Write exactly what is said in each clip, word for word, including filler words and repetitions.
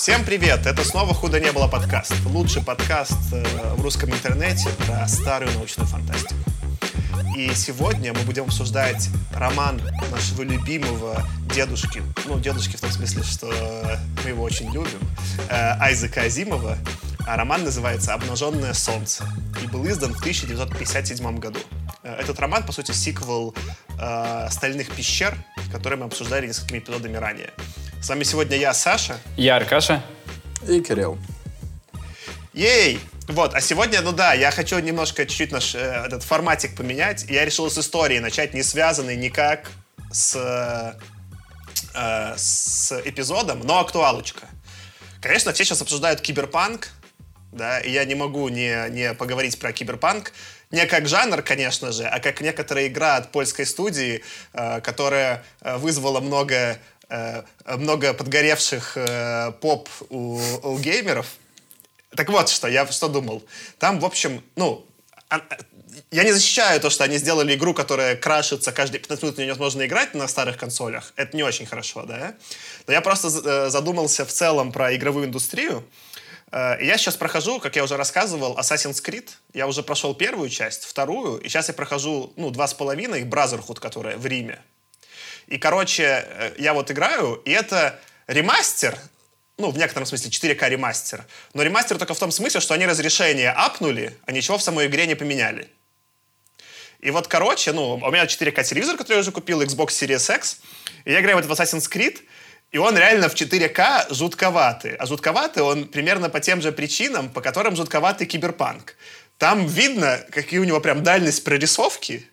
Всем привет! Это снова «Худо не было» подкаст. Лучший подкаст э, в русском интернете про старую научную фантастику. И сегодня мы будем обсуждать роман нашего любимого дедушки. Ну, дедушки в том смысле, что мы его очень любим. Э, Айзека Азимова. А роман называется «Обнаженное солнце» и был издан в тысяча девятьсот пятьдесят седьмом году. Этот роман, по сути, сиквел э, «Стальных пещер», который мы обсуждали несколькими эпизодами ранее. С вами сегодня я, Саша. Я, Аркаша. И Кирилл. Ей! Вот, а сегодня, ну да, я хочу немножко чуть-чуть наш э, этот форматик поменять. Я решил с истории начать, не связанный никак с, э, с эпизодом, но актуалочка. Конечно, все сейчас обсуждают киберпанк, да, и я не могу не, не поговорить про киберпанк. Не как жанр, конечно же, а как некоторая игра от польской студии, э, которая вызвала много, э, много подгоревших э, поп у, у геймеров. Так вот, что я что думал. Там, в общем, ну, а, я не защищаю то, что они сделали игру, которая крашится каждые пятнадцать минут, невозможно играть на старых консолях. Это не очень хорошо, да? Но я просто задумался в целом про игровую индустрию. Я сейчас прохожу, как я уже рассказывал, Assassin's Creed. Я уже прошел первую часть, вторую, и сейчас я прохожу, ну, два с половиной, Brotherhood, которая в Риме. И, короче, я вот играю, и это ремастер, ну, в некотором смысле четыре ка ремастер, но ремастер только в том смысле, что они разрешение апнули, а ничего в самой игре не поменяли. И вот, короче, ну, у меня четыре ка телевизор, который я уже купил, Xbox Series X, и я играю вот в Assassin's Creed, и он реально в четыре ка жутковатый. А жутковатый он примерно по тем же причинам, по которым жутковатый киберпанк. Там видно, какие у него прям дальность прорисовки.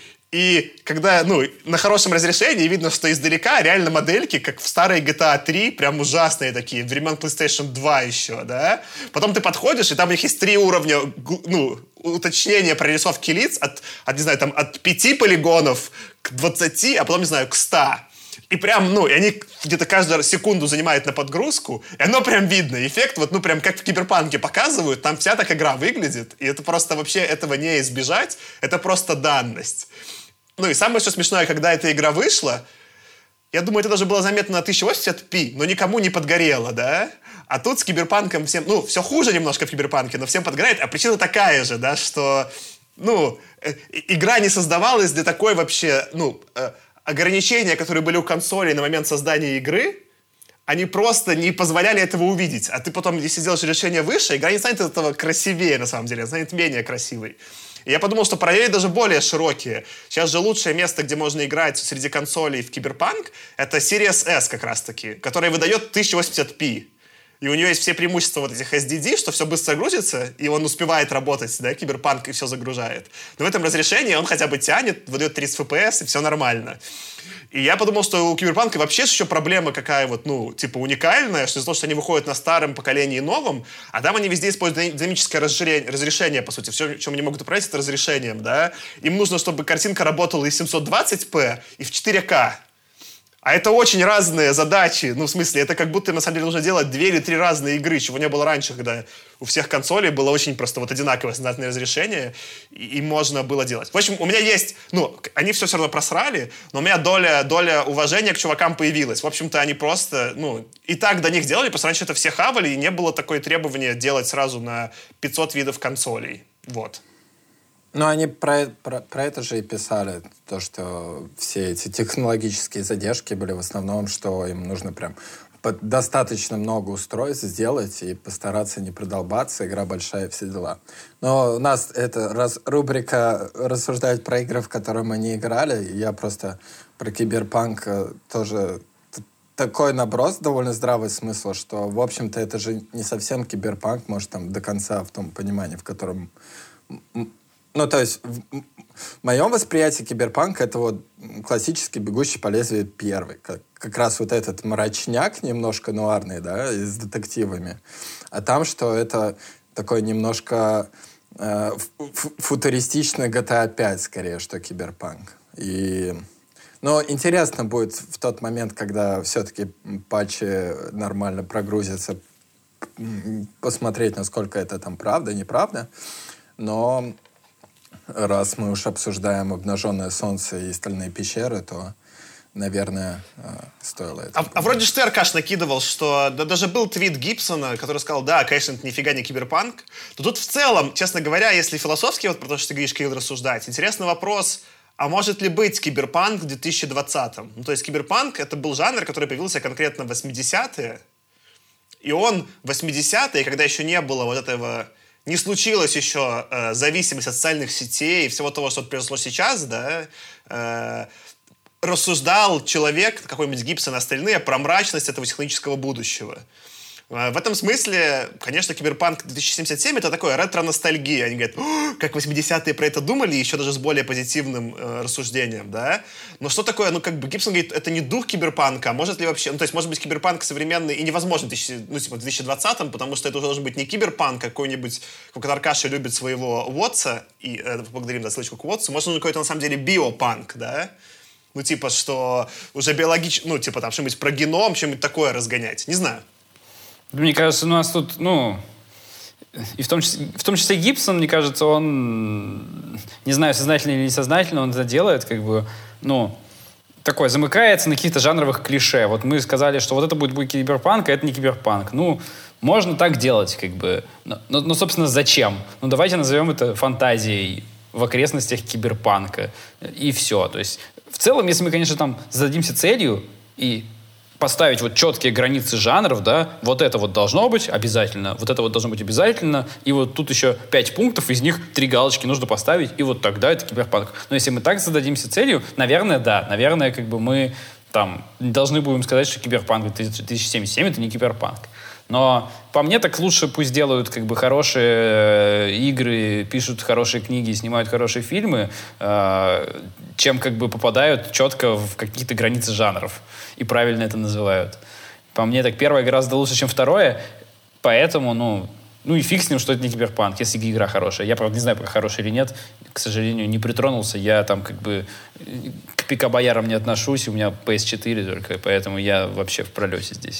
И когда, ну, на хорошем разрешении видно, что издалека реально модельки, как в старой джи ти эй три, прям ужасные такие, времен PlayStation два еще, да? Потом ты подходишь, и там у них есть три уровня, ну, уточнения прорисовки лиц от, от, не знаю, там, от пяти полигонов к двадцати, а потом, не знаю, к ста. И прям, ну, и они где-то каждую секунду занимают на подгрузку, и оно прям видно. Эффект, вот, ну, прям как в киберпанке показывают, там вся так игра выглядит, и это просто вообще этого не избежать, это просто данность. Ну, и самое что смешное, когда эта игра вышла, я думаю, это даже было заметно на тысяча восемьдесят пи, но никому не подгорело, да? А тут с киберпанком всем, ну, все хуже немножко в киберпанке, но всем подгорает, а причина такая же, да, что, ну, э, игра не создавалась для такой вообще, ну, э, ограничения, которые были у консолей на момент создания игры, они просто не позволяли этого увидеть. А ты потом, если сделаешь решение выше, игра не станет от этого красивее, на самом деле, она станет менее красивой. И я подумал, что параллели даже более широкие. Сейчас же лучшее место, где можно играть среди консолей в киберпанк, это Series S как раз-таки, которая выдает тысяча восемьдесят пи. И у нее есть все преимущества вот этих эс ди ди, что все быстро грузится, и он успевает работать, да, киберпанк, и все загружает. Но в этом разрешении он хотя бы тянет, выдает тридцать эф пи эс, и все нормально. И я подумал, что у киберпанка вообще еще проблема какая вот, ну, типа уникальная, что из-за того, что они выходят на старом поколении и новом, а там они везде используют динамическое разрешение, разрешение, по сути. Все, чем они могут управлять, это разрешением, да. Им нужно, чтобы картинка работала и в семьсот двадцать пи, и в четыре ка. А это очень разные задачи. Ну, в смысле, это как будто, на самом деле, нужно делать две или три разные игры, чего не было раньше, когда у всех консолей было очень просто вот одинаковое стандартное разрешение, и, и можно было делать. В общем, у меня есть... Ну, они все все равно просрали, но у меня доля, доля уважения к чувакам появилась. В общем-то, они просто... Ну, и так до них делали, потому что раньше это все хавали, и не было такое требования делать сразу на пятьсот видов консолей. Вот. Ну, они про, про, про это же и писали, то, что все эти технологические задержки были в основном, что им нужно прям достаточно много устройств сделать и постараться не продолбаться, игра большая, все дела. Но у нас это раз, рубрика рассуждать про игры, в которые мы не играли, и я просто про киберпанк тоже... Такой наброс, довольно здравый смысл, что, в общем-то, это же не совсем киберпанк, может, там, до конца в том понимании, в котором... Ну, то есть, в моем восприятии киберпанк — это вот классический «Бегущий по лезвию» первый. Как, как раз вот этот мрачняк немножко нуарный, да, и с детективами. А там, что это такой немножко э, футуристичный джи ти эй пять, скорее, что киберпанк. И... Но интересно будет в тот момент, когда все-таки патчи нормально прогрузятся, посмотреть, насколько это там правда, неправда. Но... Раз мы уж обсуждаем «Обнаженное солнце» и «Стальные пещеры», то наверное, стоило это. А, а вроде что ты, Аркаш, накидывал, что да, даже был твит Гибсона, который сказал, да, конечно, это нифига не киберпанк. Но тут в целом, честно говоря, если философски, вот про то, что ты говоришь, Кирилл, рассуждать, интересный вопрос, а может ли быть киберпанк в две тысячи двадцатом? Ну, то есть киберпанк — это был жанр, который появился конкретно в восьмидесятые, и он в восьмидесятые, когда еще не было вот этого... Не случилось еще э, зависимость от социальных сетей и всего того, что произошло сейчас, да, э, рассуждал человек, какой-нибудь Гибсон и остальные, про мрачность этого технологического будущего. Э, в этом смысле, конечно, киберпанк две тысячи семьдесят семь — это такое ретро-ностальгия. Они говорят, как восьмидесятые про это думали, еще даже с более позитивным э, рассуждением, да. Но что такое, ну, как бы Гибсон говорит, это не дух киберпанка, а может ли вообще, ну, то есть, может быть, киберпанк современный и невозможен в ну, типа, в две тысячи двадцатом, потому что это уже должен быть не киберпанк, а какой-нибудь, как Аркаша любит своего Уотса, и э, поблагодарим за ссылочку к Уотсу, может, он какой-то, на самом деле, биопанк, да. Ну, типа, что уже биологически, ну, типа, там, что-нибудь про геном, что-нибудь такое разгонять, не знаю. Мне кажется, у нас тут, ну... И в том, числе, в том числе Гибсон, мне кажется, он, не знаю, сознательно или несознательно, он это делает, как бы, ну, такой, замыкается на каких-то жанровых клише. Вот мы сказали, что вот это будет, будет киберпанк, а это не киберпанк. Ну, можно так делать, как бы. Но, но, но, собственно, зачем? Ну, давайте назовем это фантазией в окрестностях киберпанка. И все. То есть, в целом, если мы, конечно, там зададимся целью и поставить вот четкие границы жанров, да, вот это вот должно быть обязательно, вот это вот должно быть обязательно, и вот тут еще пять пунктов, из них три галочки нужно поставить, и вот тогда это киберпанк. Но если мы так зададимся целью, наверное, да, наверное, как бы мы там должны будем сказать, что киберпанк две тысячи семьдесят семь — это не киберпанк. Но по мне так лучше пусть делают как бы хорошие игры, пишут хорошие книги, снимают хорошие фильмы, э, чем как бы попадают четко в какие-то границы жанров и правильно это называют. По мне так первое гораздо лучше, чем второе, поэтому, ну, ну и фиг с ним, что это не киберпанк, если игра хорошая. Я, правда, не знаю, хорошая или нет, к сожалению, не притронулся. Я там как бы к пикабоярам не отношусь, у меня пи эс четыре только, поэтому я вообще в пролете здесь.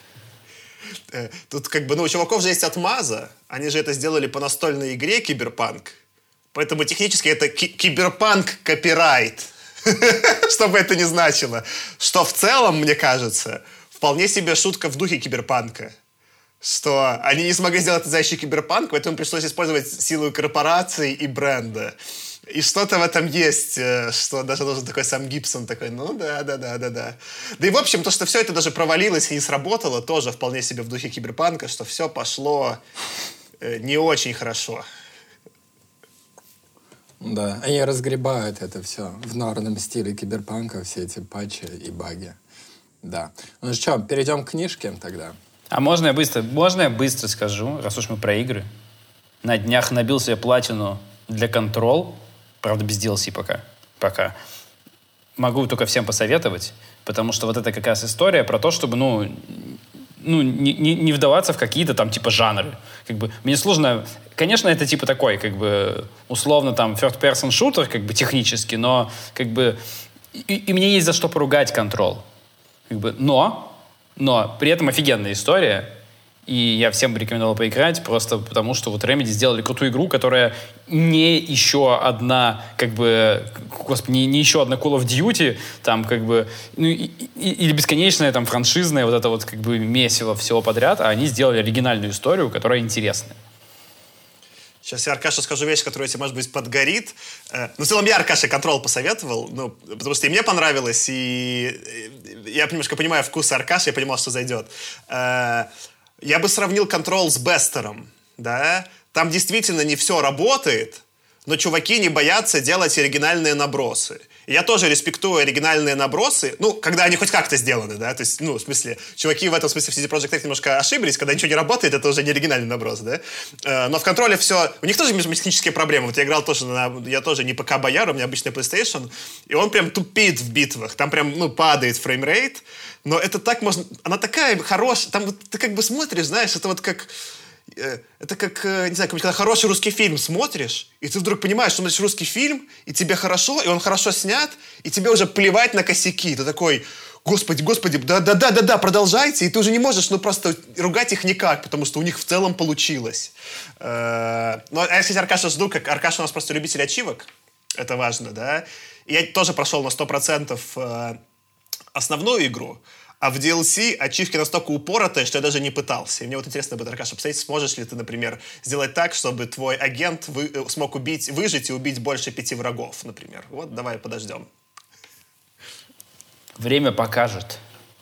Тут как бы, ну, у чуваков же есть отмаза. Они же это сделали по настольной игре Киберпанк. Поэтому технически это ки- Киберпанк-копирайт. Что бы это ни значило. Что в целом, мне кажется, вполне себе шутка в духе Киберпанка. Что они не смогли сделать настоящий Киберпанк, поэтому пришлось использовать силу корпораций и бренда. И что-то в этом есть, что даже должен такой сам Гибсон такой, ну да, да, да, да, да. Да и в общем, то, что все это даже провалилось и не сработало, тоже вполне себе в духе киберпанка, что все пошло э, не очень хорошо. Да, они разгребают это все в норном стиле киберпанка, все эти патчи и баги. Да. Ну что, перейдем к книжке тогда. А можно я быстро, можно я быстро скажу, раз уж мы про игры? На днях набил себе платину для Control. Правда, без ди эл си пока. Пока. Могу только всем посоветовать, потому что вот это как раз история про то, чтобы, ну, ну не, не, не вдаваться в какие-то там типа жанры. Как бы, мне сложно... Конечно, это типа такой, как бы, условно там third-person shooter, как бы технически, но как бы... И, и мне есть за что поругать Control. Как бы, но, но при этом офигенная история. И я всем бы рекомендовал поиграть, просто потому что вот Remedy сделали крутую игру, которая не еще одна, как бы, господи, не, не еще одна Call of Duty, там, как бы, ну, и, и, или бесконечная, там, франшизная, вот это вот, как бы, месиво всего подряд, а они сделали оригинальную историю, которая интересная. Сейчас я Аркаше скажу вещь, которая тебе, может быть, подгорит. Ну, в целом, я Аркаше Control посоветовал, ну, потому что и мне понравилось, и я немножко понимаю вкус Аркаши, я понимал, что зайдет. Я бы сравнил Control с Бестером, да. Там действительно не все работает, но чуваки не боятся делать оригинальные набросы. И я тоже респектую оригинальные набросы, ну, когда они хоть как-то сделаны, да, то есть, ну, в смысле, чуваки в этом смысле в си ди Projekt Red немножко ошиблись, когда ничего не работает, это уже не оригинальный наброс, да. Но в Контроле все, у них тоже технические проблемы, вот я играл тоже на, я тоже не ПК-бояр, у меня обычный PlayStation, и он прям тупит в битвах, там прям, ну, падает фреймрейт, но это так можно, она такая хорошая, там вот ты как бы смотришь, знаешь, это вот как... Это как, не знаю, когда хороший русский фильм смотришь, и ты вдруг понимаешь, что смотришь русский фильм, и тебе хорошо, и он хорошо снят, и тебе уже плевать на косяки. Ты такой, господи, господи, да-да-да-да-да, продолжайте, и ты уже не можешь, ну, просто ругать их никак, потому что у них в целом получилось. Ну, а я, кстати, Аркаша жду, как Аркаша у нас просто любитель ачивок, это важно, да, и я тоже прошел на сто процентов основную игру, а в ди эл си ачивки настолько упоротые, что я даже не пытался. И мне вот интересно будет, Аркаша, посмотреть, сможешь ли ты, например, сделать так, чтобы твой агент вы, смог убить, выжить и убить больше пяти врагов, например. Вот, давай подождем. Время покажет.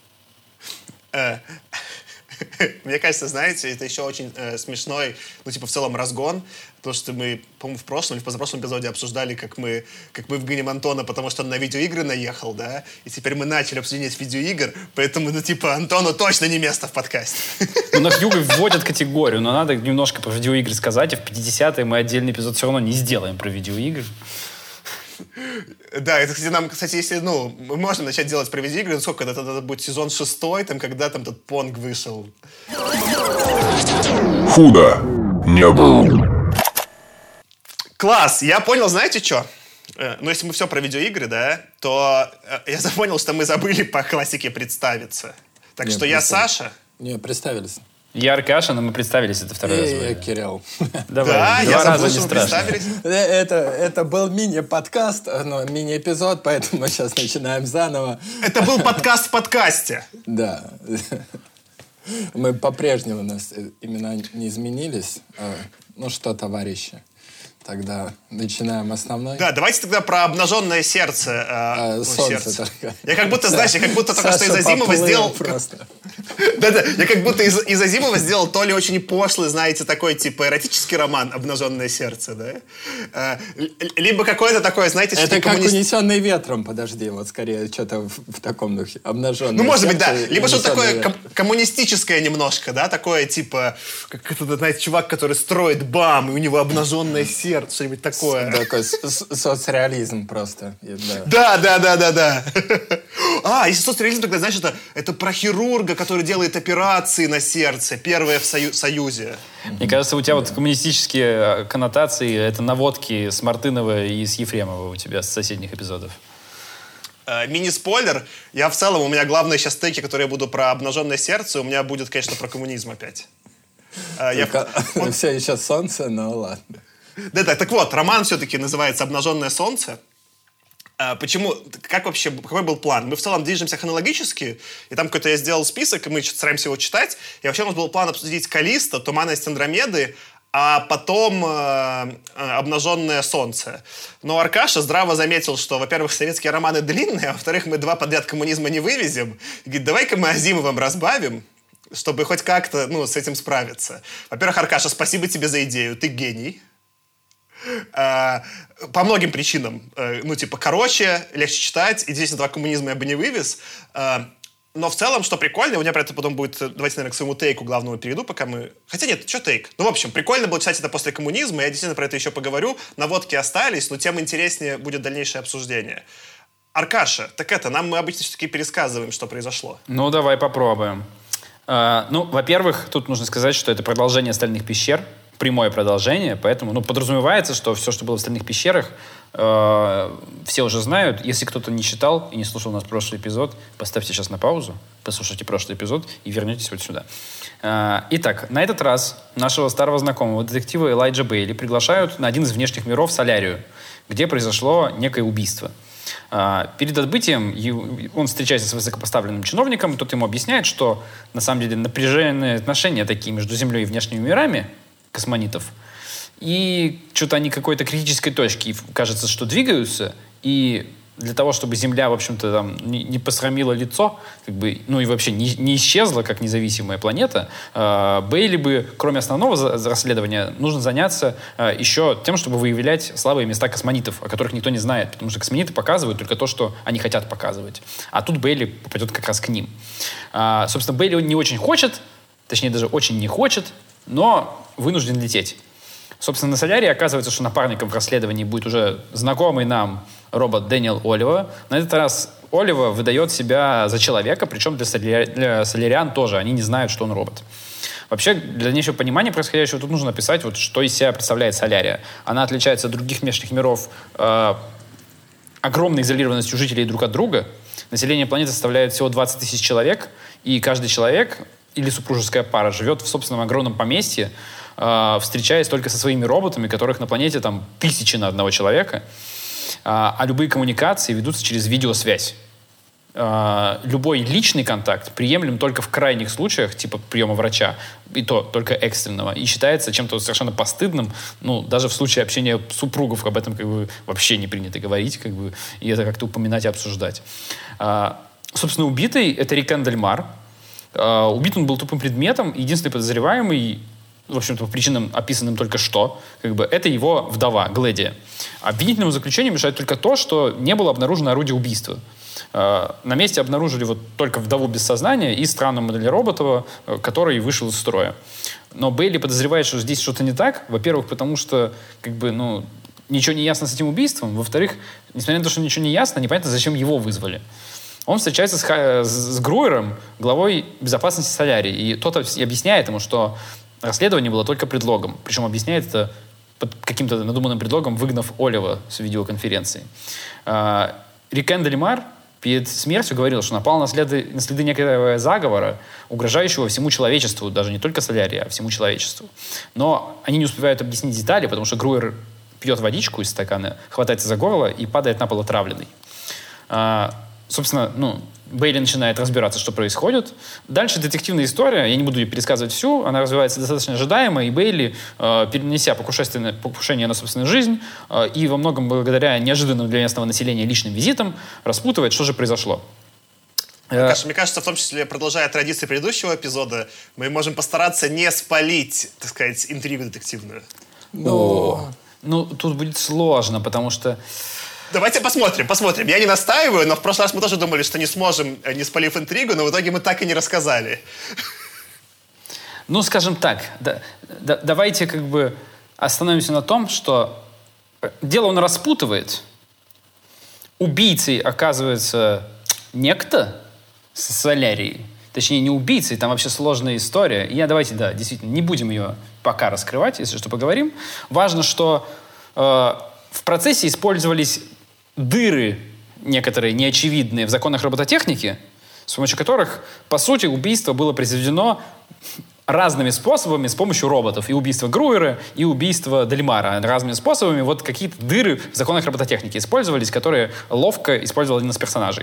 Мне кажется, знаете, это еще очень э, смешной, ну, типа, в целом разгон, потому что мы, по-моему, в прошлом или в позапрошлом эпизоде обсуждали, как мы, как мы вгоним Антона, потому что он на видеоигры наехал, да, и теперь мы начали обсуждение видеоигр, поэтому, ну, типа, Антону точно не место в подкасте. У нас Юга вводят категорию, но надо немножко про видеоигры сказать, и в пятидесятые мы отдельный эпизод все равно не сделаем про видеоигры. Да, это, кстати, нам, кстати, если, ну, мы можем начать делать про видеоигры, ну, сколько, это, это будет сезон шестой, там, когда там тот Понг вышел. Худо не было. Класс, я понял, знаете что? Ну, если мы все про видеоигры, да, то я запомнил, что мы забыли по классике представиться. Так Не, что я представь. Саша. Не, представились. Я Аркаша, но мы представились, это второй раз. И я было. Кирилл. Давай, Да, два я раза забыл, не что мы страшно. представились. Это, это был мини-подкаст, ну, мини-эпизод, поэтому мы сейчас начинаем заново. Это был подкаст в подкасте. Да. Мы по-прежнему, у нас имена не изменились. Ну что, товарищи, тогда начинаем основной. Да, давайте тогда про обнаженное сердце. А, э, ну, солнце сердце. только. Я как будто, знаешь, я как будто только что Саша из Азимова поплыл сделал... просто. Да-да, я как будто из, из Азимова сделал то ли очень пошлый, знаете, такой, типа, эротический роман «Обнаженное сердце», да? А, л- либо какой-то такой, знаете, Это что-то как коммунист- «Унесенный ветром», подожди, вот скорее что-то в, в таком духе. Обнаженное Ну, может быть, да. сердце, Либо что-то «Унесенный такое ветром». ком- коммунистическое немножко, да? Такое, типа, как это, знаете, чувак, который строит БАМ, и у него обнаженное сердце, что-нибудь такое. Такой с- с- соцреализм просто. И, да. Да, да, да, да, да. А, если соцреализм, тогда, знаешь, это, это про хирурга, который делает операции на сердце, первое в сою- Союзе. Мне кажется, у тебя вот коммунистические коннотации, это наводки с Мартынова и с Ефремова у тебя с соседних эпизодов. Э, Мини-спойлер. Я в целом, у меня главные сейчас стейки, которые я буду про обнаженное сердце, у меня будет, конечно, про коммунизм опять. Э, я- Только все еще солнце, но ладно. Да-да, так вот, роман все-таки называется «Обнаженное солнце». А, Почему? Как вообще, какой был план? Мы в целом движемся хронологически, и там какой-то я сделал список, и мы стараемся его читать. И вообще у нас был план обсудить Каллисто, Туманность Андромеды, а потом э, э, «Обнаженное солнце». Но Аркаша здраво заметил, что, во-первых, советские романы длинные, а во-вторых, мы два подряд коммунизма не вывезем. И говорит, давай-ка мы Азимовым разбавим, чтобы хоть как-то, ну, с этим справиться. Во-первых, Аркаша, спасибо тебе за идею, ты гений. А, по многим причинам. А, ну, типа, короче, легче читать, и действительно, два коммунизма я бы не вывез. А, но в целом, что прикольно, у меня про это потом будет... Давайте, наверное, к своему тейку главному перейду, пока мы... Хотя нет, что тейк? Ну, в общем, прикольно было читать это после коммунизма, я действительно про это еще поговорю. Наводки остались, но тем интереснее будет дальнейшее обсуждение. Аркаша, так это, нам мы обычно все-таки пересказываем, что произошло. Ну, давай попробуем. А, ну, во-первых, тут нужно сказать, что это продолжение «Стальных пещер», прямое продолжение, поэтому, ну, подразумевается, что все, что было в «Стальных пещерах», э, все уже знают. Если кто-то не читал и не слушал наш прошлый эпизод, поставьте сейчас на паузу, послушайте прошлый эпизод и вернетесь вот сюда. Э, итак, на этот раз нашего старого знакомого, детектива Элайджа Бейли, приглашают на один из внешних миров, Солярию, где произошло некое убийство. А, перед отбытием ю- он встречается с высокопоставленным чиновником, тот ему объясняет, что на самом деле напряженные отношения такие между Землей и внешними мирами космонитов, и что-то они к какой-то критической точке, и кажется, что двигаются, и для того, чтобы Земля, в общем-то, там, не, не посрамила лицо, как бы, ну и вообще не, не исчезла как независимая планета, э, Бейли бы, кроме основного за, за расследования, нужно заняться э, еще тем, чтобы выявлять слабые места космонитов, о которых никто не знает, потому что космониты показывают только то, что они хотят показывать. А тут Бейли попадет как раз к ним. Э, собственно, Бейли не очень хочет, точнее, даже очень не хочет, но вынужден лететь. Собственно, на Солярии оказывается, что напарником в расследовании будет уже знакомый нам робот Дэниел Олива. На этот раз Олива выдает себя за человека, причем для, соляри... для соляриан тоже. Они не знают, что он робот. Вообще, для дальнейшего понимания происходящего тут нужно описать, вот, что из себя представляет Солярия. Она отличается от других внешних миров э, огромной изолированностью жителей друг от друга. Население планеты составляет всего двадцать тысяч человек, и каждый человек или супружеская пара живет в собственном огромном поместье, э, встречаясь только со своими роботами, которых на планете там тысячи на одного человека. А, а любые коммуникации ведутся через видеосвязь. э, любой личный контакт приемлем только в крайних случаях, типа приема врача, и то только экстренного, и считается чем-то совершенно постыдным, ну, даже в случае общения супругов об этом как бы вообще не принято говорить, как бы, и это как-то упоминать и обсуждать. А, собственно, убитый — это Рикен Дель Мар. А, убит он был тупым предметом, единственный подозреваемый, в общем-то, по причинам, описанным только что, как бы, это его вдова, Гледия. Обвинительному заключению мешает только то, что не было обнаружено орудие убийства. Э, на месте обнаружили вот только вдову без сознания и странную модель Роботова, э, который вышел из строя. Но Бейли подозревает, что здесь что-то не так. Во-первых, потому что, как бы, ну, ничего не ясно с этим убийством. Во-вторых, несмотря на то, что ничего не ясно, непонятно, зачем его вызвали. Он встречается с, Ха- с Груером, главой безопасности Солярии, и тот объясняет ему, что расследование было только предлогом. Причем объясняет это под каким-то надуманным предлогом, выгнав Олива с видеоконференции. А, Рикен Дель Мар перед смертью говорил, что напал на следы, на следы некоторого заговора, угрожающего всему человечеству, даже не только Солярии, а всему человечеству. Но они не успевают объяснить детали, потому что Груер пьет водичку из стакана, хватается за горло и падает на пол отравленный. А, собственно, ну, Бейли начинает разбираться, что происходит. Дальше детективная история, я не буду ее пересказывать всю, она развивается достаточно ожидаемо, и Бейли, э, перенеся покушение, покушение на собственную жизнь э, и во многом благодаря неожиданным для местного населения личным визитам, распутывает, что же произошло. Мне кажется, мне кажется, в том числе, продолжая традиции предыдущего эпизода, мы можем постараться не спалить, так сказать, интригу детективную. Но... Ну, тут будет сложно, потому что... Давайте посмотрим, посмотрим. Я не настаиваю, но в прошлый раз мы тоже думали, что не сможем, не спалив интригу, но в итоге мы так и не рассказали. Ну, скажем так, да, да, давайте как бы остановимся на том, что дело он распутывает. Убийцей оказывается некто с Солярией. Точнее, не убийцей, там вообще сложная история. И я, давайте, да, действительно, не будем ее пока раскрывать, если что, поговорим. Важно, что э, в процессе использовались дыры некоторые неочевидные в законах робототехники, с помощью которых, по сути, убийство было произведено разными способами с помощью роботов. И убийство Груера, и убийство Дель Мара. Разными способами вот какие-то дыры в законах робототехники использовались, которые ловко использовал один из персонажей.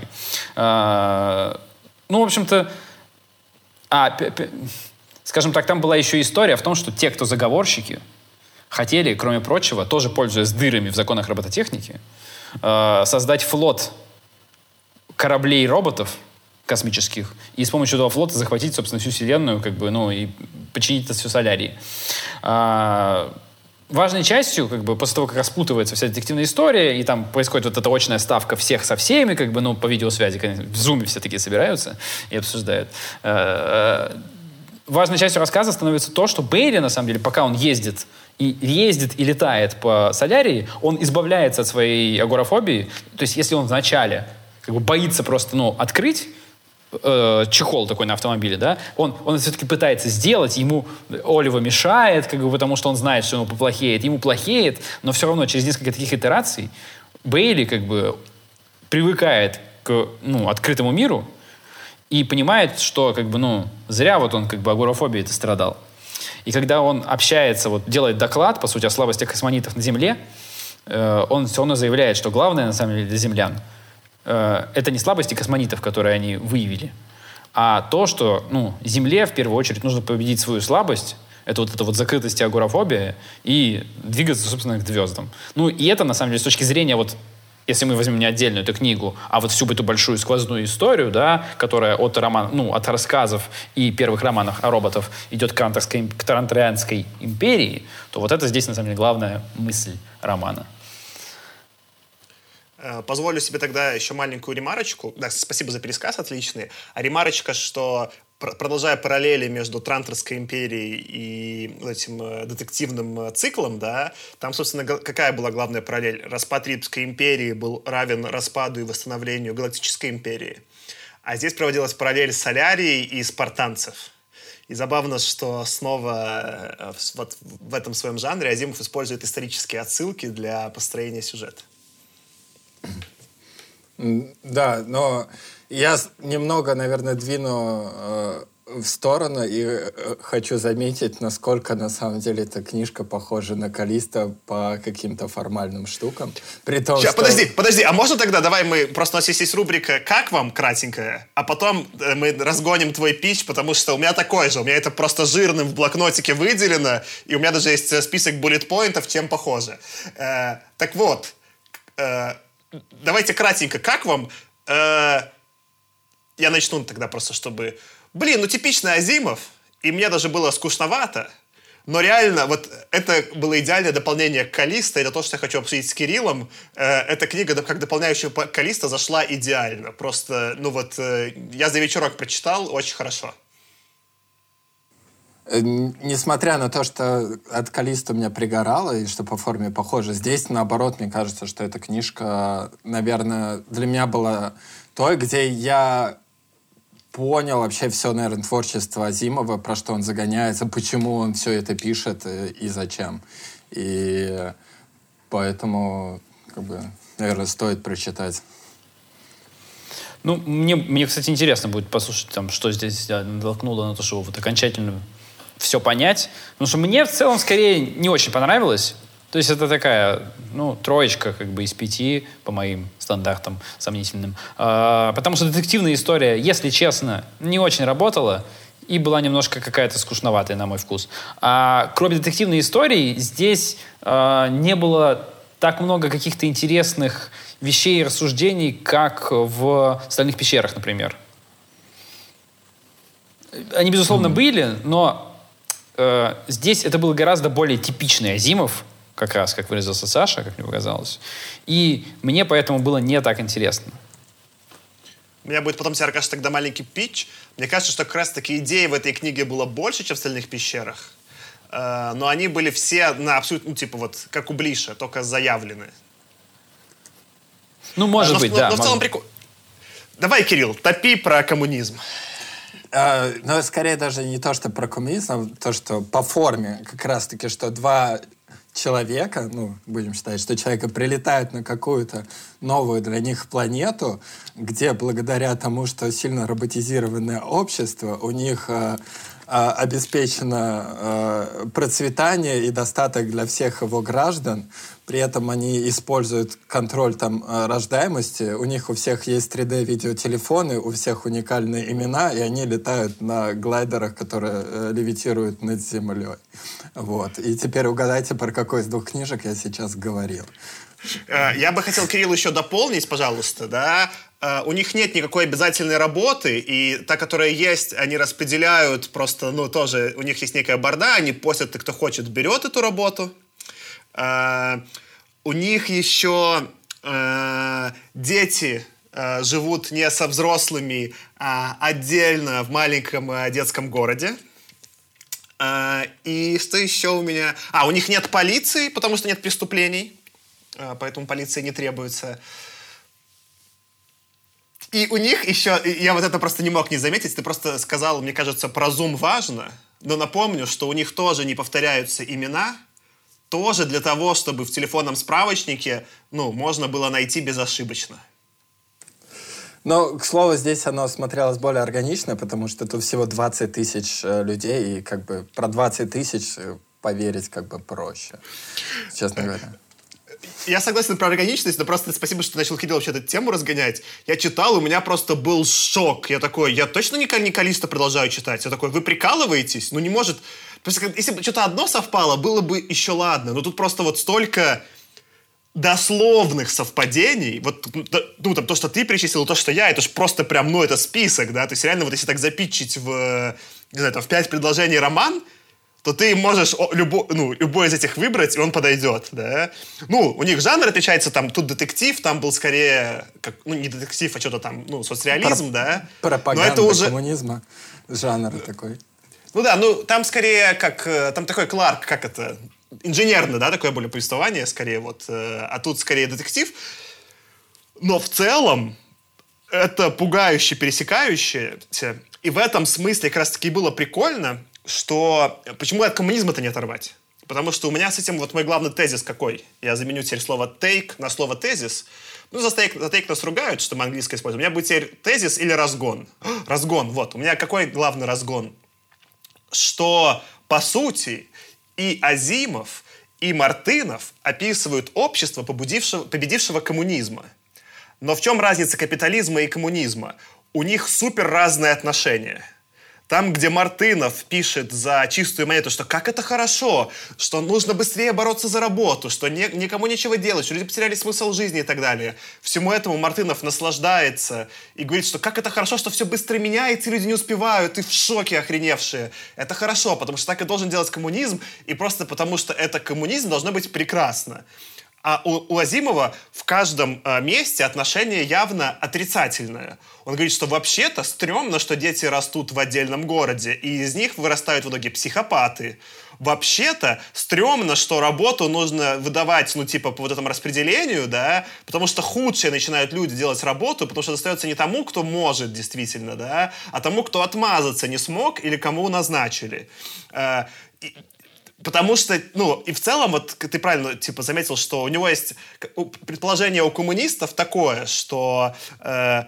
А, ну, в общем-то... А, п- п- скажем так, там была еще история в том, что те, кто заговорщики, хотели, кроме прочего, тоже пользуясь дырами в законах робототехники, э, создать флот кораблей-роботов космических и с помощью этого флота захватить, собственно, всю Вселенную, как бы, ну, и подчинить это все Солярии. А, важной частью, как бы, после того, как распутывается вся детективная история, и там происходит вот эта очная ставка всех со всеми, как бы, ну, по видеосвязи, конечно, в зуме все такие собираются и обсуждают. А, важной частью рассказа становится то, что Бейли, на самом деле, пока он ездит и ездит и летает по Солярии, он избавляется от своей агорафобии. То есть, если он вначале как бы боится просто, ну, открыть э, чехол такой на автомобиле, да, он, он все-таки пытается сделать, ему Олива мешает, как бы, потому что он знает, что ему поплохеет, ему плохеет, но все равно через несколько таких итераций Бейли как бы привыкает к, ну, открытому миру и понимает, что как бы, ну, зря вот он как бы агорафобией-то страдал. И когда он общается, вот, делает доклад, по сути, о слабостях космонитов на Земле, э, он все равно заявляет, что главное, на самом деле, для землян э, это не слабости космонитов, которые они выявили, а то, что, ну, Земле в первую очередь нужно победить свою слабость, это вот эта вот закрытость и агорафобия, и двигаться, собственно, к звездам. Ну, и это, на самом деле, с точки зрения вот, если мы возьмем не отдельную эту книгу, а вот всю эту большую сквозную историю, да, которая от, роман, ну, от рассказов и первых романов о роботах идет к, к Тарантрианской империи, то вот это здесь, на самом деле, главная мысль романа. Позволю себе тогда еще маленькую ремарочку. Да, спасибо за пересказ, отличный. А ремарочка, что продолжая параллели между Транторской империей и этим детективным циклом, да, там, собственно, какая была главная параллель? Распад Римской империи был равен распаду и восстановлению Галактической империи. А здесь проводилась параллель с Солярией и спартанцев. И забавно, что снова вот в этом своем жанре Азимов использует исторические отсылки для построения сюжета. Да, но я немного, наверное, двину э, в сторону и э, хочу заметить, насколько на самом деле эта книжка похожа на Каллисто по каким-то формальным штукам. При том, Сейчас, что... подожди, подожди, а можно тогда, давай мы, просто у нас есть рубрика «Как вам?» кратенькая, а потом мы разгоним твой питч, потому что у меня такой же, у меня это просто жирным в блокнотике выделено, и у меня даже есть список буллет-поинтов, чем похоже. Э, так вот, э, давайте кратенько, как вам? Э, я начну тогда просто, чтобы... Блин, ну типичный Азимов, и мне даже было скучновато, но реально вот это было идеальное дополнение к Каллисто, это то, что я хочу обсудить с Кириллом. Э, эта книга, как дополняющая Каллисто, зашла идеально. Просто, ну вот, э, я за вечерок прочитал, очень хорошо. Несмотря на то, что от Каллисто меня пригорало, и что по форме похоже, здесь, наоборот, мне кажется, что эта книжка, наверное, для меня была той, где я понял вообще все, наверное, творчество Азимова, про что он загоняется, почему он все это пишет и, и зачем. И поэтому, как бы, наверное, стоит прочитать. Ну, мне, мне, кстати, интересно будет послушать, там, что здесь да, натолкнуло на то, чтобы вот окончательно все понять. Потому что мне в целом скорее не очень понравилось. То есть это такая, ну, троечка как бы из пяти по моим стандартам сомнительным. А, потому что детективная история, если честно, не очень работала и была немножко какая-то скучноватая на мой вкус. А кроме детективной истории здесь а, не было так много каких-то интересных вещей и рассуждений, как в «Стальных пещерах», например. Они, безусловно, mm-hmm. были, но э, здесь это был гораздо более типичный Азимов, как раз, как выразился Саша, как мне показалось. И мне поэтому было не так интересно. У меня будет потом, тебе, Аркаша, тогда маленький питч. Мне кажется, что как раз-таки идей в этой книге было больше, чем в «Стальных пещерах». Э, но они были все на абсолютно, ну, типа вот, как у Блиша, только заявлены. Ну, может но, быть, но, да. Но в целом прикольно. Давай, Кирилл, топи про коммунизм. Uh, ну, скорее даже не то, что про коммунизм, а то, что по форме как раз-таки, что два человека, ну, будем считать, что человека прилетают на какую-то новую для них планету, где благодаря тому, что сильно роботизированное общество, у них uh, uh, обеспечено uh, процветание и достаток для всех его граждан. При этом они используют контроль там рождаемости. У них у всех есть три дэ-видеотелефоны, у всех уникальные имена, и они летают на глайдерах, которые э, левитируют над землей. Вот. И теперь угадайте, про какой из двух книжек я сейчас говорил. Я бы хотел, Кирилл, еще дополнить, пожалуйста, да. У них нет никакой обязательной работы, и та, которая есть, они распределяют просто, ну, тоже, у них есть некая борда, они постят, и кто хочет, берет эту работу. Uh, у них еще uh, дети uh, живут не со взрослыми, а отдельно в маленьком uh, детском городе. Uh, и что еще у меня? А, у них нет полиции, потому что нет преступлений, uh, поэтому полиция не требуется. И у них еще, я вот это просто не мог не заметить, ты просто сказал, мне кажется, про Zoom важно, но напомню, что у них тоже не повторяются имена, тоже для того, чтобы в телефонном справочнике, ну, можно было найти безошибочно. Но, к слову, здесь оно смотрелось более органично, потому что тут всего двадцать тысяч э, людей, и как бы про двадцать тысяч поверить как бы проще, честно говоря. Я согласен про органичность, но просто спасибо, что начал, Кирилл, вообще эту тему разгонять. Я читал, у меня просто был шок. Я такой, я точно не Каллисто продолжаю читать? Я такой, вы прикалываетесь? Ну не может... Если бы что-то одно совпало, было бы еще ладно. Но тут просто вот столько дословных совпадений. Вот, ну, там, то, что ты перечислил, то, что я, это же просто прям, ну, это список, да? То есть реально вот если так запитчить в, не знаю, там, в пять предложений роман, то ты можешь любо, ну, любой из этих выбрать, и он подойдет, да? Ну, у них жанр отличается, там, тут детектив, там был скорее, как, ну, не детектив, а что-то там, ну, соцреализм, Про- да? Пропаганда это уже... коммунизма, жанр такой. Ну да, ну там скорее как, там такой Кларк, как это, инженерное, да, такое более повествование, скорее вот, а тут скорее детектив. Но в целом это пугающе пересекающееся, и в этом смысле как раз-таки было прикольно, что почему от коммунизма-то не оторвать? Потому что у меня с этим вот мой главный тезис какой. Я заменю теперь слово take на слово тезис. Ну, за take, за take нас ругают, что мы английское используем. У меня будет теперь тезис или разгон. Разгон, вот. У меня какой главный разгон? Что, по сути, и Азимов, и Мартынов описывают общество, побудившего, победившего коммунизма. Но в чем разница капитализма и коммунизма? У них супер разные отношения. Там, где Мартынов пишет за чистую монету, что как это хорошо, что нужно быстрее бороться за работу, что не, никому нечего делать, что люди потеряли смысл жизни и так далее. Всему этому Мартынов наслаждается и говорит, что как это хорошо, что все быстро меняется, и люди не успевают, и в шоке охреневшие. Это хорошо, потому что так и должен делать коммунизм, и просто потому что это коммунизм должно быть прекрасно. А у, у Азимова в каждом э, месте отношение явно отрицательное. Он говорит, что вообще-то стрёмно, что дети растут в отдельном городе, и из них вырастают в итоге психопаты. Вообще-то стрёмно, что работу нужно выдавать, ну, типа, по вот этому распределению, да, потому что худшие начинают люди делать работу, потому что достается не тому, кто может действительно, да, а тому, кто отмазаться не смог или кому назначили. Э, и, Потому что, ну, и в целом, вот ты правильно, типа, заметил, что у него есть предположение у коммунистов такое, что э,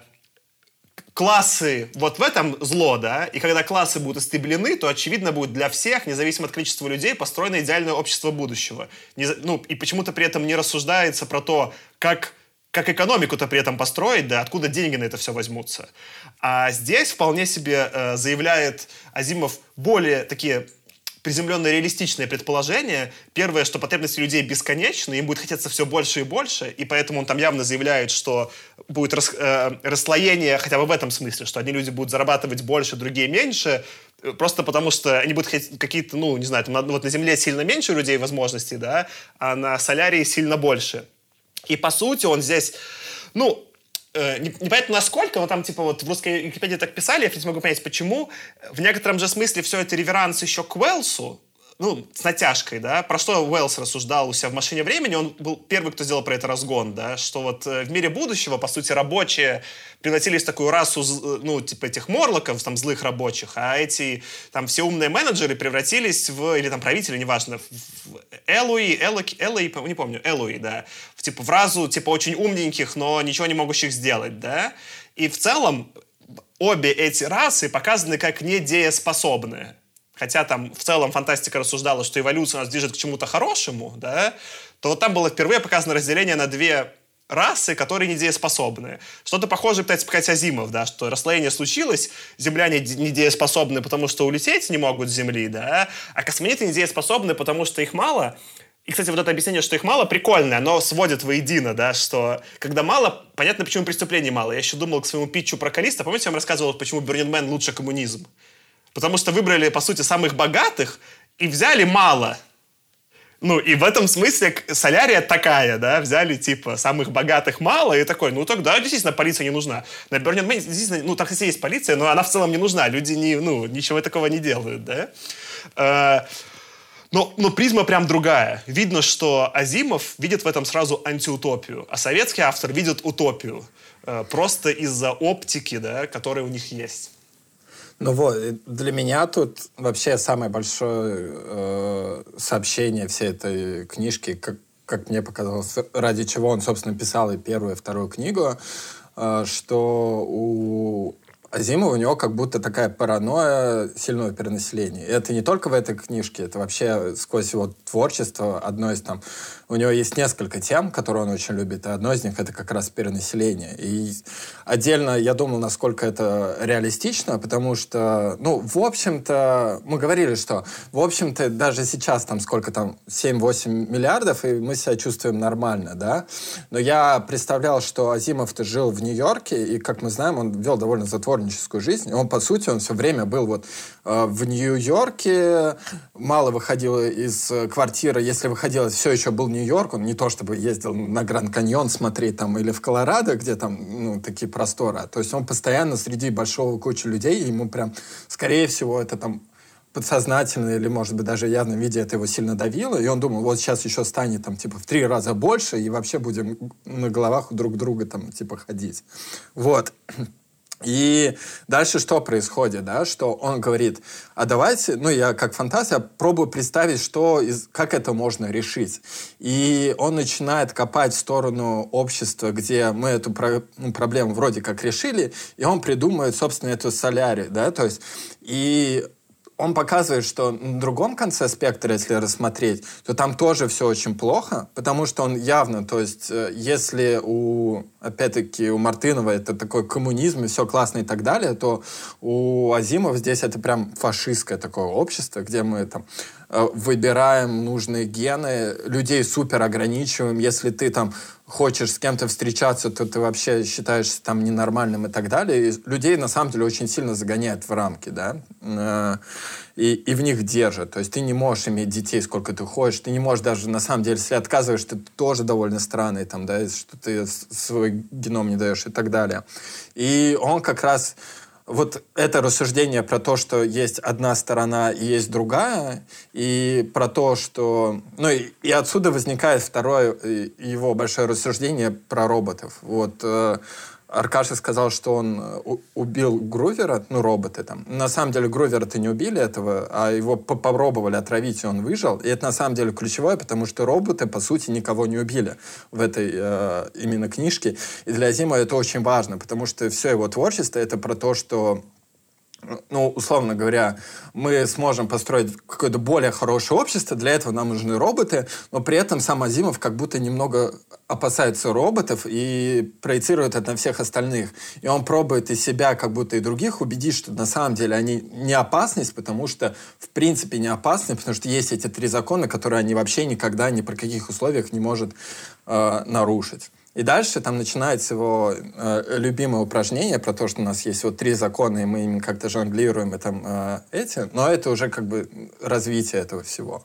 классы, вот в этом зло, да, и когда классы будут истреблены, то, очевидно, будет для всех, независимо от количества людей, построено идеальное общество будущего. Не, ну, и почему-то при этом не рассуждается про то, как, как экономику-то при этом построить, да, откуда деньги на это все возьмутся. А здесь вполне себе э, заявляет Азимов более такие приземленные реалистичные предположения. Первое, что потребности людей бесконечны, им будет хотеться все больше и больше, и поэтому он там явно заявляет, что будет рас, э, расслоение хотя бы в этом смысле, что одни люди будут зарабатывать больше, другие меньше, просто потому что они будут хотеть какие-то, ну, не знаю, там, на, вот на Земле сильно меньше людей возможностей, да, а на Солярии сильно больше. И по сути он здесь, ну, непонятно насколько, но там типа вот в русской Википедии так писали, я, в принципе, могу понять, почему. В некотором же смысле все это реверанс еще к Уэллсу, ну, с натяжкой, да, про что Уэллс рассуждал у себя в «Машине времени», он был первый, кто сделал про это разгон, да, что вот в мире будущего, по сути, рабочие превратились в такую расу, ну, типа этих морлоков, там, злых рабочих, а эти, там, все умные менеджеры превратились в, или там правители, неважно, в Элуи, Элоки, Элои, не помню, Элуи, да, в, типа, в разу, типа, очень умненьких, но ничего не могущих сделать, да, и в целом обе эти расы показаны как недееспособные. Хотя там в целом фантастика рассуждала, что эволюция нас движет к чему-то хорошему, да, то вот там было впервые показано разделение на две расы, которые недееспособны. Что-то похожее пытается показать Азимов, да, что расслоение случилось, земляне недееспособны, потому что улететь не могут с Земли, да, а космонавты недееспособны, потому что их мало. И, кстати, вот это объяснение, что их мало, прикольное, оно сводит воедино, да, что когда мало, понятно, почему преступлений мало. Я еще думал к своему питчу про Каллиста, помните, я вам рассказывал, почему Burning Man лучше коммунизм? Потому что выбрали, по сути, самых богатых и взяли мало. Ну, и в этом смысле Солярия такая, да, взяли, типа, самых богатых мало, и такой, ну, тогда, действительно, полиция не нужна. На Burning Man, действительно, ну, так, кстати, есть полиция, но она в целом не нужна, люди, не, ну, ничего такого не делают, да. Но, но призма прям другая. Видно, что Азимов видит в этом сразу антиутопию, а советский автор видит утопию. Просто из-за оптики, да, которая у них есть. Ну вот, для меня тут вообще самое большое э, сообщение всей этой книжки, как, как мне показалось, ради чего он, собственно, писал и первую, и вторую книгу, э, что у Азимова у него как будто такая паранойя сильного перенаселения. И это не только в этой книжке, это вообще сквозь его творчество. Одно из там... У него есть несколько тем, которые он очень любит, и одно из них — это как раз перенаселение. И отдельно я думал, насколько это реалистично, потому что, ну, в общем-то, мы говорили, что, в общем-то, даже сейчас там сколько там, семь-восемь миллиардов, и мы себя чувствуем нормально, да? Но я представлял, что Азимов-то жил в Нью-Йорке, и, как мы знаем, он вел довольно затворническую жизнь. Он, по сути, он все время был вот э, в Нью-Йорке, мало выходил из квартиры, если выходил, все еще был Нью-Йорк, он не то чтобы ездил на Гранд-Каньон смотреть там или в Колорадо, где там, ну, такие просторы. То есть он постоянно среди большого кучи людей, и ему прям, скорее всего, это там подсознательно или, может быть, даже в явном виде это его сильно давило, и он думал, вот сейчас еще станет там, типа, в три раза больше, и вообще будем на головах друг друга там, типа, ходить. Вот. И дальше что происходит, да, что он говорит, а давайте, ну, я как фантаст, я пробую представить, что, из, как это можно решить. И он начинает копать в сторону общества, где мы эту про, ну, проблему вроде как решили, и он придумывает, собственно, эту солярию, да, то есть, и он показывает, что на другом конце спектра, если рассмотреть, то там тоже все очень плохо, потому что он явно, то есть, если у, опять-таки, у Мартынова это такой коммунизм и все классно и так далее, то у Азимова здесь это прям фашистское такое общество, где мы там выбираем нужные гены, людей супер ограничиваем, если ты там хочешь с кем-то встречаться, то ты вообще считаешься там ненормальным и так далее. И людей, на самом деле, очень сильно загоняют в рамки, да, и, и в них держат. То есть ты не можешь иметь детей, сколько ты хочешь, ты не можешь даже, на самом деле, если отказываешь, ты тоже довольно странный, там, да, что ты свой геном не даешь и так далее. И он как раз... Вот это рассуждение про то, что есть одна сторона и есть другая, и про то, что... Ну, и, и отсюда возникает второе его большое рассуждение про роботов. Вот э, Аркаша сказал, что он убил Грувера, ну, роботы там. На самом деле Грувера-то не убили этого, а его попробовали отравить, и он выжил. И это на самом деле ключевое, потому что роботы, по сути, никого не убили в этой э, именно книжке. И для Азимова это очень важно, потому что все его творчество — это про то, что, ну, условно говоря, мы сможем построить какое-то более хорошее общество, для этого нам нужны роботы, но при этом сам Азимов как будто немного опасается роботов и проецирует это на всех остальных. И он пробует и себя, как будто и других, убедить, что на самом деле они не опасность, потому что в принципе не опасны, потому что есть эти три закона, которые они вообще никогда ни при каких условиях не может э, нарушить. И дальше там начинается его э, любимое упражнение про то, что у нас есть вот три закона, и мы ими как-то жонглируем и там э, эти, но это уже как бы развитие этого всего.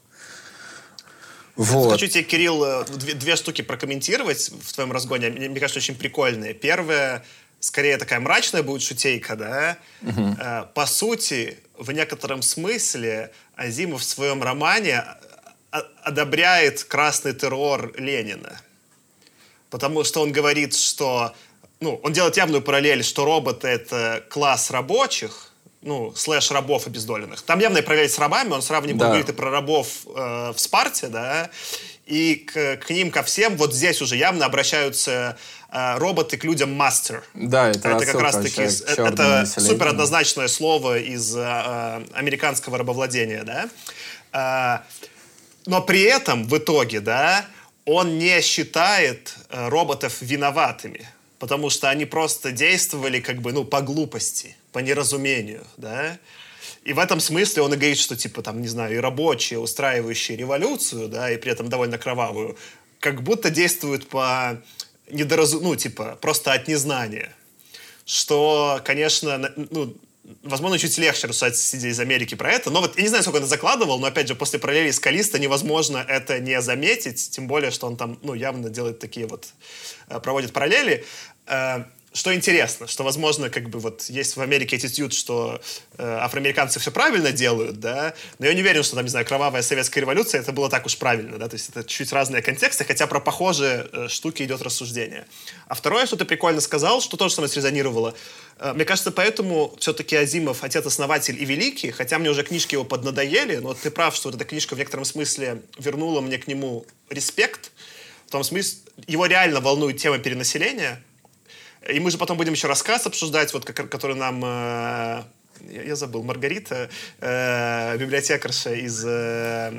Вот. Хочу тебе, Кирилл, две, две штуки прокомментировать в твоем разгоне. Мне, мне кажется, очень прикольные. Первая, скорее такая мрачная будет шутейка, да? Угу. Э, по сути, в некотором смысле Азимов в своем романе одобряет красный террор Ленина. Потому что он говорит, что... Ну, он делает явную параллель, что роботы — это класс рабочих, ну, слэш рабов обездоленных. Там явная параллель с рабами, он сравнивает, да. говорит и про рабов э, в Спарте, да, и к, к ним, ко всем, вот здесь уже явно обращаются э, роботы к людям мастер. Да, это, это как раз-таки это супер однозначное слово из э, американского рабовладения, да. Э, но при этом в итоге, да, он не считает э, роботов виноватыми, потому что они просто действовали как бы, ну, по глупости, по неразумению, да. И в этом смысле он и говорит, что, типа, там, не знаю, и рабочие, устраивающие революцию, да, и при этом довольно кровавую, как будто действуют по недоразу... ну, типа, просто от незнания. Что, конечно, ну, возможно, чуть легче рассуждать сидя из Америки про это. Но вот я не знаю, сколько он это закладывал, но, опять же, после параллели с Каллисто невозможно это не заметить, тем более, что он там, ну, явно делает такие вот, проводит параллели. Что интересно, что, возможно, как бы вот есть в Америке аттитюд, что э, афроамериканцы все правильно делают, да, но я не уверен, что там, не знаю, кровавая советская революция, это было так уж правильно, да, то есть это чуть разные контексты, хотя про похожие э, штуки идет рассуждение. А второе, что ты прикольно сказал, что тоже со мной срезонировало, э, мне кажется, поэтому все-таки Азимов отец-основатель и великий, хотя мне уже книжки его поднадоели, но ты прав, что вот эта книжка в некотором смысле вернула мне к нему респект, в том смысле, его реально волнует тема перенаселения. И мы же потом будем еще рассказ обсуждать, вот, который нам, э, я забыл, Маргарита, э, библиотекарша из... Э,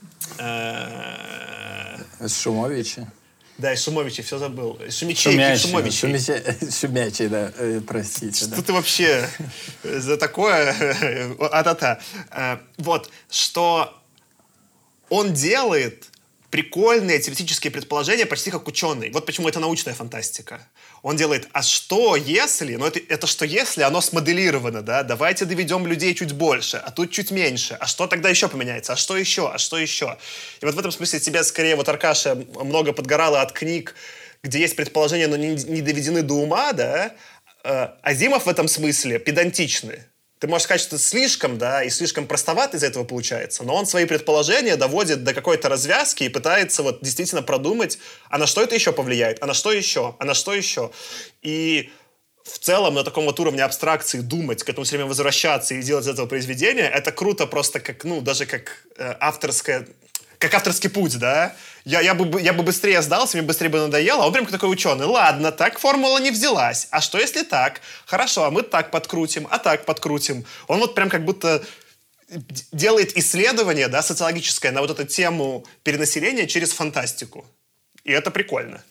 э, Шумовичи. Да, из Шумовичи, все забыл. Шумичей, Шумовичей. Шумячий, да, э, простите. Что да. ты вообще за такое? А-та-та. Вот, что он делает прикольные теоретические предположения почти как ученый. Вот почему это научная фантастика. Он делает, а что если, ну это, это что если, оно смоделировано, да, давайте доведем людей чуть больше, а тут чуть меньше, а что тогда еще поменяется, а что еще, а что еще? И вот в этом смысле тебе скорее, вот Аркаша много подгорало от книг, где есть предположения, но не, не доведены до ума, да, Азимов в этом смысле педантичный. Ты можешь сказать, что это слишком, да, и слишком простовато из этого получается, но он свои предположения доводит до какой-то развязки и пытается вот действительно продумать, а на что это еще повлияет, а на что еще, а на что еще. И в целом на таком вот уровне абстракции думать, к этому все время возвращаться и делать из этого произведения, это круто просто как, ну, даже как э, авторское, как авторский путь, да? Я, я, бы, я бы быстрее сдался, мне быстрее бы надоело, а он прям такой ученый. Ладно, так формула не взялась. А что если так? Хорошо, а мы так подкрутим, а так подкрутим. Он вот прям как будто делает исследование, да, социологическое на вот эту тему перенаселения через фантастику. И это прикольно.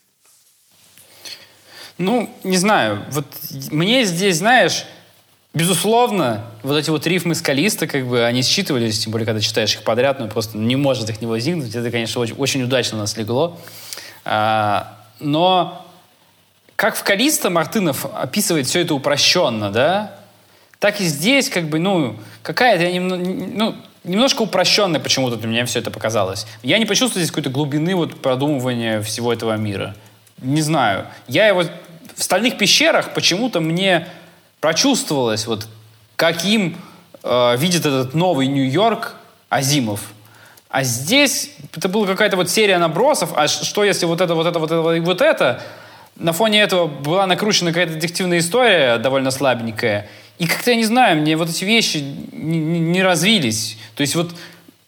Ну, не знаю. Вот мне здесь, знаешь, безусловно, вот эти вот рифмы Скалиста, как бы, они считывались, тем более, когда читаешь их подряд, ну, просто не может их не возникнуть. Это, конечно, очень, очень удачно у нас легло. А, но как в Каллисто Мартынов описывает все это упрощенно, да, так и здесь, как бы, ну, какая-то, я немного, ну, немножко упрощенная почему-то для меня все это показалось. Я не почувствовал здесь какой-то глубины вот продумывания всего этого мира. Не знаю. Я его в «Стальных пещерах» почему-то мне прочувствовалось, вот каким э, видит этот новый Нью-Йорк Азимов. А здесь это была какая-то вот серия набросов. А что если вот это, вот это, вот это и вот это? На фоне этого была накручена какая-то детективная история довольно слабенькая. И как-то, я не знаю, мне вот эти вещи не, не, не развились. То есть вот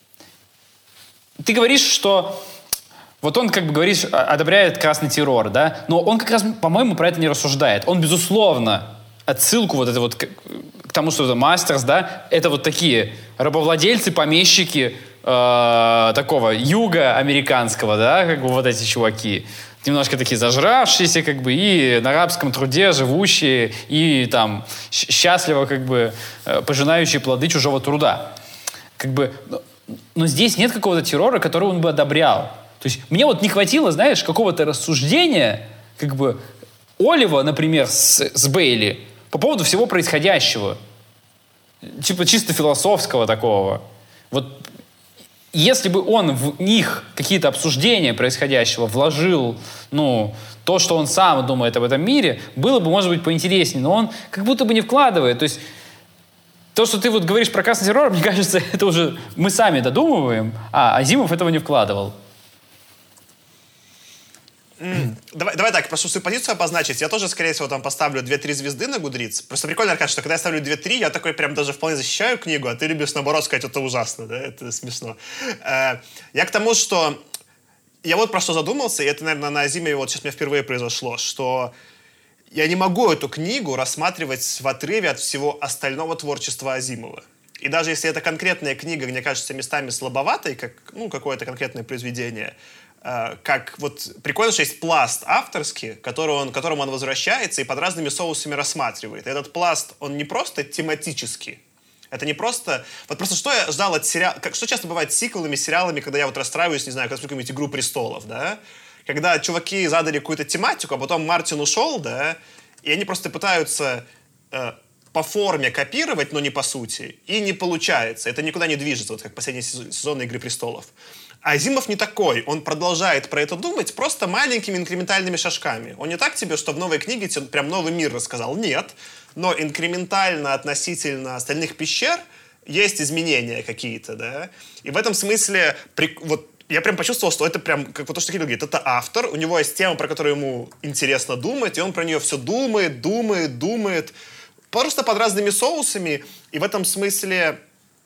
ты говоришь, что вот он, как бы говоришь, одобряет красный террор, да? Но он как раз, по-моему, про это не рассуждает. Он, безусловно, отсылку вот это вот к, к тому, что это Мастерс, да? Это вот такие рабовладельцы, помещики э, такого юга американского, да? Как бы вот эти чуваки. Немножко такие зажравшиеся, как бы, и на рабском труде живущие, и там счастливо, как бы, пожинающие плоды чужого труда. Как бы, но, но здесь нет какого-то террора, который он бы одобрял. То есть мне вот не хватило, знаешь, какого-то рассуждения, как бы, Олива, например, с, с Бейли по поводу всего происходящего. Типа чисто философского такого. Вот если бы он в них какие-то обсуждения происходящего вложил, ну, то, что он сам думает об этом мире, было бы, может быть, поинтереснее. Но он как будто бы не вкладывает. То есть то, что ты вот говоришь про красный террор, мне кажется, это уже мы сами додумываем, а Азимов этого не вкладывал. Mm. Давай, давай так, прошу свою позицию обозначить. Я тоже, скорее всего, там поставлю две-три звезды на Goodreads. Просто прикольно, Аркадий, что когда я ставлю две-три, я такой прям даже вполне защищаю книгу, а ты любишь, наоборот, сказать, это ужасно, да, это смешно. Я к тому, что я вот про что задумался, и это, наверное, на Азимове вот сейчас мне впервые произошло, что я не могу эту книгу рассматривать в отрыве от всего остального творчества Азимова. И даже если это конкретная книга, мне кажется, местами слабоватой, как, ну, какое-то конкретное произведение, как вот прикольно, что есть пласт авторский, который он, к которому он возвращается и под разными соусами рассматривает. И этот пласт, он не просто тематический. Это не просто... Вот просто что я ждал от сериала... Как, что часто бывает с сиквелами, сериалами, когда я вот расстраиваюсь, не знаю, когда смотрю какую-нибудь «Игру престолов», да? Когда чуваки задали какую-то тематику, а потом Мартин ушел, да? И они просто пытаются э, по форме копировать, но не по сути. И не получается. Это никуда не движется, вот как последний сезон «Игры престолов». А Азимов не такой. Он продолжает про это думать просто маленькими инкрементальными шажками. Он не так тебе, что в новой книге тебе прям новый мир рассказал. Нет. Но инкрементально относительно остальных пещер есть изменения какие-то, да. И в этом смысле при, вот, я прям почувствовал, что это прям, как вот то, что Кирилл говорит, это автор, у него есть тема, про которую ему интересно думать, и он про нее все думает, думает, думает. Просто под разными соусами. И в этом смысле...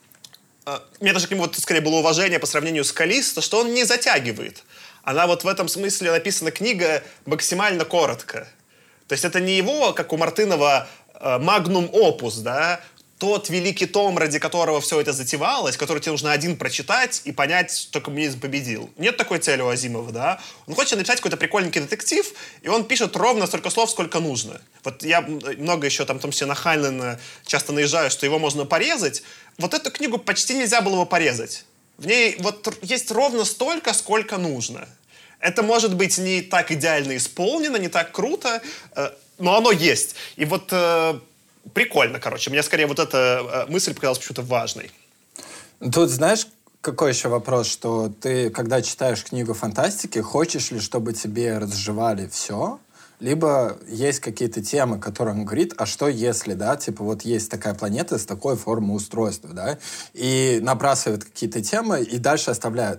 У меня даже к нему вот, скорее было уважение по сравнению с Каллисто, что он не затягивает. Она вот в этом смысле написана книга максимально коротко. То есть это не его, как у Мартынова, магнум опус, да, тот великий том, ради которого все это затевалось, который тебе нужно один прочитать и понять, что коммунизм победил. Нет такой цели у Азимова, да. Он хочет написать какой-то прикольненький детектив, и он пишет ровно столько слов, сколько нужно. Вот я много еще там, в том числе на Хайнлена часто наезжаю, что его можно порезать. Вот эту книгу почти нельзя было бы порезать. В ней вот есть ровно столько, сколько нужно. Это может быть не так идеально исполнено, не так круто, но оно есть. И вот... Прикольно, короче. Мне скорее вот эта мысль показалась почему-то важной. Тут знаешь, какой еще вопрос, что ты, когда читаешь книгу фантастики, хочешь ли, чтобы тебе разжевали все, либо есть какие-то темы, которые он говорит, а что если, да, типа вот есть такая планета с такой формой устройства, да, и набрасывают какие-то темы и дальше оставляют.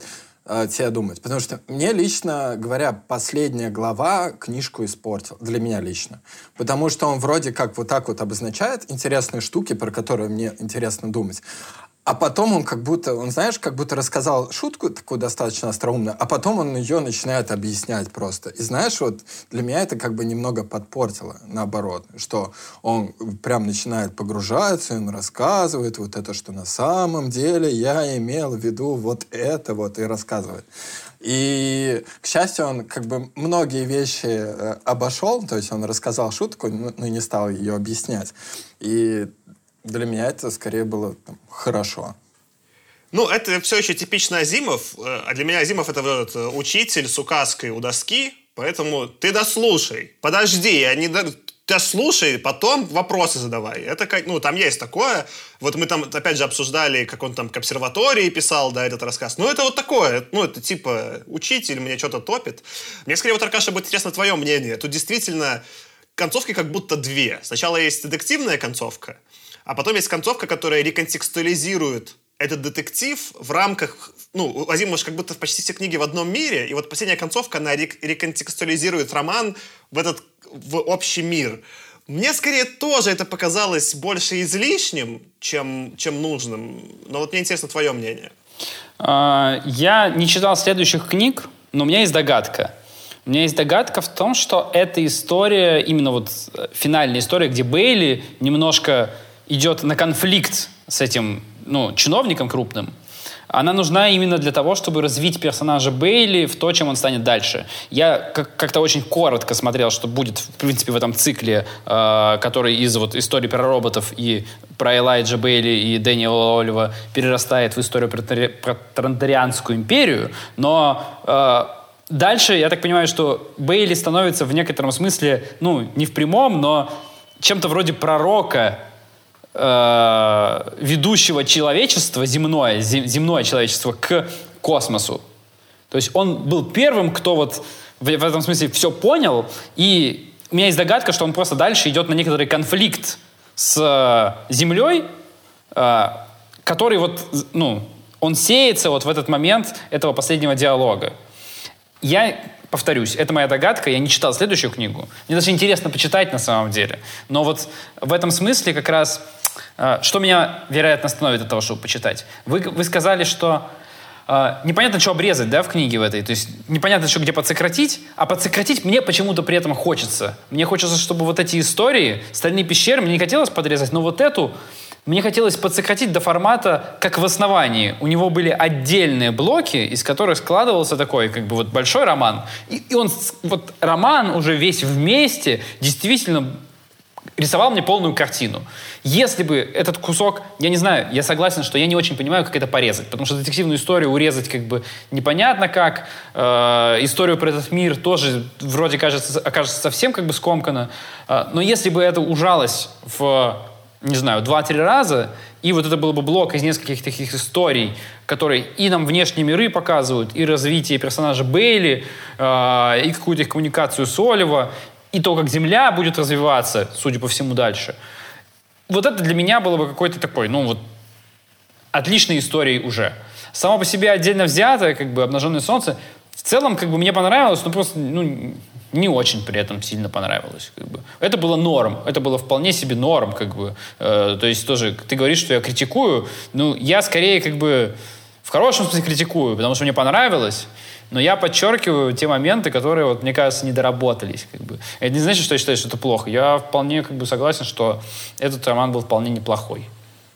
э, тебе думать. Потому что мне лично говоря, последняя глава книжку испортил. Для меня лично. Потому что он вроде как вот так вот обозначает интересные штуки, про которые мне интересно думать. А потом он как будто, он, знаешь, как будто рассказал шутку такую достаточно остроумную, а потом он ее начинает объяснять просто. И знаешь, вот для меня это как бы немного подпортило, наоборот, что он прям начинает погружаться, и он рассказывает вот это, что на самом деле я имел в виду вот это вот, и рассказывает. И, к счастью, он как бы многие вещи э, обошел, то есть он рассказал шутку, но, но не стал ее объяснять. И для меня это скорее было там, хорошо. Ну, это все еще типично Азимов. А для меня Азимов — это вот учитель с указкой у доски. Поэтому ты дослушай. Подожди, я не... дослушай, потом вопросы задавай. Это как... Ну, там есть такое. Вот мы там, опять же, обсуждали, как он там к обсерватории писал, да, этот рассказ. Ну, это вот такое. Ну, это типа учитель мне что-то топит. Мне скорее, вот, Аркаша, будет интересно твое мнение. Тут действительно концовки как будто две. Сначала есть детективная концовка, а потом есть концовка, которая реконтекстуализирует этот детектив в рамках... Ну, Азимов как будто почти все книги в одном мире, и вот последняя концовка, она рек- реконтекстуализирует роман в этот в общий мир. Мне скорее тоже это показалось больше излишним, чем, чем нужным. Но вот мне интересно твое мнение. Я не читал следующих книг, но у меня есть догадка. У меня есть догадка в том, что эта история, именно вот финальная история, где Бейли немножко идет на конфликт с этим, ну, чиновником крупным, она нужна именно для того, чтобы развить персонажа Бейли в то, чем он станет дальше. Я как- как-то очень коротко смотрел, что будет, в принципе, в этом цикле, э, который из вот истории про роботов и про Элайджа Бейли и Дэниела Олива перерастает в историю про, Тар- про Транторианскую империю, но э, дальше, я так понимаю, что Бейли становится в некотором смысле, ну, не в прямом, но чем-то вроде пророка, ведущего человечества, земное, земное человечество, к космосу. То есть он был первым, кто вот в, в этом смысле все понял, и у меня есть догадка, что он просто дальше идет на некоторый конфликт с Землей, который вот, ну, он сеется вот в этот момент этого последнего диалога. Я повторюсь, это моя догадка, я не читал следующую книгу. Мне даже интересно почитать на самом деле. Но вот в этом смысле как раз, э, что меня, вероятно, остановит от того, чтобы почитать. Вы, вы сказали, что э, непонятно, что обрезать, да, в книге в этой. То есть непонятно, что где подсократить, а подсократить мне почему-то при этом хочется. Мне хочется, чтобы вот эти истории, «Стальные пещеры», мне не хотелось подрезать, но вот эту мне хотелось подсократить до формата, как в основании. У него были отдельные блоки, из которых складывался такой, как бы, вот большой роман. И, и он, вот роман уже весь вместе действительно рисовал мне полную картину. Если бы этот кусок, я не знаю, я согласен, что я не очень понимаю, как это порезать, потому что детективную историю урезать как бы непонятно как, э, историю про этот мир тоже вроде кажется, окажется совсем как бы скомканно. Э, но если бы это ужалось в, не знаю, два-три раза, и вот это был бы блок из нескольких таких историй, которые и нам внешние миры показывают, и развитие персонажа Бейли, э, и какую-то их коммуникацию с Олива, и то, как Земля будет развиваться, судя по всему, дальше. Вот это для меня было бы какой-то такой, ну вот, отличной историей уже. Само по себе отдельно взятое, как бы, «Обнаженное солнце», в целом, как бы, мне понравилось, но просто, ну, не очень при этом сильно понравилось. Как бы. Это было норм, это было вполне себе норм, как бы. Э, то есть тоже, ты говоришь, что я критикую, ну, я скорее, как бы, в хорошем смысле критикую, потому что мне понравилось, но я подчеркиваю те моменты, которые, вот, мне кажется, не доработались. Как бы. Это не значит, что я считаю, что это плохо. Я вполне, как бы, согласен, что этот роман был вполне неплохой.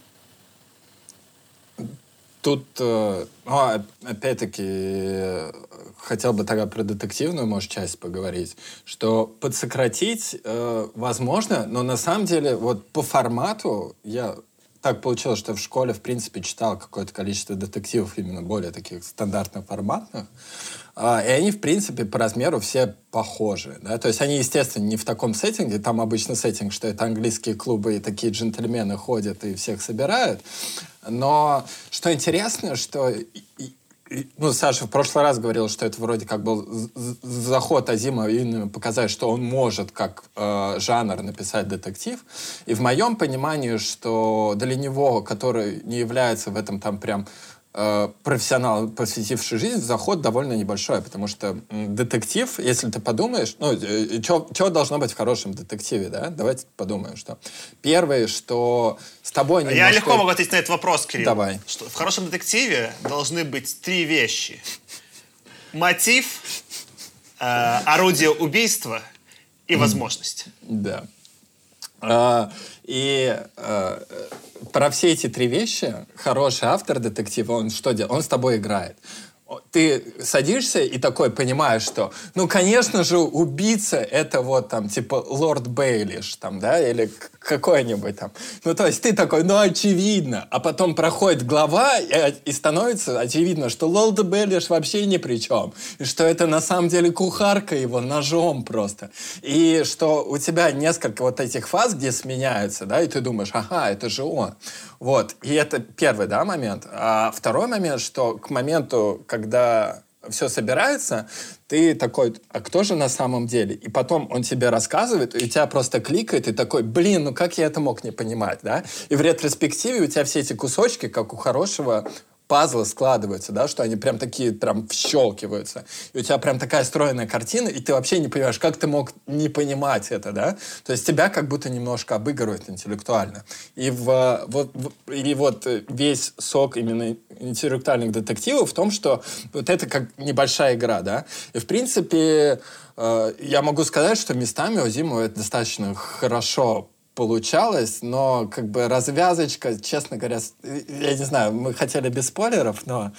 Тут, э, ну, опять-таки, хотел бы тогда про детективную, может, часть поговорить, что подсократить э, возможно, но на самом деле вот по формату я... Так получилось, что в школе, в принципе, читал какое-то количество детективов именно более таких стандартных форматных, а, и они, в принципе, по размеру все похожи. Да? То есть они, естественно, не в таком сеттинге, там обычно сеттинг, что это английские клубы, и такие джентльмены ходят и всех собирают. Но что интересно, что... Ну, Саша в прошлый раз говорил, что это вроде как был заход Азимова именно показать, что он может как э, жанр написать детектив. И в моем понимании, что для него, который не является в этом там прям э, профессионал, посвятивший жизнь, заход довольно небольшой, потому что детектив, если ты подумаешь, ну, э, что должно быть в хорошем детективе, да? Давайте подумаем, что первое, что с тобой немножко... Я легко могу ответить на этот вопрос, Кирилл. Давай. Что в хорошем детективе должны быть три вещи. Мотив, э, орудие убийства и возможность. Да. А, и а, про все эти три вещи хороший автор детектива, он что делает? Он с тобой играет. Ты садишься и такой понимаешь, что, ну, конечно же, убийца это вот там, типа, лорд Бейлиш, там, да, или какой-нибудь там. Ну, то есть ты такой, ну, очевидно. А потом проходит глава, и, и становится очевидно, что лорд Бейлиш вообще ни при чем. И что это на самом деле кухарка его ножом просто. И что у тебя несколько вот этих фаз, где сменяются, да, и ты думаешь, ага, это же он. Вот. И это первый, да, момент. А второй момент, что к моменту, когда все собирается, ты такой, а кто же на самом деле? И потом он тебе рассказывает, и у тебя просто кликает, и такой, блин, ну как я это мог не понимать, да? И в ретроспективе у тебя все эти кусочки, как у хорошего пазлы складываются, да, что они прям такие, прям вщелкиваются. И у тебя прям такая стройная картина, и ты вообще не понимаешь, как ты мог не понимать это, да? То есть тебя как будто немножко обыгрывают интеллектуально. И, в, вот, в, и вот весь сок именно интеллектуальных детективов в том, что вот это как небольшая игра, да? И в принципе э, я могу сказать, что местами у Азимова это достаточно хорошо получалось, но как бы развязочка, честно говоря, я не знаю, мы хотели без спойлеров, но...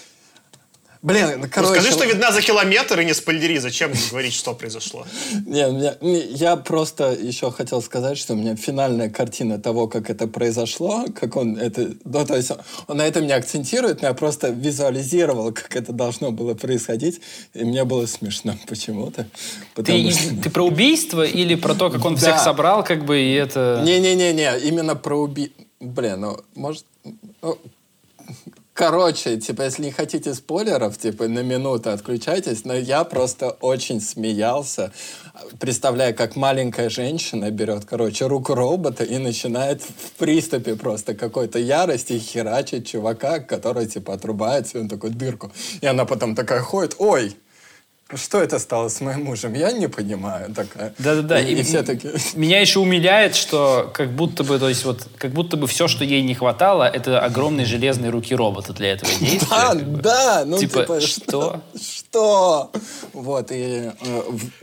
Блин, короче... Ну, скажи, что видна за километр, и не спойлери, зачем говорить, что произошло? Не, меня, я просто еще хотел сказать, что у меня финальная картина того, как это произошло, как он это... Ну, то есть он, он на этом не акцентирует, но я просто визуализировал, как это должно было происходить, и мне было смешно почему-то. Ты, что... ты про убийство или про то, как он да. всех собрал, как бы, и это... Не-не-не, именно про убийство. Блин, ну, может... Ну... Короче, типа, если не хотите спойлеров, типа, на минуту отключайтесь, но я просто очень смеялся, представляя, как маленькая женщина берет, короче, руку робота и начинает в приступе просто какой-то ярости херачить чувака, который, типа, отрубает себе такую дырку. И она потом такая ходит, ой, что это стало с моим мужем? Я не понимаю. Такая. Да-да-да. И, и, и все такие... Меня еще умиляет, что как будто бы, то есть вот, как будто бы все, что ей не хватало, это огромные железные руки робота для этого действия. Да, как бы. да. Ну, типа, типа, что? Что? Вот, и... Э,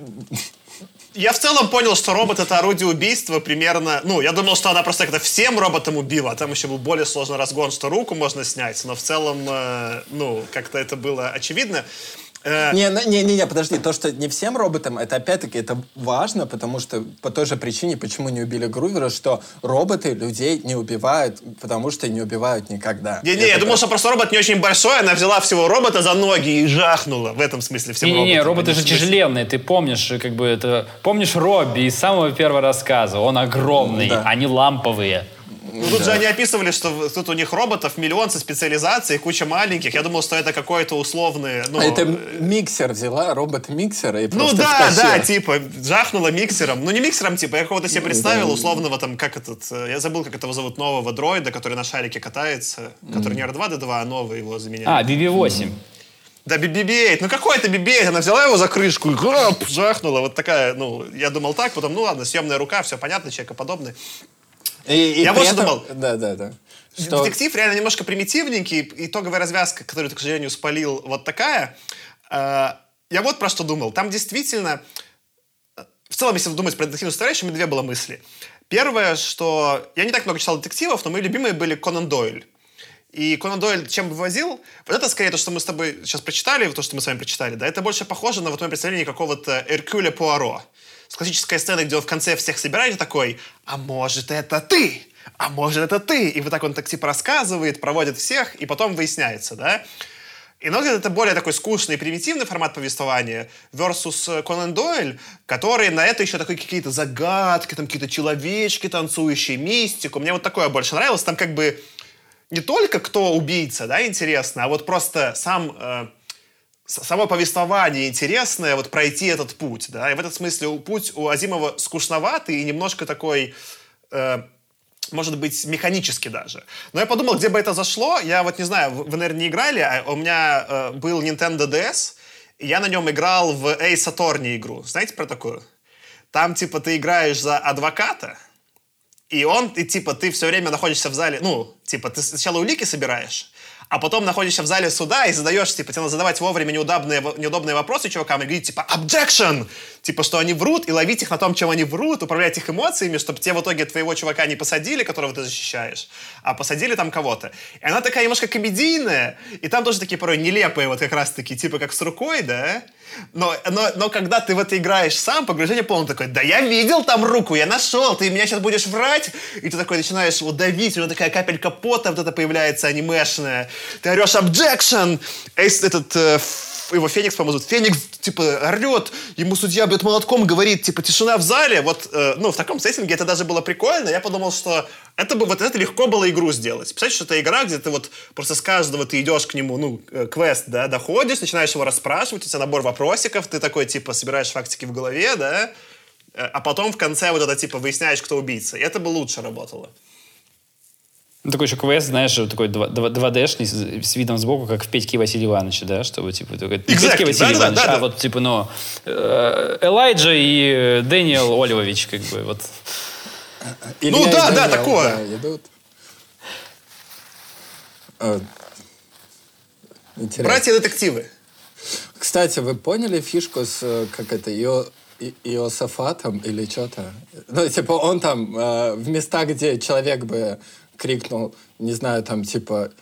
Я в целом понял, что робот — это орудие убийства примерно... Ну, я думал, что она просто как-то всем роботам убила, а там еще был более сложный разгон, что руку можно снять, но в целом, э, ну, как-то это было очевидно. Не-не-не, подожди, то, что не всем роботам, это опять-таки это важно, потому что по той же причине, почему не убили Грувера, что роботы людей не убивают, потому что не убивают никогда. Не-не, я думал, что просто робот не очень большой, она взяла всего робота за ноги и жахнула. В этом смысле всем роботам. Не-не, роботы же тяжеленные, ты помнишь, как бы это... Помнишь Робби из самого первого рассказа? Он огромный, да. Они ламповые. Ну, тут да. же они описывали, что тут у них роботов миллион со специализацией, куча маленьких. Я думал, что это какой-то условный... Ну, а это миксер взяла, робот-миксер и просто Ну да, втащила. да, типа, жахнула миксером. Ну не миксером, типа, я кого-то себе представил, да. условного там, как этот... Я забыл, как этого зовут, нового дроида, который на шарике катается, mm. который не ар два ди два, а новый его заменяет. А, би би восемь. Mm. Да, би би восемь. Ну какой это би би восемь? Она взяла его за крышку и гоп, жахнула. Вот такая, ну, я думал так, потом, ну ладно, съемная рука, все понятно, человекоподобный. И, и я вот что этом... думал. Да, да, да. Что... Детектив реально немножко примитивненький. Итоговая развязка, которую ты, к сожалению, спалил, вот такая. Я вот про что думал. Там действительно... В целом, если думать про детективную составляющую, у меня две было мысли. Первое, что... Я не так много читал детективов, но мои любимые были Конан Дойль. И Конан Дойль чем вывозил? Вот это скорее то, что мы с тобой сейчас прочитали, то, что мы с вами прочитали, да, это больше похоже на вот мое представление какого-то Эркюля Пуаро. С классической сценой, где он в конце всех собирает и такой, а может это ты? А может это ты? И вот так он так типа рассказывает, проводит всех, и потом выясняется, да? И ну, это более такой скучный, примитивный формат повествования versus Конан Дойль, который на это еще такой какие-то загадки, там какие-то человечки танцующие, мистику. Мне вот такое больше нравилось. Там как бы не только кто убийца, да, интересно, а вот просто сам... Э, само повествование интересное, вот пройти этот путь, да, и в этом смысле путь у Азимова скучноватый и немножко такой, э, может быть, механически даже. Но я подумал, где бы это зашло. Я вот не знаю, вы, наверное, не играли, а у меня э, был Nintendo ди эс, и я на нем играл в Ace Attorney игру. Знаете про такую? Там, типа, ты играешь за адвоката, и он, и, типа, ты все время находишься в зале, ну, типа, ты сначала улики собираешь, а потом находишься в зале суда и задаешь, типа, тебе надо задавать вовремя неудобные, неудобные вопросы чувакам и говорить, типа, objection! Типа, что они врут, и ловить их на том, чем они врут, управлять их эмоциями, чтобы те в итоге твоего чувака не посадили, которого ты защищаешь, а посадили там кого-то. И она такая немножко комедийная, и там тоже такие порой нелепые вот как раз-таки, типа, как с рукой, да? Но, но, но когда ты в это играешь сам, погружение полное такое, да я видел там руку, я нашел, ты меня сейчас будешь врать? И ты такой начинаешь его давить, у него такая капелька пота вот это появляется анимешная. Ты орешь objection! Эйс, этот, э, его Феникс, по-моему, зовут. Феникс, типа, орет, ему судья бьет молотком, говорит, типа, тишина в зале. Вот, э, ну, в таком сеттинге это даже было прикольно. Я подумал, что это бы, вот это легко было игру сделать. Представляете, что это игра, где ты вот просто с каждого ты идешь к нему, ну, э, квест, да, доходишь, начинаешь его расспрашивать, у тебя набор вопросиков, ты такой, типа, собираешь фактики в голове, да, э, а потом в конце вот это, типа, выясняешь, кто убийца. И это бы лучше работало. Ну, такой еще квест, знаешь, такой два дэ-шный с, с видом сбоку, как в Петьке Василия Ивановича, да, чтобы, типа, только не exactly. Петьке Василий да, Иванович, да, да, а да. вот, типа, ну, э, Элайджа и Дэниел Оливович, как бы, вот. Илья ну, да, и да, Дэниел, такое. Да, идут. А, интересно. Братья-детективы. Кстати, вы поняли фишку с, как это, Ио, И, Иосафатом или что-то? Ну, типа, он там э, в местах, где человек бы крикнул, не знаю, там, типа...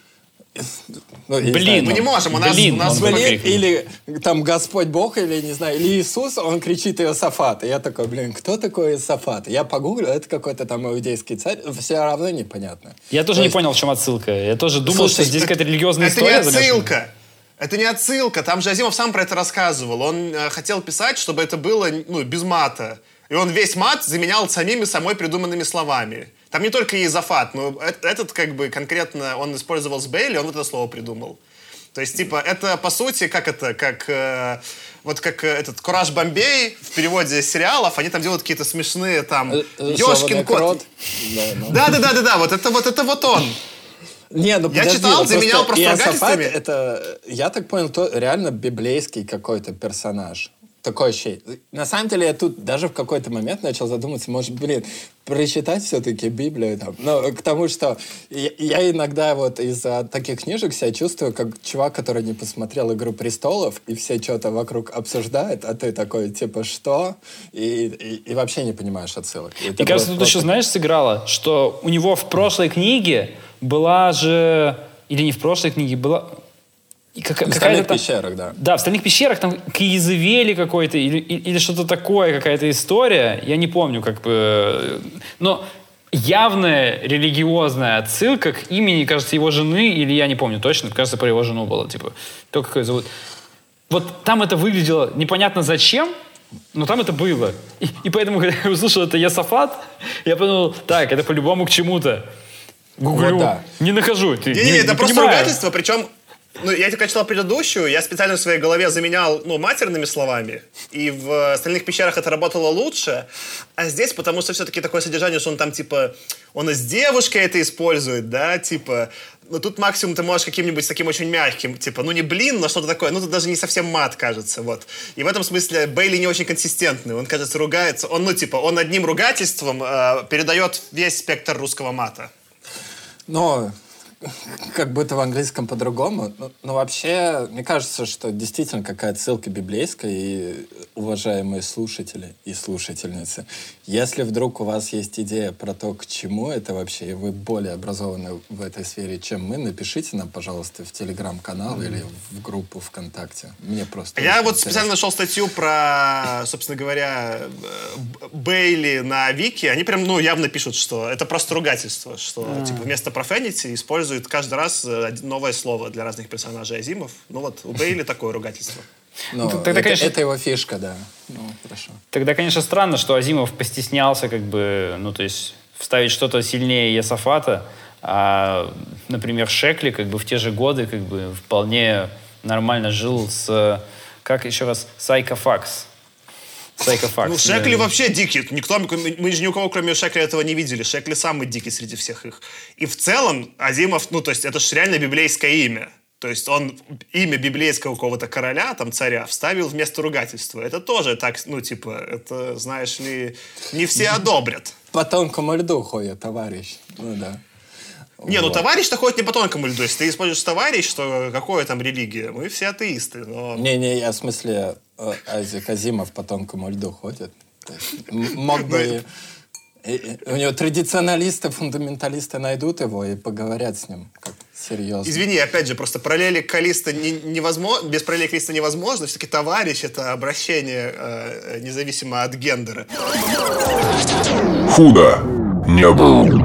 Ну, блин, знаю, мы там, не можем, у нас... блин, у нас он блин, покрикнул. или там Господь Бог, или, не знаю, или Иисус, он кричит Иосафат. И я такой, блин, кто такой Иосафат? Я погуглил, это какой-то там иудейский царь, все равно непонятно. Я тоже То не есть... понял, в чем отсылка. Я тоже думал, Слушай, что здесь это- какая-то религиозная это история не замешана. отсылка. Это не отсылка. Там же Азимов сам про это рассказывал. Он э, хотел писать, чтобы это было, ну, без мата. И он весь мат заменял самими самой придуманными словами. Там не только Иезофат, но э- этот как бы конкретно он использовал с Бейли, он вот это слово придумал. То есть, типа, это по сути, как это, как э, вот как э, этот Кураж Бомбей в переводе сериалов, они там делают какие-то смешные там Ёшкин кот. Да, да, да, да, да, вот это вот это вот он. Не, ну Я подожди, читал, он заменял просто Иосафат ругательствами. это, я так понял, то реально библейский какой-то персонаж. Такое ощущение. На самом деле, я тут даже в какой-то момент начал задуматься, может, блин, прочитать все-таки Библию. Там. Но к тому, что я, я иногда вот из-за таких книжек себя чувствую, как чувак, который не посмотрел «Игру престолов», и все что-то вокруг обсуждают, а ты такой, типа, что? И, и, и вообще не понимаешь отсылок. И Мне кажется, тут просто... еще, знаешь, сыграло, что у него в прошлой книге была же... Или не в прошлой книге, была... И как, В какая-то «Стальных там- пещерах», да. Да, в «Стальных пещерах» там к Иезавели какой-то или, или, или что-то такое, какая-то история. Я не помню, как бы... Но явная религиозная отсылка к имени, кажется, его жены, или я не помню точно, кажется, про его жену было. Типа, то, как ее зовут. Вот там это выглядело непонятно зачем, но там это было. И, и поэтому, когда я услышал это Иосафат, я подумал, так, это по-любому к чему-то. Гуглю, Вот да. не нахожу. Ты, Не-не-не, это просто понимаю. ругательство, причем, ну, я только читал предыдущую, я специально в своей голове заменял, ну, матерными словами, и в «Остальных пещерах» это работало лучше, а здесь, потому что все-таки такое содержание, что он там, типа, он и с девушкой это использует, да, типа, ну, тут максимум ты можешь каким-нибудь таким очень мягким, типа, ну, не блин, но что-то такое, ну, тут даже не совсем мат, кажется, вот. И в этом смысле Бейли не очень консистентный, он, кажется, ругается, он, ну, типа, он одним ругательством э, передает весь спектр русского мата. Но как будто в английском по-другому. Но, но вообще, мне кажется, что действительно какая-то ссылка библейская, и, уважаемые слушатели и слушательницы, если вдруг у вас есть идея про то, к чему это вообще, и вы более образованы в этой сфере, чем мы, напишите нам, пожалуйста, в телеграм-канал mm-hmm. или в группу ВКонтакте. Мне просто... Я вот интересно. специально нашел статью про, собственно говоря, Бейли на Вики. Они прям, ну, явно пишут, что это просто ругательство, что, mm. типа, вместо profanity используют каждый раз новое слово для разных персонажей Азимов. Ну вот, у Бейли такое ругательство. Ну, Ну, тогда, это, конечно- это его фишка, да. Ну, хорошо. Тогда, конечно, странно, что Азимов постеснялся, как бы, ну, то есть, вставить что-то сильнее Иосафата, а, например, Шекли, как бы, в те же годы, как бы, вполне нормально жил с, как еще раз, Сайкофакс. Psychofax. Ну, Шекли да. вообще дикий. Никто, мы же ни у кого, кроме Шекли, этого не видели. Шекли самый дикий среди всех их. И в целом Азимов, ну, то есть это же реально библейское имя. То есть он имя библейского какого-то короля, там, царя, вставил вместо ругательства. Это тоже так, ну, типа, это, знаешь ли, не все одобрят. По тонкому льду ходит товарищ. Ну, да. Не, вот. ну товарищ-то ходит не по тонкому льду. Если ты используешь товарищ, то какое там религия? Мы все атеисты, но... Не-не, я в смысле, Азик Азимов по тонкому льду ходит. Мог бы... У него традиционалисты, фундаменталисты найдут его и поговорят с ним как серьезно. Извини, опять же, просто параллели Калиста не, невозможно, без параллели Калиста невозможно. Все-таки товарищ — это обращение э, независимо от гендера. Худо не было.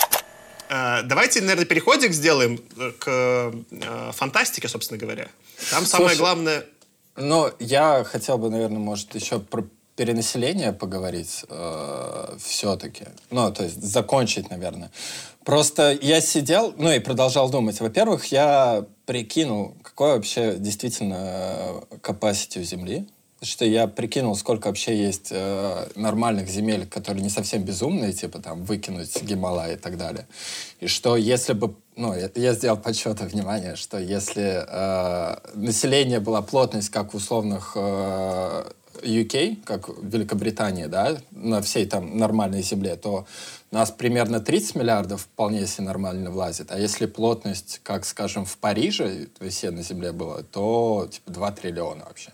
Э, давайте, наверное, переходик сделаем к э, фантастике, собственно говоря. Там самое Слушай, главное... Ну, я хотел бы, наверное, может, еще про перенаселение поговорить э, все-таки. Ну, то есть закончить, наверное. Просто я сидел, ну и продолжал думать. Во-первых, я прикинул, какое вообще действительно capacity у Земли. Что я прикинул, сколько вообще есть э, нормальных земель, которые не совсем безумные, типа там выкинуть Гималай и так далее. И что если бы... Ну, я, я сделал подсчеты, внимание, что если э, население была плотность, как в условных... Э, ю кей, как Великобритания, да, на всей там нормальной земле, то у нас примерно тридцать миллиардов вполне себе нормально влазит. А если плотность, как, скажем, в Париже, то есть на земле было, то типа два триллиона вообще.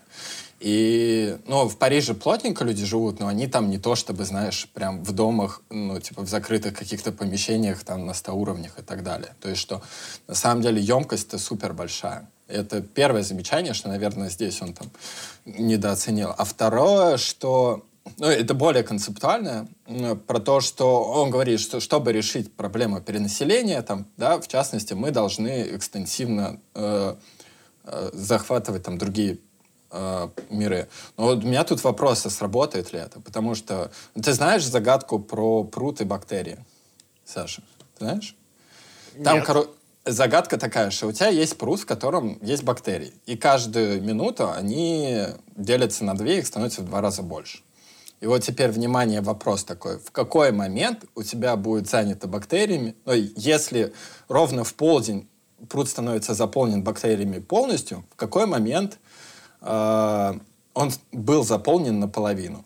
И, ну, в Париже плотненько люди живут, но они там не то, чтобы, знаешь, прям в домах, ну, типа в закрытых каких-то помещениях, там, на ста уровнях и так далее. То есть, что на самом деле емкость-то супер большая. Это первое замечание, что, наверное, здесь он там недооценил. А второе, что... Ну, это более концептуальное, про то, что он говорит, что чтобы решить проблему перенаселения, там, да, в частности, мы должны экстенсивно э, э, захватывать там другие э, миры. Но вот у меня тут вопрос, а сработает ли это? Потому что ты знаешь загадку про пруд и бактерии, Саша? Ты знаешь? Там, Нет. Коро... Загадка такая, что у тебя есть пруд, в котором есть бактерии. И каждую минуту они делятся на две, их становится в два раза больше. И вот теперь, внимание, вопрос такой. В какой момент у тебя будет занято бактериями? Ну, если ровно в полдень пруд становится заполнен бактериями полностью, в какой момент э, он был заполнен наполовину?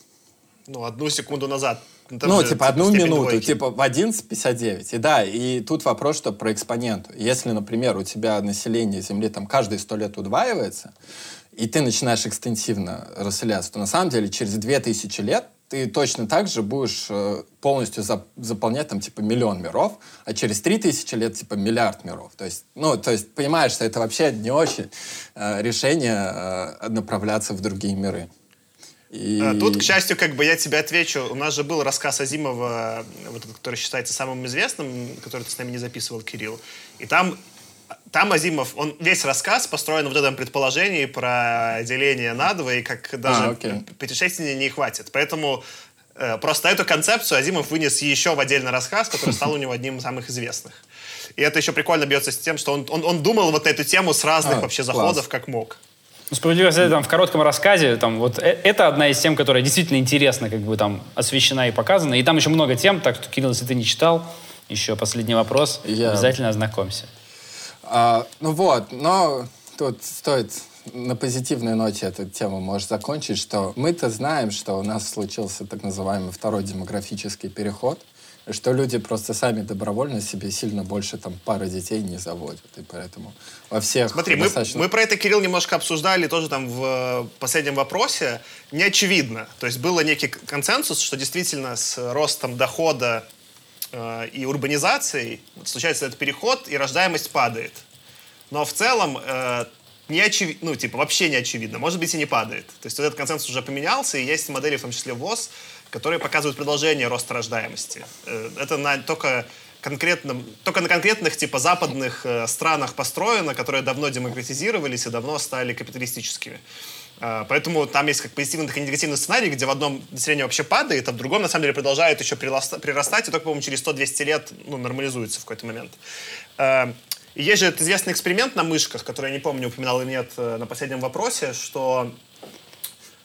Ну, одну секунду назад. Там ну, же, типа, одну минуту, двойки. Типа, в одиннадцать пятьдесят девять. И да, и тут вопрос, что про экспоненту. Если, например, у тебя население Земли там каждые сто лет удваивается, и ты начинаешь экстенсивно расселяться, то на самом деле через две тысячи лет ты точно так же будешь э, полностью за, заполнять там, типа, миллион миров, а через три тысячи лет, типа, миллиард миров. То есть, ну, то есть, понимаешь, что это вообще не очень э, решение э, направляться в другие миры. И... Тут, к счастью, как бы я тебе отвечу. У нас же был рассказ Азимова, вот этот, который считается самым известным, который ты с нами не записывал, Кирилл. И там, там Азимов, он весь рассказ построен в этом предположении про деление на два, и как даже а, пятишествия не хватит. Поэтому э, просто эту концепцию Азимов вынес еще в отдельный рассказ, который стал у него одним из самых известных. И это еще прикольно бьется с тем, что он, он, он думал вот на эту тему с разных а, вообще заходов, класс. Как мог. Ну, справедливо сказать, там, в коротком рассказе, там, вот, э- это одна из тем, которая действительно интересно, как бы, там, освещена и показана. И там еще много тем, так что, Кирилл, если ты не читал, еще последний вопрос, Я... обязательно ознакомься. А, ну вот, но тут стоит на позитивной ноте эту тему, может, закончить, что мы-то знаем, что у нас случился так называемый второй демографический переход, что люди просто сами добровольно себе сильно больше там пары детей не заводят. И поэтому во всех... Смотри, достаточно... мы, мы про это, Кирилл, немножко обсуждали тоже там в последнем вопросе. Не очевидно. То есть был некий консенсус, что действительно с ростом дохода э, и урбанизацией случается этот переход, и рождаемость падает. Но в целом э, не очевидно, ну, типа, вообще не очевидно. Может быть, и не падает. То есть вот этот консенсус уже поменялся, и есть модели, в том числе ВОЗ, которые показывают продолжение роста рождаемости. Это на, только, конкретном, только на конкретных типа западных э, странах построено, которые давно демократизировались и давно стали капиталистическими. Э, поэтому там есть как позитивный, так и негативный сценарий, где в одном население вообще падает, а в другом на самом деле продолжает еще прирастать, прирастать и только, по-моему, через сто-двести лет ну, нормализуется в какой-то момент. Э, и есть же этот известный эксперимент на мышках, который я не помню, упоминал или нет э, на последнем вопросе, что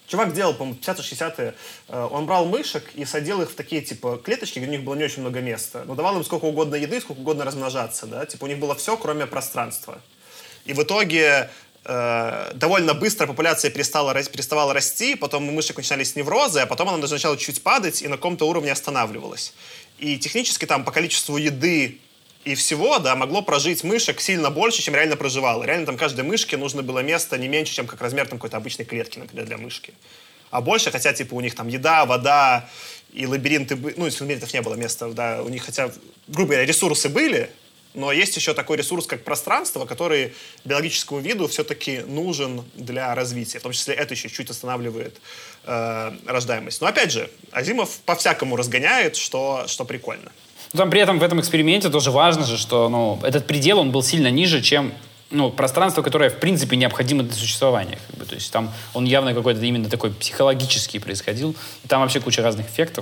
Чувак делал, по-моему, пятидесятые-шестидесятые, он брал мышек и садил их в такие, типа, клеточки, где у них было не очень много места. Но давал им сколько угодно еды, сколько угодно размножаться, да. Типа, у них было все, кроме пространства. И в итоге э, довольно быстро популяция перестала, переставала расти, потом у мышек начинались неврозы, а потом она даже начала чуть падать и на каком-то уровне останавливалась. И технически там по количеству еды и всего, да, могло прожить мышек сильно больше, чем реально проживало. Реально там каждой мышке нужно было место не меньше, чем как размер там, какой-то обычной клетки, например, для мышки. А больше, хотя, типа, у них там еда, вода и лабиринты... Ну, если лабиринтов не было места, да, у них хотя, грубо говоря, ресурсы были, но есть еще такой ресурс, как пространство, который биологическому виду все-таки нужен для развития. В том числе это еще чуть останавливает э, рождаемость. Но, опять же, Азимов по-всякому разгоняет, что, что прикольно. Там при этом в этом эксперименте тоже важно же, что ну, этот предел, он был сильно ниже, чем ну, пространство, которое, в принципе, необходимо для существования. Как бы. То есть там он явно какой-то именно такой психологический происходил. И там вообще куча разных эффектов.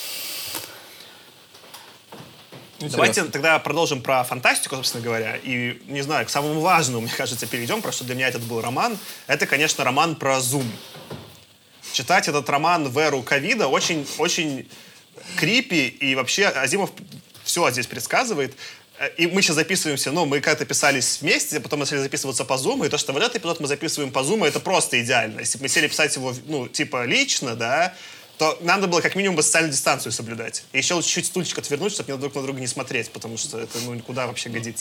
Интересно. Давайте тогда продолжим про фантастику, собственно говоря. И, не знаю, к самому важному, мне кажется, перейдем, потому что для меня этот был роман. Это, конечно, роман про Zoom. Читать этот роман в эру ковида очень, очень крипи, и вообще Азимов все здесь предсказывает. И мы сейчас записываемся, ну, мы когда-то писались вместе, потом мы начали записываться по Zoom, и то, что вот этот эпизод мы записываем по Zoom, это просто идеально. Если бы мы сели писать его, ну, типа, лично, да, то надо было как минимум социальную дистанцию соблюдать. И еще чуть-чуть стульчик отвернуть, чтобы друг на друга не смотреть, потому что это, ну, никуда вообще годится.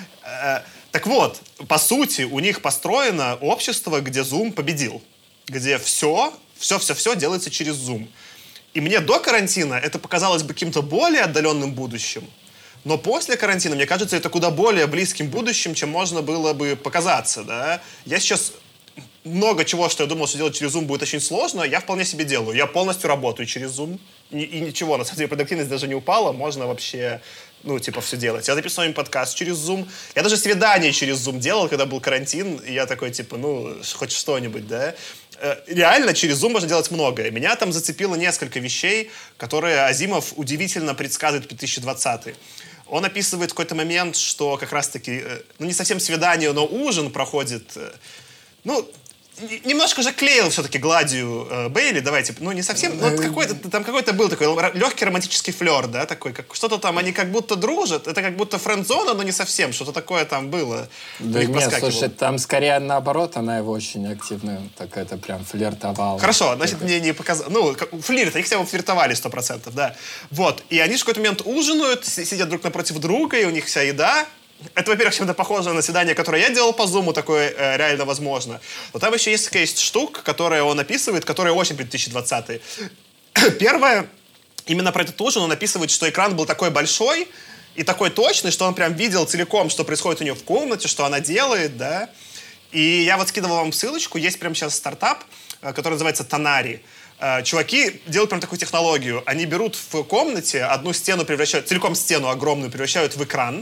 Так вот, по сути, у них построено общество, где Zoom победил. Где все, все-все-все делается через Zoom. И мне до карантина это показалось бы каким-то более отдаленным будущим, но после карантина, мне кажется, это куда более близким будущим, чем можно было бы показаться, да. Я сейчас много чего, что я думал, что делать через Zoom будет очень сложно, я вполне себе делаю. Я полностью работаю через Zoom, и, и ничего, на самом деле, продуктивность даже не упала, можно вообще, ну, типа, все делать. Я записываю им подкаст через Zoom, я даже свидание через Zoom делал, когда был карантин, и я такой, типа, ну, хоть что-нибудь, да. Реально, через Zoom можно делать многое. Меня там зацепило несколько вещей, которые Азимов удивительно предсказывает в две тысячи двадцатый. Он описывает в какой-то момент, что как раз-таки, ну, не совсем свидание, но ужин проходит, ну, немножко же клеил все-таки гладью э, Бейли, давайте, ну, не совсем, ну, какой-то, там какой-то был такой легкий романтический флер, да, такой, как, что-то там, они как будто дружат, это как будто френд-зона, но не совсем, что-то такое там было. Да нет, слушай, там скорее наоборот, она его очень активно, так это прям флиртовала. Хорошо, значит, мне не показалось, ну, флирт, их все флиртовали сто процентов, да, вот, и они же в какой-то момент ужинают, сидят друг напротив друга, и у них вся еда. Это, во-первых, чем-то похоже на свидание, которое я делал по Zoom, такое э, реально возможно. Но там еще есть такая есть штука, которую он описывает, которая очень две тысячи двадцатый. Первое, именно про этот ужин он описывает, что экран был такой большой и такой точный, что он прям видел целиком, что происходит у нее в комнате, что она делает, да. И я вот скидывал вам ссылочку, есть прямо сейчас стартап, э, который называется Tonari. Э, чуваки делают прям такую технологию. Они берут в комнате одну стену, превращают, целиком стену огромную превращают в экран,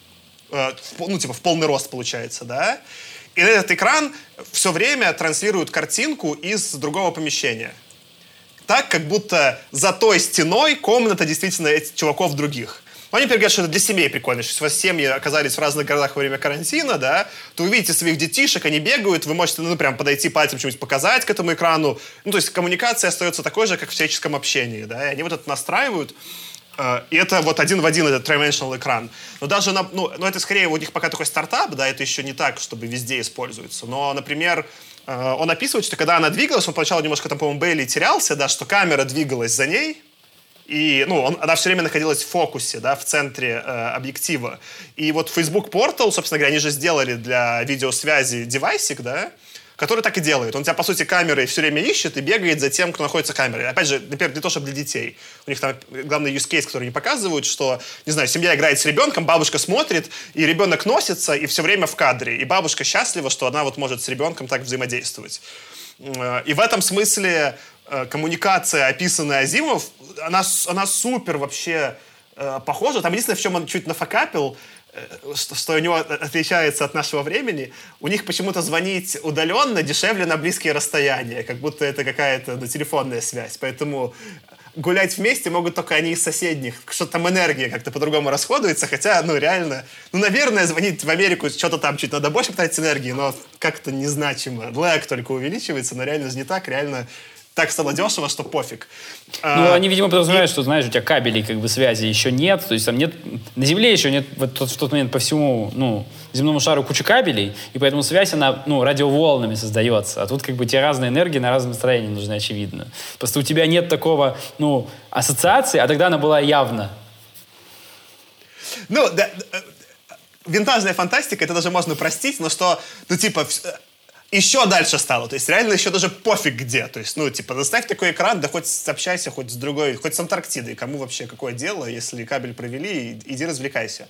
ну, типа, в полный рост получается, да, и этот экран все время транслирует картинку из другого помещения. Так, как будто за той стеной комната действительно этих чуваков других. Но они говорят, что это для семей прикольно, что если у вас семьи оказались в разных городах во время карантина, да, то вы видите своих детишек, они бегают, вы можете, ну, прям подойти пальцем что-нибудь показать к этому экрану. Ну, то есть коммуникация остается такой же, как в всяческом общении, да, и они вот это настраивают. И это вот один в один этот tri-dimensional экран. Но даже, на, ну, ну, это скорее у них пока такой стартап, да, это еще не так, чтобы везде используется. Но, например, он описывает, что когда она двигалась, он поначалу немножко там, по-моему, Бейли терялся, да, что камера двигалась за ней, и, ну, он, она все время находилась в фокусе, да, в центре э, объектива. И вот Facebook Portal, собственно говоря, они же сделали для видеосвязи девайсик, да, который так и делает. Он тебя, по сути, камерой все время ищет и бегает за тем, кто находится в камере. Опять же, например, не то, чтобы для детей. У них там главный use case, который они показывают, что, не знаю, семья играет с ребенком, бабушка смотрит, и ребенок носится, и все время в кадре. И бабушка счастлива, что она вот может с ребенком так взаимодействовать. И в этом смысле коммуникация, описанная Азимов, она, она супер вообще похожа. Там единственное, в чем он чуть нафакапил, Что, что у него отличается от нашего времени, у них почему-то звонить удаленно дешевле на близкие расстояния, как будто это какая-то, ну, телефонная связь. Поэтому гулять вместе могут только они из соседних. Что-то там энергия как-то по-другому расходуется, хотя, ну, реально, ну, наверное, звонить в Америку, что-то там чуть надо больше потратить энергии, но как-то незначимо. Лэг только увеличивается, но реально же не так, реально так стало дешево, что пофиг. Ну, а, они, видимо, подразумевают, и... что, знаешь, у тебя кабелей, как бы, связи еще нет, то есть там нет, на Земле еще нет вот в тот момент по всему, ну, земному шару куча кабелей, и поэтому связь, она, ну, радиоволнами создается, а тут, как бы, тебе разные энергии на разном настроении нужны, очевидно. Просто у тебя нет такого, ну, ассоциации, а тогда она была явна. Ну, да, винтажная фантастика, это даже можно простить, но что, ну, типа... еще дальше стало. То есть реально еще даже пофиг где. То есть, ну, типа, доставь такой экран, да хоть общайся хоть с другой, хоть с Антарктидой. Кому вообще какое дело, если кабель провели, иди развлекайся.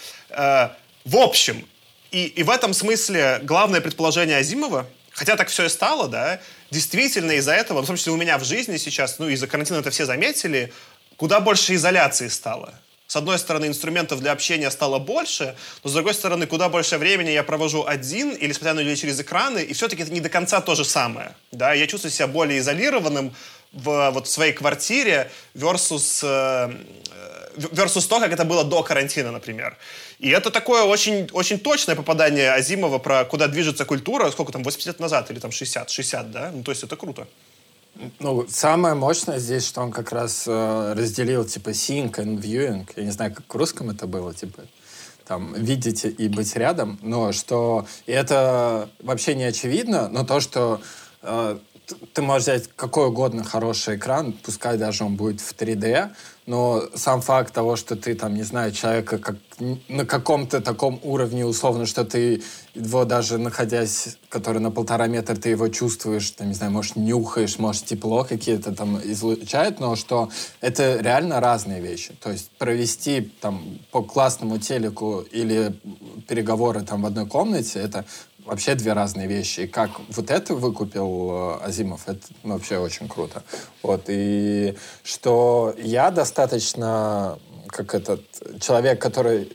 Э, в общем, и, и в этом смысле главное предположение Азимова, хотя так все и стало, да, действительно из-за этого, в том числе у меня в жизни сейчас, ну, из-за карантина это все заметили, куда больше изоляции стало. С одной стороны, инструментов для общения стало больше, но с другой стороны, куда больше времени я провожу один или смотря на людей через экраны, и все-таки это не до конца то же самое. Да? Я чувствую себя более изолированным в, вот, в своей квартире versus, э, versus то, как это было до карантина, например. И это такое очень, очень точное попадание Азимова про куда движется культура, сколько там, восемьдесят лет назад или там шестьдесят, шестьдесят, да? Ну, то есть это круто. Ну, самое мощное здесь, что он как раз э, разделил, типа, seeing and viewing. Я не знаю, как в русском это было, типа, там, видеть и быть рядом. Но что... И это вообще не очевидно, но то, что э, ты можешь взять какой угодно хороший экран, пускай даже он будет в три дэ, но сам факт того, что ты, там, не знаю, человека как, на каком-то таком уровне, условно, что ты его даже находясь, который на полтора метра, ты его чувствуешь, там, не знаю, может, нюхаешь, может, тепло какие-то там излучает, но что это реально разные вещи. То есть провести там по классному телеку или переговоры там в одной комнате, это вообще две разные вещи. И как вот это выкупил Азимов, это вообще очень круто. Вот. И что я достаточно, как этот человек, который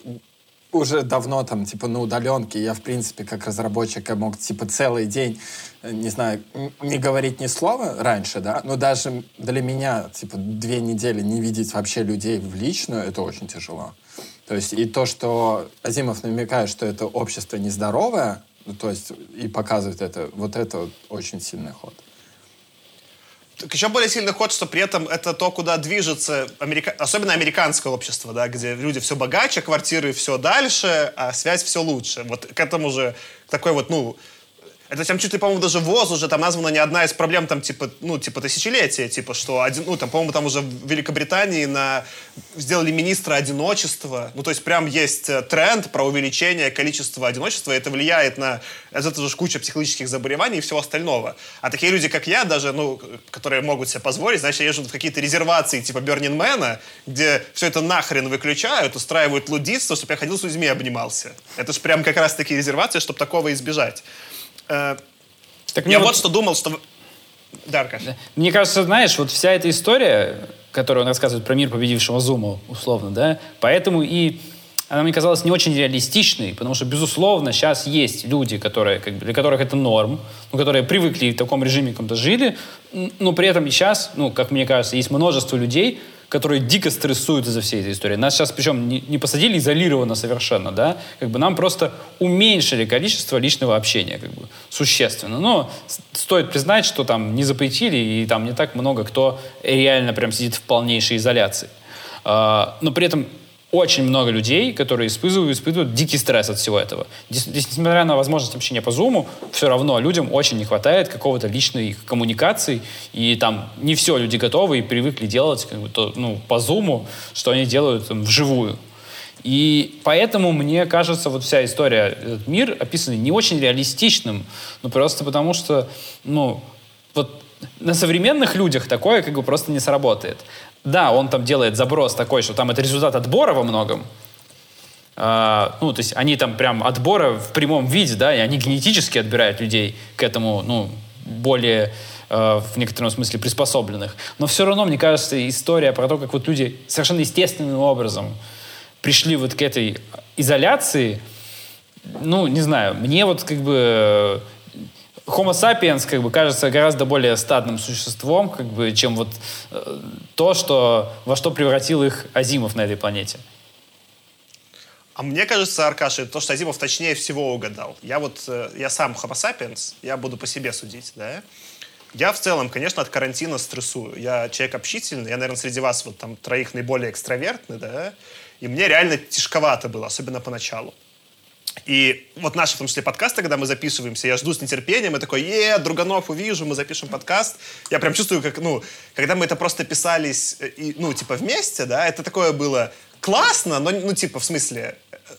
уже давно там, типа, на удаленке, я, в принципе, как разработчик, я мог, типа, целый день, не знаю, не говорить ни слова раньше, да, но даже для меня, типа, две недели не видеть вообще людей в личную, это очень тяжело. То есть и то, что Азимов намекает, что это общество нездоровое, ну, то есть и показывает это, вот это вот очень сильный ход. Так еще более сильный ход, что при этом это то, куда движется америка... особенно американское общество, да, где люди все богаче, квартиры все дальше, а связь все лучше. Вот к этому же такой вот, ну, это там чуть ли, по-моему, даже ВОЗ уже там названа не одна из проблем, там, типа, ну, типа, тысячелетия, типа, что, один, ну, там, по-моему, там уже в Великобритании на... сделали министра одиночества, ну, то есть прям есть тренд про увеличение количества одиночества, и это влияет на... Это же куча психологических заболеваний и всего остального. А такие люди, как я, даже, ну, которые могут себе позволить, значит, я езжу в какие-то резервации, типа Бернинг Мэна, где все это нахрен выключают, устраивают луддитство, чтобы я ходил с людьми и обнимался. Это же прям как раз такие резервации, чтобы такого избежать. Так я вот, вот что думал, что... Да, Аркаш. Мне кажется, знаешь, вот вся эта история, которую он рассказывает про мир победившего Зума, условно, да, поэтому и она мне казалась не очень реалистичной, потому что, безусловно, сейчас есть люди, которые, как бы, для которых это норм, ну, которые привыкли в таком режиме как-то жили, но при этом и сейчас, ну, как мне кажется, есть множество людей, которые дико стрессуют из-за всей этой истории. Нас сейчас, причем, не, не посадили изолированно совершенно, да, как бы нам просто уменьшили количество личного общения, как бы, существенно. Но стоит признать, что там не запретили, и там не так много кто реально прям сидит в полнейшей изоляции. А, но при этом очень много людей, которые испытывают, испытывают дикий стресс от всего этого. Здесь, здесь, несмотря на возможность общения по Zoom, все равно людям очень не хватает какого-то личной коммуникации, и там не все люди готовы и привыкли делать как бы, то, ну, по Zoom, что они делают там, вживую. И поэтому, мне кажется, вот вся история, этот мир описан не очень реалистичным, ну, просто потому что, ну, вот на современных людях такое как бы просто не сработает. Да, он там делает заброс такой, что там это результат отбора во многом. А, ну, то есть они там прям отбора в прямом виде, да, и они генетически отбирают людей к этому, ну, более э, в некотором смысле приспособленных. Но все равно, мне кажется, история про то, как вот люди совершенно естественным образом пришли вот к этой изоляции, ну, не знаю, мне вот как бы... Homo sapiens, как бы, кажется гораздо более стадным существом, как бы, чем вот э, то, что, во что превратил их Азимов на этой планете. А мне кажется, Аркаша, то, что Азимов точнее всего угадал. Я вот, я сам Homo sapiens, я буду по себе судить, да. Я в целом, конечно, от карантина стрессую. Я человек общительный, я, наверное, среди вас вот там троих наиболее экстравертный, да. И мне реально тяжковато было, особенно поначалу. И вот наши, в том числе, подкасты, когда мы записываемся, я жду с нетерпением, я такой, е, Друганов, увижу, мы запишем подкаст. Я прям чувствую, как, ну, когда мы это просто писались, и, ну, типа, вместе, да, это такое было классно, но, ну, типа, в смысле,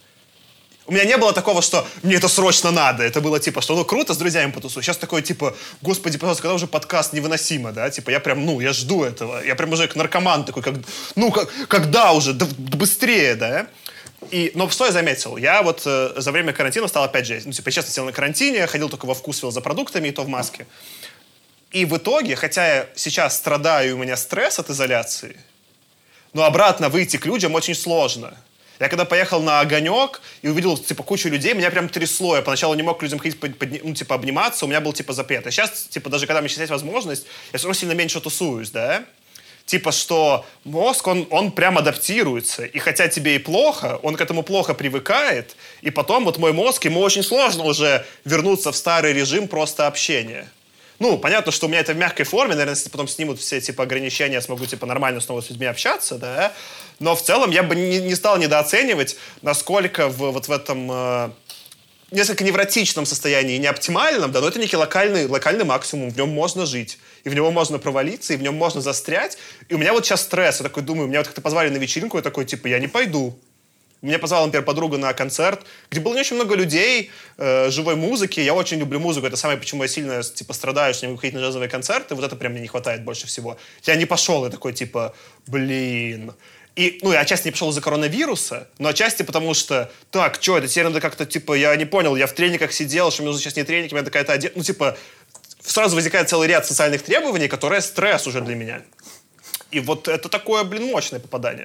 у меня не было такого, что мне это срочно надо. Это было, типа, что, ну, круто, с друзьями потусую. Сейчас такое, типа, господи, пожалуйста, когда уже подкаст невыносимо, да, типа, я прям, ну, я жду этого. Я прям уже как наркоман такой, как, ну, как, когда уже, да, быстрее, да. И, но что я заметил? Я вот э, за время карантина стал опять же, ну, типа, я честно сидел на карантине, ходил только во Вкусвилл за продуктами, и то в маске. И в итоге, хотя я сейчас страдаю, и у меня стресс от изоляции, но обратно выйти к людям очень сложно. Я когда поехал на Огонек и увидел, типа, кучу людей, меня прям трясло. Я поначалу не мог к людям ходить, под, под, ну, типа, обниматься, у меня был, типа, запрет. А сейчас, типа, даже когда у меня сейчас есть возможность, я все равно сильно меньше тусуюсь, да? Типа, что мозг, он, он прям адаптируется. И хотя тебе и плохо, он к этому плохо привыкает. И потом вот мой мозг, ему очень сложно уже вернуться в старый режим просто общения. Ну, понятно, что у меня это в мягкой форме. Наверное, если потом снимут все, типа, ограничения, я смогу, типа, нормально снова с людьми общаться, да. Но в целом я бы не, не стал недооценивать, насколько в, вот в этом э, несколько невротичном состоянии, неоптимальном, да, но это некий локальный, локальный максимум. В нем можно жить. И в него можно провалиться, и в нем можно застрять. И у меня вот сейчас стресс. Я такой думаю, меня вот как-то позвали на вечеринку, я такой, типа, я не пойду. Меня позвала, например, подруга на концерт, где было не очень много людей, э, живой музыки. Я очень люблю музыку. Это самое, почему я сильно, типа, страдаю, что не могу ходить на джазовые концерты. Вот это прям мне не хватает больше всего. Я не пошел, я такой, типа, блин. И, ну, я отчасти не пошел из-за коронавируса, но отчасти потому что, так, что, это теперь надо как-то, типа, я не понял, я в трениках сидел, что мне нужно сейчас не треники, у меня какая-то одежда. Ну, типа, сразу возникает целый ряд социальных требований, которые стресс уже для меня. И вот это такое, блин, мощное попадание.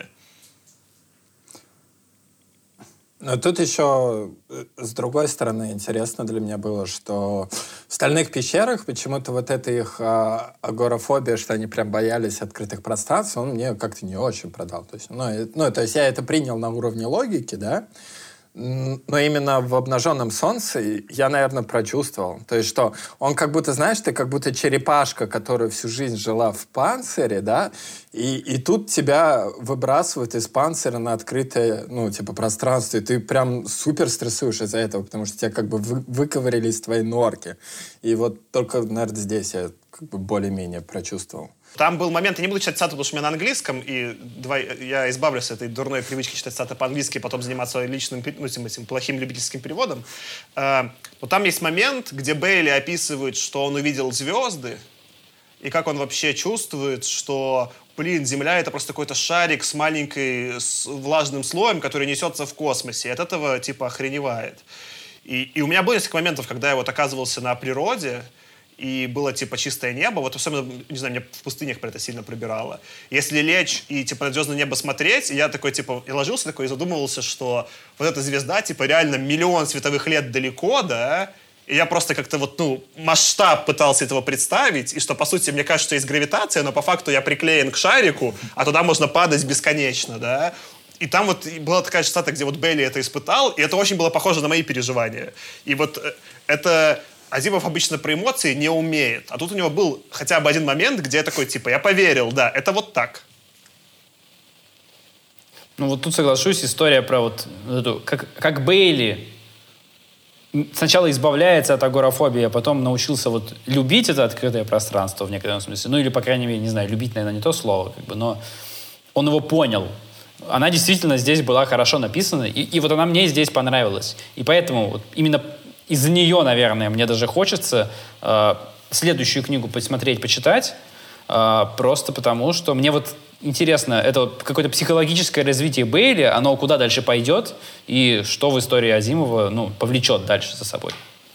Но тут еще, с другой стороны, интересно для меня было, что в «Стальных пещерах» почему-то вот эта их а, агорафобия, что они прям боялись открытых пространств, он мне как-то не очень продал. То есть, ну, и, ну, то есть я это принял на уровне логики, да, но именно в «Обнаженном солнце» я, наверное, прочувствовал. То есть что он как будто, знаешь, ты как будто черепашка, которая всю жизнь жила в панцире, да, и, и тут тебя выбрасывают из панциря на открытое, ну, типа, пространство, и ты прям супер стрессуешь из-за этого, потому что тебя как бы вы, выковырили из твоей норки. И вот только, наверное, здесь я как бы более-менее прочувствовал. Там был момент, я не буду читать цитаты, потому что у меня на английском, и давай, я избавлюсь от этой дурной привычки читать цитаты по-английски, и потом заниматься личным, ну, этим, этим плохим любительским переводом. Но там есть момент, где Бейли описывает, что он увидел звезды, и как он вообще чувствует, что, блин, Земля — это просто какой-то шарик с маленькой, с влажным слоем, который несется в космосе, и от этого, типа, охреневает. И, и у меня было несколько моментов, когда я вот оказывался на природе, и было, типа, чистое небо. Вот особенно, не знаю, меня в пустынях про это сильно пробирало. Если лечь и, типа, на звездное небо смотреть, я такой, типа, я ложился такой и задумывался, что вот эта звезда, типа, реально миллион световых лет далеко, да, и я просто как-то вот, ну, масштаб пытался этого представить, и что, по сути, мне кажется, что есть гравитация, но по факту я приклеен к шарику, а туда можно падать бесконечно, да. И там вот была такая цитата, где вот Бейли это испытал, и это очень было похоже на мои переживания. И вот это... Азимов обычно про эмоции не умеет. А тут у него был хотя бы один момент, где я такой, типа, я поверил, да, это вот так. Ну вот тут соглашусь, история про вот эту, как, как Бейли сначала избавляется от агорафобии, а потом научился вот любить это открытое пространство в некотором смысле. Ну или, по крайней мере, не знаю, любить, наверное, не то слово, как бы, но он его понял. Она действительно здесь была хорошо написана, и, и вот она мне здесь понравилась. И поэтому вот именно из-за нее, наверное, мне даже хочется э, следующую книгу посмотреть, почитать, э, просто потому, что мне вот интересно, это вот какое-то психологическое развитие Бейли, оно куда дальше пойдет, и что в истории Азимова, ну, повлечет дальше за собой.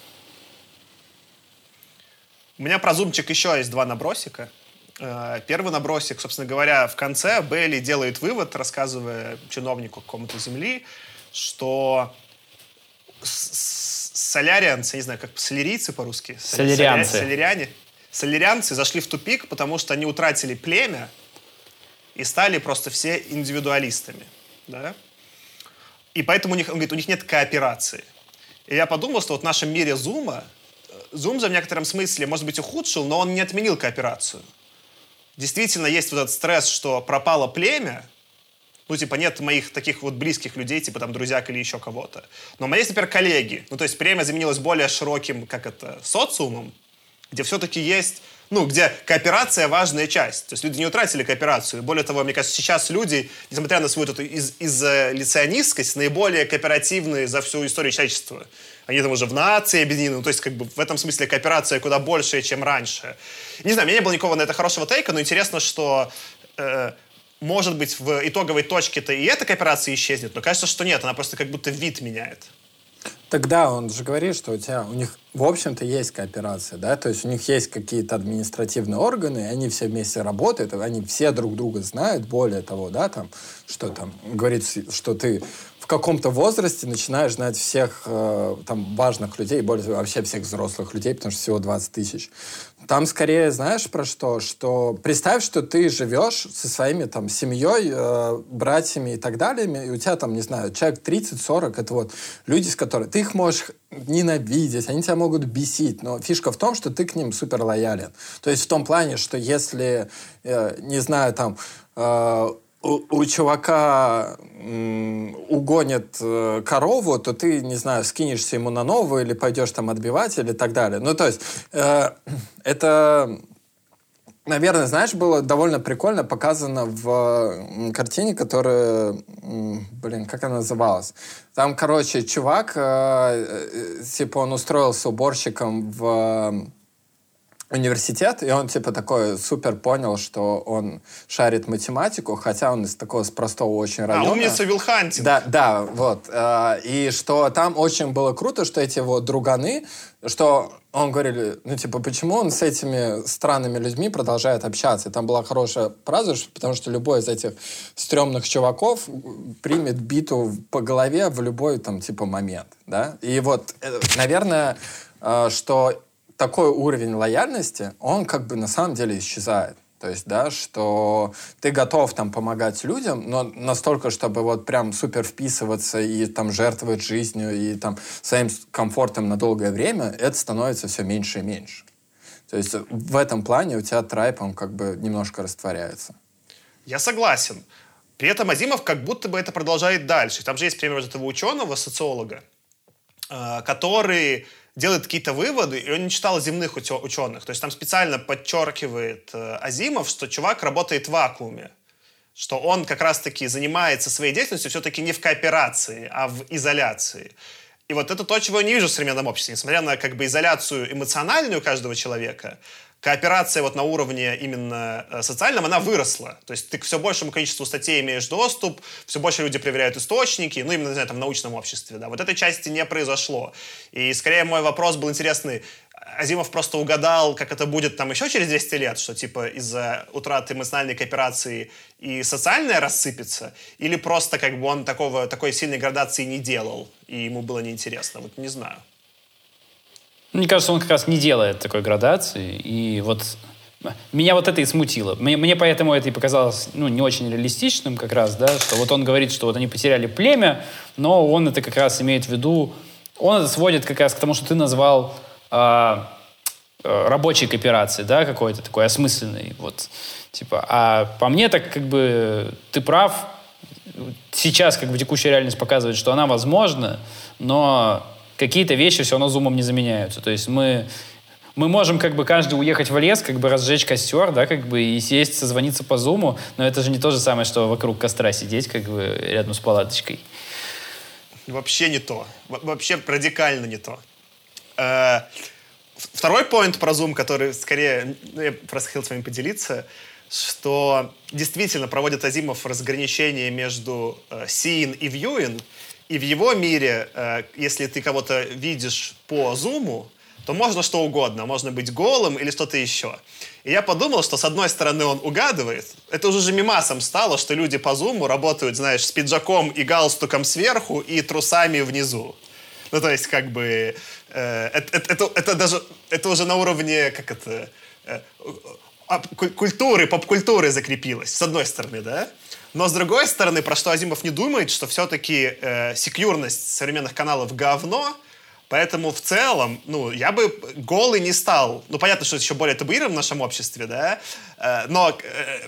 У меня про зумчик еще есть два набросика. Первый набросик, собственно говоря, в конце Бейли делает вывод, рассказывая чиновнику какому-то земли, что солярианцы, не знаю, как солярийцы по-русски? Солярианцы. Соляриане. Солярианцы зашли в тупик, потому что они утратили племя и стали просто все индивидуалистами. Да? И поэтому у них, он говорит, у них нет кооперации. И я подумал, что вот в нашем мире Зума, Зум же в некотором смысле, может быть, ухудшил, но он не отменил кооперацию. Действительно, есть вот этот стресс, что пропало племя, ну, типа, нет моих таких вот близких людей, типа, там, друзьяк или еще кого-то. Но у меня есть, например, коллеги. Ну, то есть племя заменилось более широким, как это, социумом, где все-таки есть, ну, где кооперация важная часть. То есть люди не утратили кооперацию. Более того, мне кажется, сейчас люди, несмотря на свою эту из- изоляционистскость, наиболее кооперативные за всю историю человечества. Они там уже в нации объединены. Ну, то есть, как бы, в этом смысле кооперация куда большая, чем раньше. Не знаю, у меня не было никакого на это хорошего тейка, но интересно, что... Э, может быть, в итоговой точке-то и эта кооперация исчезнет, но кажется, что нет, она просто как будто вид меняет. Тогда он же говорит, что у тебя, у них, в общем-то, есть кооперация, да, то есть у них есть какие-то административные органы, они все вместе работают, они все друг друга знают, более того, да, там, что там, говорится, что ты в каком-то возрасте начинаешь знать всех э, там важных людей, более того, вообще всех взрослых людей, потому что всего двадцать тысяч. Там скорее, знаешь, про что? Что представь, что ты живешь со своими там семьей, э, братьями и так далее, и у тебя там, не знаю, человек тридцать-сорок, это вот люди, с которыми ты их можешь ненавидеть, они тебя могут бесить, но фишка в том, что ты к ним супер лоялен. То есть в том плане, что если, э, не знаю, там... Э, У, у чувака м, угонят э, корову, то ты, не знаю, скинешься ему на новую или пойдешь там отбивать или так далее. Ну, то есть э, это, наверное, знаешь, было довольно прикольно показано в м, картине, которая, м, блин, как она называлась? Там, короче, чувак, э, э, типа он устроился уборщиком в... университет, и он типа такой супер понял, что он шарит математику, хотя он из такого с простого очень района. А, умница Уилл Хантинг. Да, да, вот. И что там очень было круто, что эти вот друганы, что он говорили, ну типа, почему он с этими странными людьми продолжает общаться? И там была хорошая фраза, потому что любой из этих стрёмных чуваков примет биту по голове в любой там типа момент, да? И вот, наверное, что такой уровень лояльности, он как бы на самом деле исчезает. То есть, да, что ты готов там помогать людям, но настолько, чтобы вот прям супер вписываться и там жертвовать жизнью и там своим комфортом на долгое время, это становится все меньше и меньше. То есть в этом плане у тебя трайп, он как бы немножко растворяется. Я согласен. При этом Азимов как будто бы это продолжает дальше. Там же есть пример вот этого ученого, социолога, который... делает какие-то выводы, и он не читал земных ученых. То есть там специально подчеркивает э, Азимов, что чувак работает в вакууме. Что он как раз-таки занимается своей деятельностью все-таки не в кооперации, а в изоляции. И вот это то, чего я не вижу в современном обществе. Несмотря на как бы изоляцию эмоциональную каждого человека, кооперация вот на уровне именно социальном, она выросла. То есть ты к все большему количеству статей имеешь доступ, все больше люди проверяют источники, ну, именно, не знаю, там, в научном обществе, да. Вот этой части не произошло. И, скорее, мой вопрос был интересный. Азимов просто угадал, как это будет там еще через двести лет, что, типа, из-за утраты эмоциональной кооперации и социальное рассыпется, или просто, как бы, он такого, такой сильной градации не делал, и ему было неинтересно. Вот не знаю. Мне кажется, он как раз не делает такой градации, и вот меня вот это и смутило. Мне, мне поэтому это и показалось, ну, не очень реалистичным как раз, да, что вот он говорит, что вот они потеряли племя, но он это как раз имеет в виду, он это сводит как раз к тому, что ты назвал э, э, рабочей кооперацией, да, какой-то такой осмысленной, вот, типа, а по мне так как бы ты прав, сейчас как бы текущая реальность показывает, что она возможна, но какие-то вещи все равно зумом не заменяются. То есть мы, мы можем как бы каждый уехать в лес, как бы разжечь костер, да, как бы и сесть, созвониться по зуму, но это же не то же самое, что вокруг костра сидеть, как бы рядом с палаточкой. Вообще не то. Вообще радикально не то. Второй поинт про Zoom, который скорее, ну, я просто хотел с вами поделиться, что действительно проводит Азимов разграничение между э, seeing и viewing, и в его мире, э, если ты кого-то видишь по зуму, то можно что угодно, можно быть голым или что-то еще. И я подумал, что с одной стороны он угадывает, это уже же мемасом стало, что люди по зуму работают, знаешь, с пиджаком и галстуком сверху и трусами внизу. Ну, то есть, как бы, э, это, это, это даже, это уже на уровне, как это, э, культуры, поп-культуры закрепилось, с одной стороны, да? Но, с другой стороны, про что Азимов не думает, что все-таки э, секьюрность современных каналов говно, поэтому в целом, ну, я бы голый не стал. Ну, понятно, что это еще более табуировано в нашем обществе, да? Э, но э,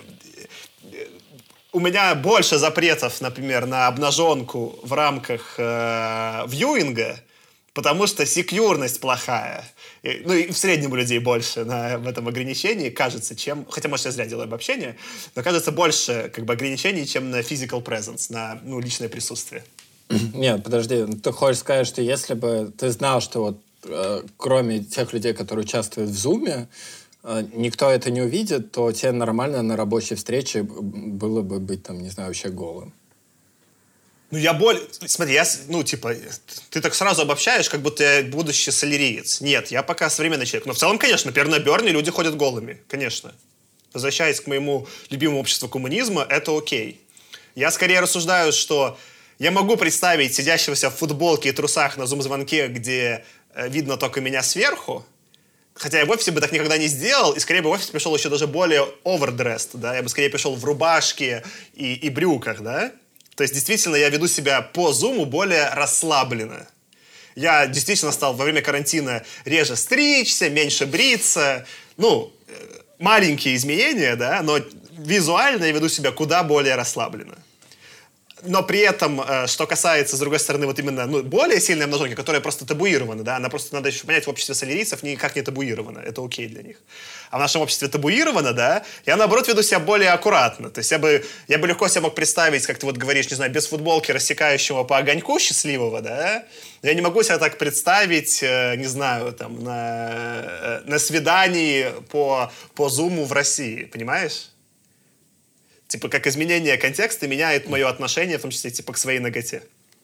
у меня больше запретов, например, на обнаженку в рамках э, вьюинга, потому что секьюрность плохая. И, ну, и в среднем у людей больше на, в этом ограничении, кажется, чем... Хотя, может, я зря делаю обобщение, но кажется больше как бы ограничений, чем на physical presence, на ну, личное присутствие. Нет, подожди. Ты хочешь сказать, что если бы ты знал, что вот э, кроме тех людей, которые участвуют в Зуме, э, никто это не увидит, то тебе нормально на рабочей встрече было бы быть там, не знаю, вообще голым? Ну, я более... Смотри, я, ну, типа, ты так сразу обобщаешь, как будто я будущий соляриец. Нет, я пока современный человек. Но в целом, конечно, например, на Берни люди ходят голыми. Конечно. Возвращаясь к моему любимому обществу коммунизма, это окей. Я скорее рассуждаю, что я могу представить сидящегося в футболке и трусах на зум-звонке, где э, видно только меня сверху, хотя я в офисе бы так никогда не сделал, и скорее бы в офис пришел еще даже более overdressed, да, я бы скорее пришел в рубашке и, и брюках, да. То есть, действительно, я веду себя по зуму более расслабленно. Я действительно стал во время карантина реже стричься, меньше бриться. Ну, маленькие изменения, да, но визуально я веду себя куда более расслабленно. Но при этом, что касается, с другой стороны, вот именно ну, более сильной обнаженки, которая просто табуирована, да, она просто, надо еще понять, в обществе солярийцев никак не табуирована, это окей для них. А в нашем обществе табуировано, да, я, наоборот, веду себя более аккуратно. То есть я бы, я бы легко себе мог представить, как ты вот говоришь, не знаю, без футболки, рассекающего по огоньку счастливого, да, я не могу себя так представить, не знаю, там, на, на свидании по, по Зуму в России, понимаешь? Типа, как изменение контекста меняет мое отношение, в том числе, типа, к своей наготе.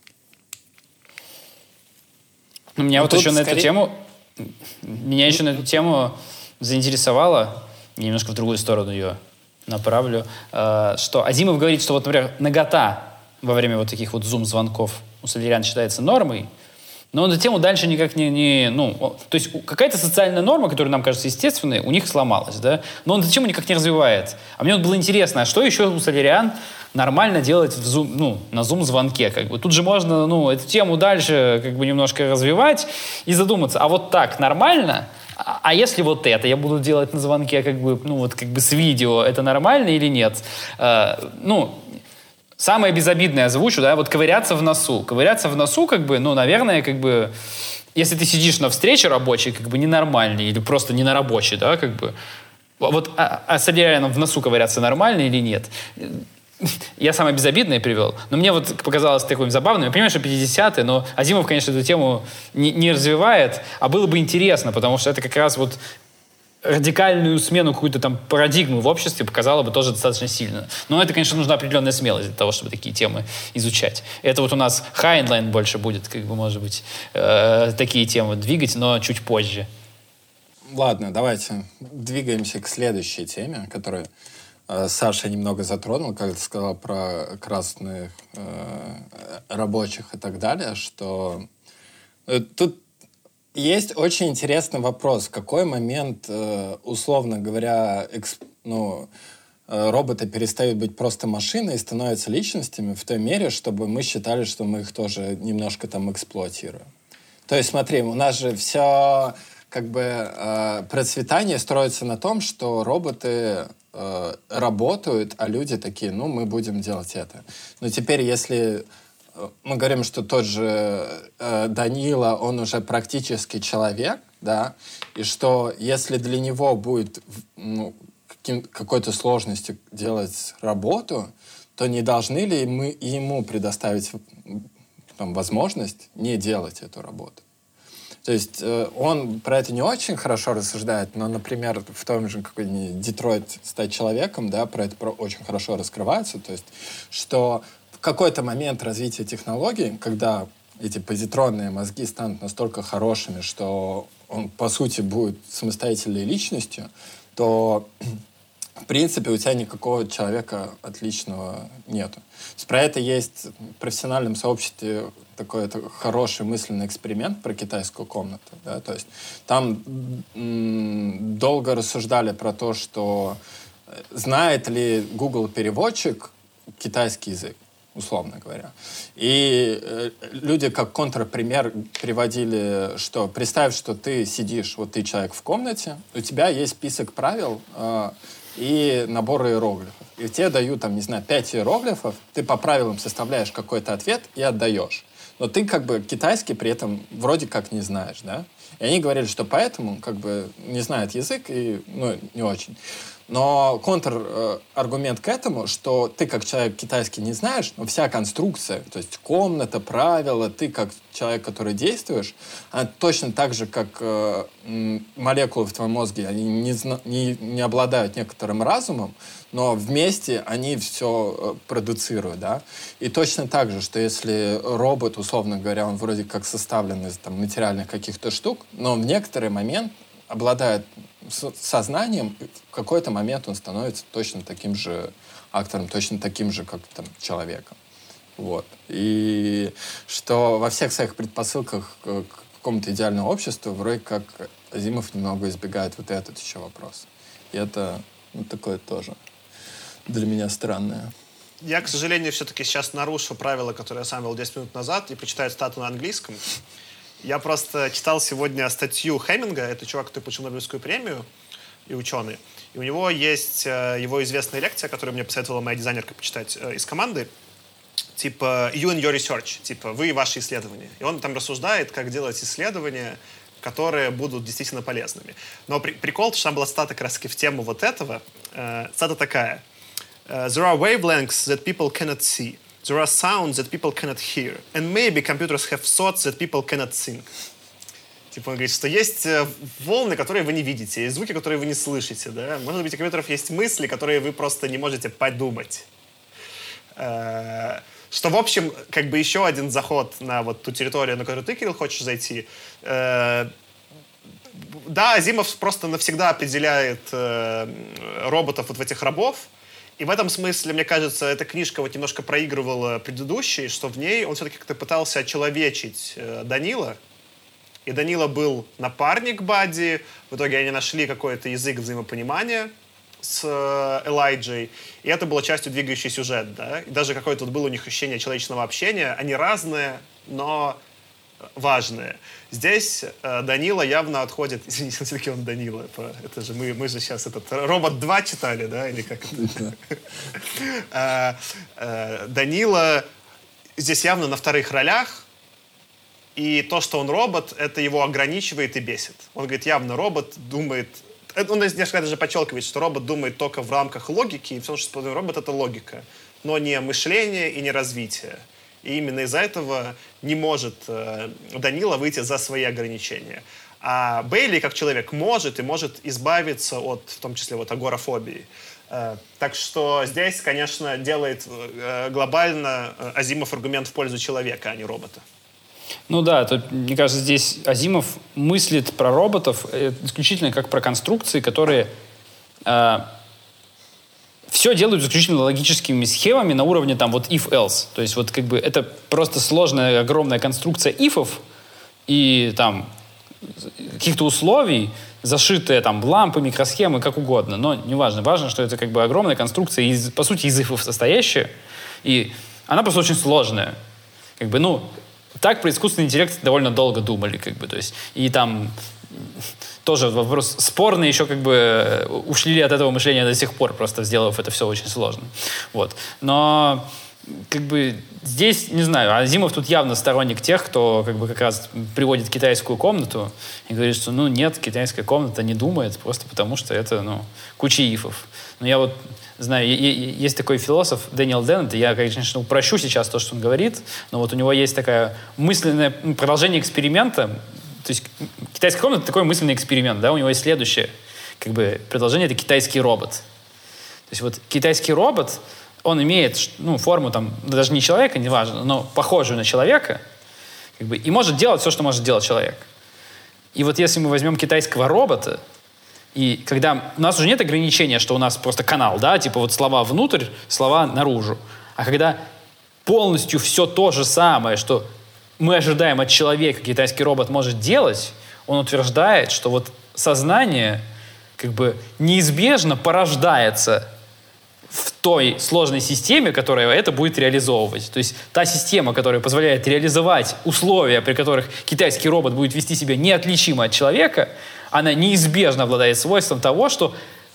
Меня ну, вот еще скорее... на эту тему... Меня еще на эту тему заинтересовало, немножко в другую сторону ее направлю, что Азимов говорит, что вот, например, нагота во время вот таких вот зум-звонков у соляриан считается нормой, но он эту тему дальше никак не... не ну, то есть какая-то социальная норма, которая нам кажется естественной, у них сломалась, да? Но он эту тему никак не развивает. А мне вот было интересно, а что еще у соляриан нормально делать в Zoom, ну, на зум-звонке? Как бы. Тут же можно ну, эту тему дальше как бы немножко развивать и задуматься, а вот так нормально? А, а если вот это я буду делать на звонке как бы, ну, вот, как бы с видео, это нормально или нет? А, ну... Самое безобидное озвучу, да, вот ковыряться в носу. Ковыряться в носу, как бы, ну, наверное, как бы, если ты сидишь на встрече рабочей, как бы, ненормальной или просто не на рабочей, да, как бы, вот, а, а солярианам в носу ковыряться нормально или нет? Я самое безобидное привел, но мне вот показалось таким забавным. Я понимаю, что пятидесятые, но Азимов, конечно, эту тему не, не развивает, а было бы интересно, потому что это как раз вот радикальную смену какую-то там парадигмы в обществе показало бы тоже достаточно сильно. Но это, конечно, нужна определенная смелость для того, чтобы такие темы изучать. Это вот у нас Хайнлайн больше будет, как бы, может быть, э, такие темы двигать, но чуть позже. Ладно, давайте двигаемся к следующей теме, которую э, Саша немного затронул, как ты сказал про красных э, рабочих и так далее, что э, тут есть очень интересный вопрос. В какой момент, условно говоря, эксп, ну, роботы перестают быть просто машиной и становятся личностями в той мере, чтобы мы считали, что мы их тоже немножко там эксплуатируем. То есть, смотри, у нас же все как бы процветание строится на том, что роботы работают, а люди такие, ну, мы будем делать это. Но теперь, если... мы говорим, что тот же э, Данила, он уже практически человек, да, и что если для него будет ну, каким, какой-то сложностью делать работу, то не должны ли мы ему предоставить там, возможность не делать эту работу? То есть э, он про это не очень хорошо рассуждает, но, например, в том же какой-нибудь «Детройт. Стать человеком», да, про это про очень хорошо раскрывается, то есть что в какой-то момент развития технологий, когда эти позитронные мозги станут настолько хорошими, что он, по сути, будет самостоятельной личностью, то в принципе, у тебя никакого человека отличного нету. То есть про это есть в профессиональном сообществе такой это хороший мысленный эксперимент про китайскую комнату. Да? То есть там м- долго рассуждали про то, что знает ли Google переводчик китайский язык, условно говоря. И э, люди как контрпример приводили, что представь, что ты сидишь, вот ты человек в комнате, у тебя есть список правил э, и набор иероглифов. И тебе дают, там, не знаю, пять иероглифов, ты по правилам составляешь какой-то ответ и отдаешь. Но ты как бы китайский при этом вроде как не знаешь, да? И они говорили, что поэтому как бы не знает язык и, ну, не очень. Но контраргумент к этому, что ты как человек китайский не знаешь, но вся конструкция, то есть комната, правила, ты как человек, который действуешь, она точно так же, как э, молекулы в твоем мозге, они не, не, не обладают некоторым разумом, но вместе они все продуцируют, да. И точно так же, что если робот, условно говоря, он вроде как составлен из там, материальных каких-то штук, но в некоторый момент обладает сознанием, в какой-то момент он становится точно таким же актором, точно таким же, как там, человеком. Вот. И что во всех своих предпосылках к какому-то идеальному обществу вроде как Азимов немного избегает вот этот еще вопрос. И это ну, такое тоже для меня странное. Я, к сожалению, все-таки сейчас нарушу правила, которые я сам вел десять минут назад, и прочитаю цитату на английском. Я просто читал сегодня статью Хеминга, это чувак, который получил Нобелевскую премию, и ученый. И у него есть э, его известная лекция, которую мне посоветовала моя дизайнерка почитать э, из команды, типа «You and your research», типа «Вы и ваши исследования». И он там рассуждает, как делать исследования, которые будут действительно полезными. Но при, прикол, что там была цитата как раз в тему вот этого. Э, цитата такая. «There are wavelengths that people cannot see. There are sounds that people cannot hear. And maybe computers have thoughts that people cannot think». Типа он говорит, что есть волны, которые вы не видите, есть звуки, которые вы не слышите. Да? Может быть, у компьютеров есть мысли, которые вы просто не можете подумать. Что, в общем, как бы еще один заход на вот ту территорию, на которую ты, Кирилл, хочешь зайти. Да, Азимов просто навсегда определяет роботов вот в этих рабов. И в этом смысле, мне кажется, эта книжка вот немножко проигрывала предыдущей, что в ней он все-таки как-то пытался очеловечить Данила. И Данила был напарник Бадди. В итоге они нашли какой-то язык взаимопонимания с Элайджей. И это было частью двигающий сюжет. Да? И даже какое-то вот было у них ощущение человечного общения. Они разные, но важные. Здесь э, Данила явно отходит... Извините, все-таки он Данила. Это же мы, мы же сейчас этот «Робот два» читали, да? Или как это? Данила здесь явно на вторых ролях. И то, что он робот, это его ограничивает и бесит. Он говорит, явно робот думает... Он несколько даже подчеркивает, что робот думает только в рамках логики, и все, что способен робот, это логика. Но не мышление и не развитие. И именно из-за этого не может э, Данила выйти за свои ограничения. А Бейли, как человек, может и может избавиться от, в том числе, вот, агорафобии. Э, так что здесь, конечно, делает э, глобально э, Азимов аргумент в пользу человека, а не робота. Ну да, тут, мне кажется, здесь Азимов мыслит про роботов исключительно как про конструкции, которые э, все делают исключительно логическими схемами на уровне там вот if-else. То есть вот как бы это просто сложная огромная конструкция ифов и там каких-то условий, зашитые там лампы, микросхемы, как угодно. Но неважно. Важно, что это как бы огромная конструкция, из, по сути, из ифов состоящая. И она просто очень сложная. Как бы, ну... Так про искусственный интеллект довольно долго думали, как бы, то есть, и там тоже вопрос спорный, еще как бы ушли от этого мышления до сих пор, просто сделав это все очень сложно. Вот. Но как бы здесь, не знаю, Азимов тут явно сторонник тех, кто как бы как раз приводит китайскую комнату и говорит, что ну нет, китайская комната не думает, просто потому что это, ну, куча ифов. Но я вот знаю, есть такой философ Дэниел Деннет, я, конечно, упрощу сейчас то, что он говорит, но вот у него есть такое мысленное продолжение эксперимента. То есть китайская комната — такой мысленный эксперимент, да, у него есть следующее, как бы, предложение — это китайский робот. То есть вот китайский робот, он имеет, ну, форму там, даже не человека, неважно, но похожую на человека, как бы, и может делать все, что может делать человек. И вот если мы возьмем китайского робота, И когда у нас уже нет ограничения, что у нас просто канал, да, типа вот слова внутрь, слова наружу. А когда полностью все то же самое, что мы ожидаем от человека, китайский робот может делать, он утверждает, что вот сознание как бы неизбежно порождается в той сложной системе, которая это будет реализовывать. То есть та система, которая позволяет реализовать условия, при которых китайский робот будет вести себя неотличимо от человека, она неизбежно обладает свойством того, что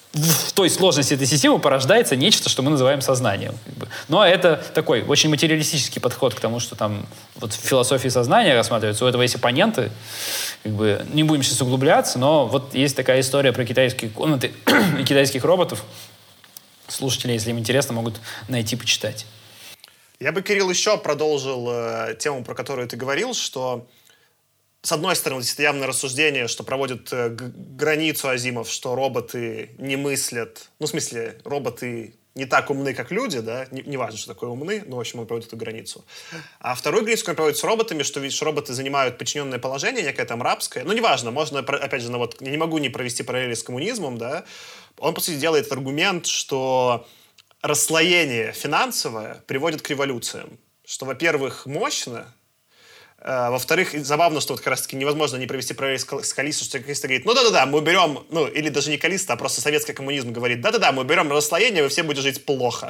в той сложности этой системы порождается нечто, что мы называем сознанием. Но это такой очень материалистический подход к тому, что там вот в философии сознания рассматривается. У этого есть оппоненты. Как бы, не будем сейчас углубляться, но вот есть такая история про китайские комнаты и китайских роботов. Слушатели, если им интересно, могут найти, почитать. Я бы, Кирилл, еще продолжил э, тему, про которую ты говорил, что с одной стороны, здесь явное рассуждение, что проводит э, г- границу Азимов, что роботы не мыслят, ну, в смысле, роботы не так умны, как люди, да, не, не важно, что такое умны, но, в общем, он проводит эту границу. А вторую границу, которую проводит с роботами, что, видишь, роботы занимают подчиненное положение, некое там рабское, ну, неважно, можно, опять же, ну, вот, я не могу не провести параллели с коммунизмом, да, он, по сути, делает аргумент, что расслоение финансовое приводит к революциям, что, во-первых, мощно, Uh, во-вторых, забавно, что вот как раз-таки невозможно не провести параллель с Каллисто, что Каллисто говорит, ну да-да-да, мы берем, ну или даже не Каллисто, а просто советский коммунизм говорит, да-да-да, мы берем расслоение, вы все будете жить плохо.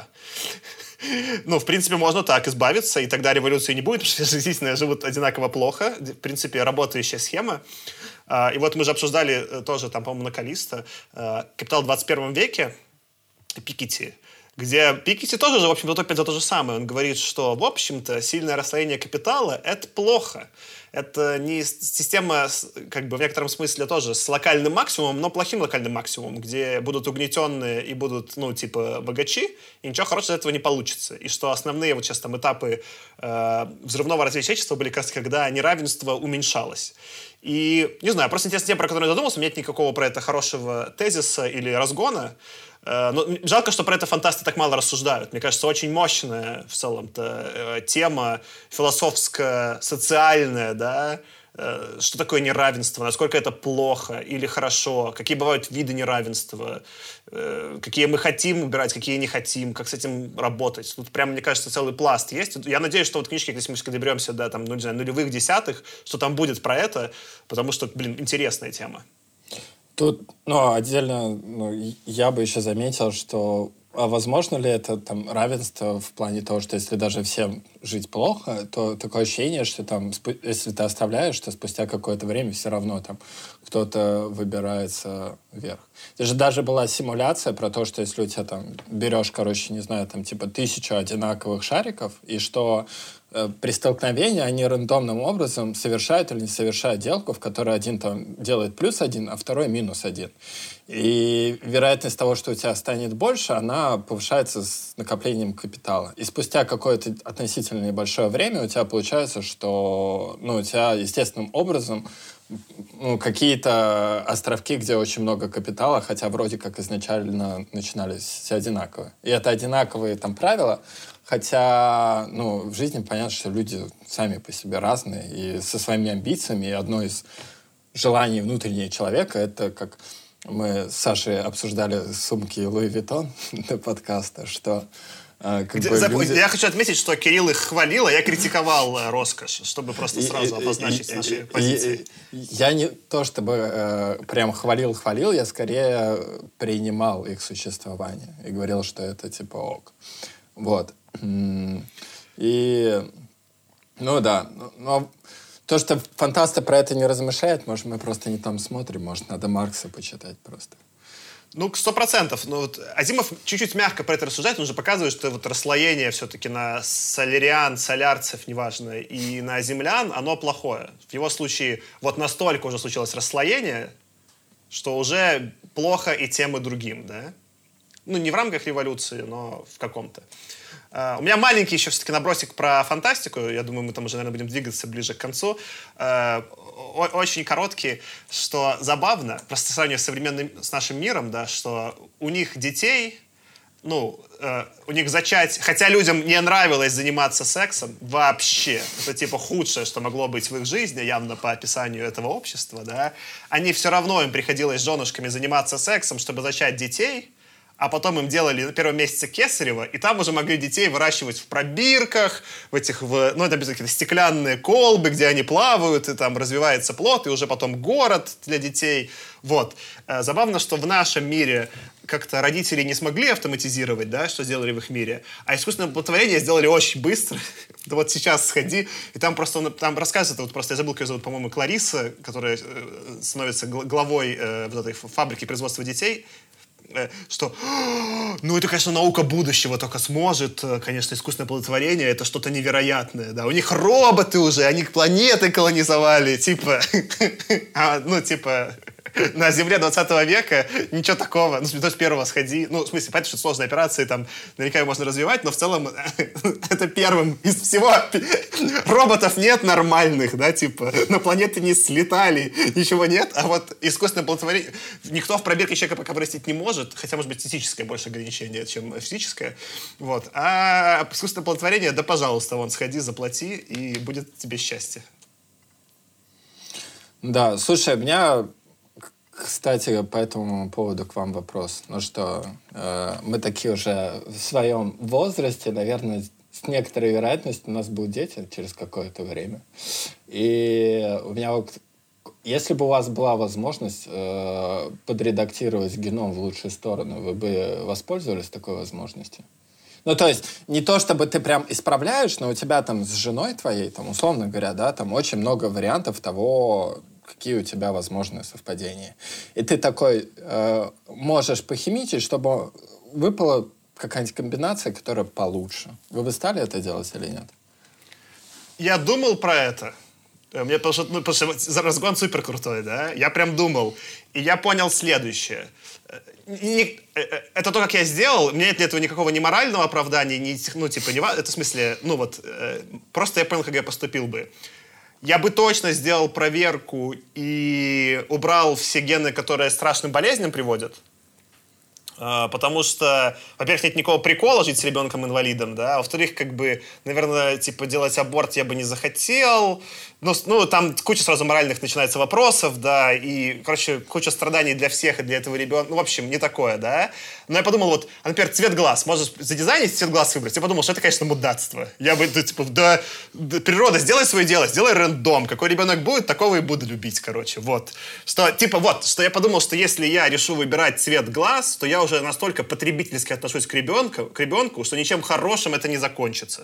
Ну, в принципе, можно так избавиться, и тогда революции не будет, потому что все действительно живут одинаково плохо. В принципе, работающая схема. Uh, и вот мы же обсуждали тоже, там, по-моему, на Каллисто, uh, «Капитал в двадцать первом веке», Пикетти, где Пикетти тоже же, в общем-то, топит за то же самое. Он говорит, что, в общем-то, сильное расслоение капитала – это плохо. Это не система, как бы, в некотором смысле тоже с локальным максимумом, но плохим локальным максимумом, где будут угнетенные и будут, ну, типа, богачи, и ничего хорошего из этого не получится. И что основные вот сейчас там этапы э, взрывного развития человечества были как раз, когда неравенство уменьшалось. И, не знаю, просто интересная тема, про которую я задумался, у меня нет никакого про это хорошего тезиса или разгона. Но жалко, что про это фантасты так мало рассуждают. Мне кажется, очень мощная в целом-то тема философская, социальная, да, что такое неравенство, насколько это плохо или хорошо, какие бывают виды неравенства, какие мы хотим убирать, какие не хотим, как с этим работать. Тут прям, мне кажется, целый пласт есть. Я надеюсь, что вот книжки, если мы доберемся до там, ну, не знаю, нулевых десятых, что там будет про это, потому что, блин, интересная тема. Тут, ну, отдельно, ну, я бы еще заметил, что а возможно ли это там равенство в плане того, что если даже всем жить плохо, то такое ощущение, что там, если ты оставляешь, что спустя какое-то время все равно там кто-то выбирается вверх. Это же даже была симуляция про то, что если у тебя там берешь, короче, не знаю, там типа тысячу одинаковых шариков, и что э, при столкновении они рандомным образом совершают или не совершают делку, в которой один там делает плюс один, а второй минус один. И вероятность того, что у тебя станет больше, она повышается с накоплением капитала. И спустя какое-то относительно небольшое время у тебя получается, что ну, у тебя естественным образом ну, какие-то островки, где очень много капитала, хотя вроде как изначально начинались все одинаковые. И это одинаковые там правила, хотя ну, в жизни понятно, что люди сами по себе разные и со своими амбициями. И одно из желаний внутреннего человека — это как мы с Сашей обсуждали сумки Луи Виттон до подкаста, что Как Где, бы заб... люди... Я хочу отметить, что Кирилл их хвалил, а я критиковал э, роскошь, чтобы просто сразу и, обозначить и, наши и, позиции. И, я не то чтобы э, прям хвалил-хвалил, я скорее принимал их существование и говорил, что это типа ок. Вот. И, ну да, но то, что фантасты про это не размышляют, может, мы просто не там смотрим, может, надо Маркса почитать просто. Ну, сто процентов. Ну, вот Азимов чуть-чуть мягко про это рассуждает, он же показывает, что вот расслоение все-таки на соляриан, солярцев, неважно, и на землян, оно плохое. В его случае вот настолько уже случилось расслоение, что уже плохо и тем, и другим, да? Ну, не в рамках революции, но в каком-то. Uh, у меня маленький еще все-таки набросик про фантастику. Я думаю, мы там уже, наверное, будем двигаться ближе к концу. Uh, о- очень короткий, что забавно, просто сравнивая с современным, с нашим миром, да, что у них детей ну, э, у них зачать... Хотя людям не нравилось заниматься сексом вообще. Это, типа, худшее, что могло быть в их жизни, явно по описанию этого общества, да. Они все равно, им приходилось с женушками заниматься сексом, чтобы зачать детей, а потом им делали на первом месяце кесарево, и там уже могли детей выращивать в пробирках, в этих, в, ну, это какие-то стеклянные колбы, где они плавают, и там развивается плод, и уже потом город для детей. Вот. Забавно, что в нашем мире как-то родители не смогли автоматизировать, да, что сделали в их мире, а искусственное оплодотворение сделали очень быстро. Да вот сейчас сходи, и там просто, там рассказывают, вот просто я забыл, как ее зовут, по-моему, Клариса, которая становится главой э, вот этой фабрики производства детей, что, ну, это, конечно, наука будущего только сможет, конечно, искусственное оплодотворение, это что-то невероятное, да, у них роботы уже, они планеты колонизовали, типа, а, ну, типа, на Земле двадцатого века ничего такого, ну, до первого сходи, ну, в смысле, понятно, что сложные операции, там, наверняка ее можно развивать, но в целом это первым из всего роботов нет нормальных, да, типа, на планеты не слетали, ничего нет, а вот искусственное оплодотворение, никто в пробирке человека пока вырастить не может, хотя, может быть, эстетическое больше ограничение, чем физическое, вот, а искусственное оплодотворение, да, пожалуйста, вон, сходи, заплати, и будет тебе счастье. Да, слушай, у меня... Кстати, по этому поводу к вам вопрос. Ну что, э, мы такие уже в своем возрасте, наверное, с некоторой вероятностью у нас будут дети через какое-то время. И у меня вот, если бы у вас была возможность э, подредактировать геном в лучшую сторону, вы бы воспользовались такой возможностью? Ну, то есть, не то, чтобы ты прям исправляешь, но у тебя там с женой твоей, там, условно говоря, да, там очень много вариантов того, какие у тебя возможные совпадения. И ты такой э, можешь похимичить, чтобы выпала какая-нибудь комбинация, которая получше. Вы бы стали это делать или нет? Я думал про это. Мне потому что, ну, потому что разгон супер крутой, да? Я прям думал. И я понял следующее. Не, это то, как я сделал. У меня нет для этого никакого ни морального оправдания, ни, ну, типа, не, это в смысле, ну, вот, просто я понял, как я поступил бы. Я бы точно сделал проверку и убрал все гены, которые к страшным болезням приводят. Потому что, во-первых, нет никакого прикола жить с ребенком-инвалидом, да, а во-вторых, как бы, наверное, типа, делать аборт я бы не захотел. Ну, ну, там куча сразу моральных начинается вопросов, да, и, короче, куча страданий для всех и для этого ребенка. Ну, в общем, не такое, да. Но я подумал, вот, а, например, цвет глаз. Можешь задизайнить, цвет глаз выбрать. Я подумал, что это, конечно, мудацтво. Я бы, да, типа, да, да, природа, сделай свое дело, сделай рандом. Какой ребенок будет, такого и буду любить, короче, вот. Что, типа, вот, что я подумал, что если я решу выбирать цвет глаз, то я уже настолько потребительски отношусь к ребенку, к ребенку, что ничем хорошим это не закончится.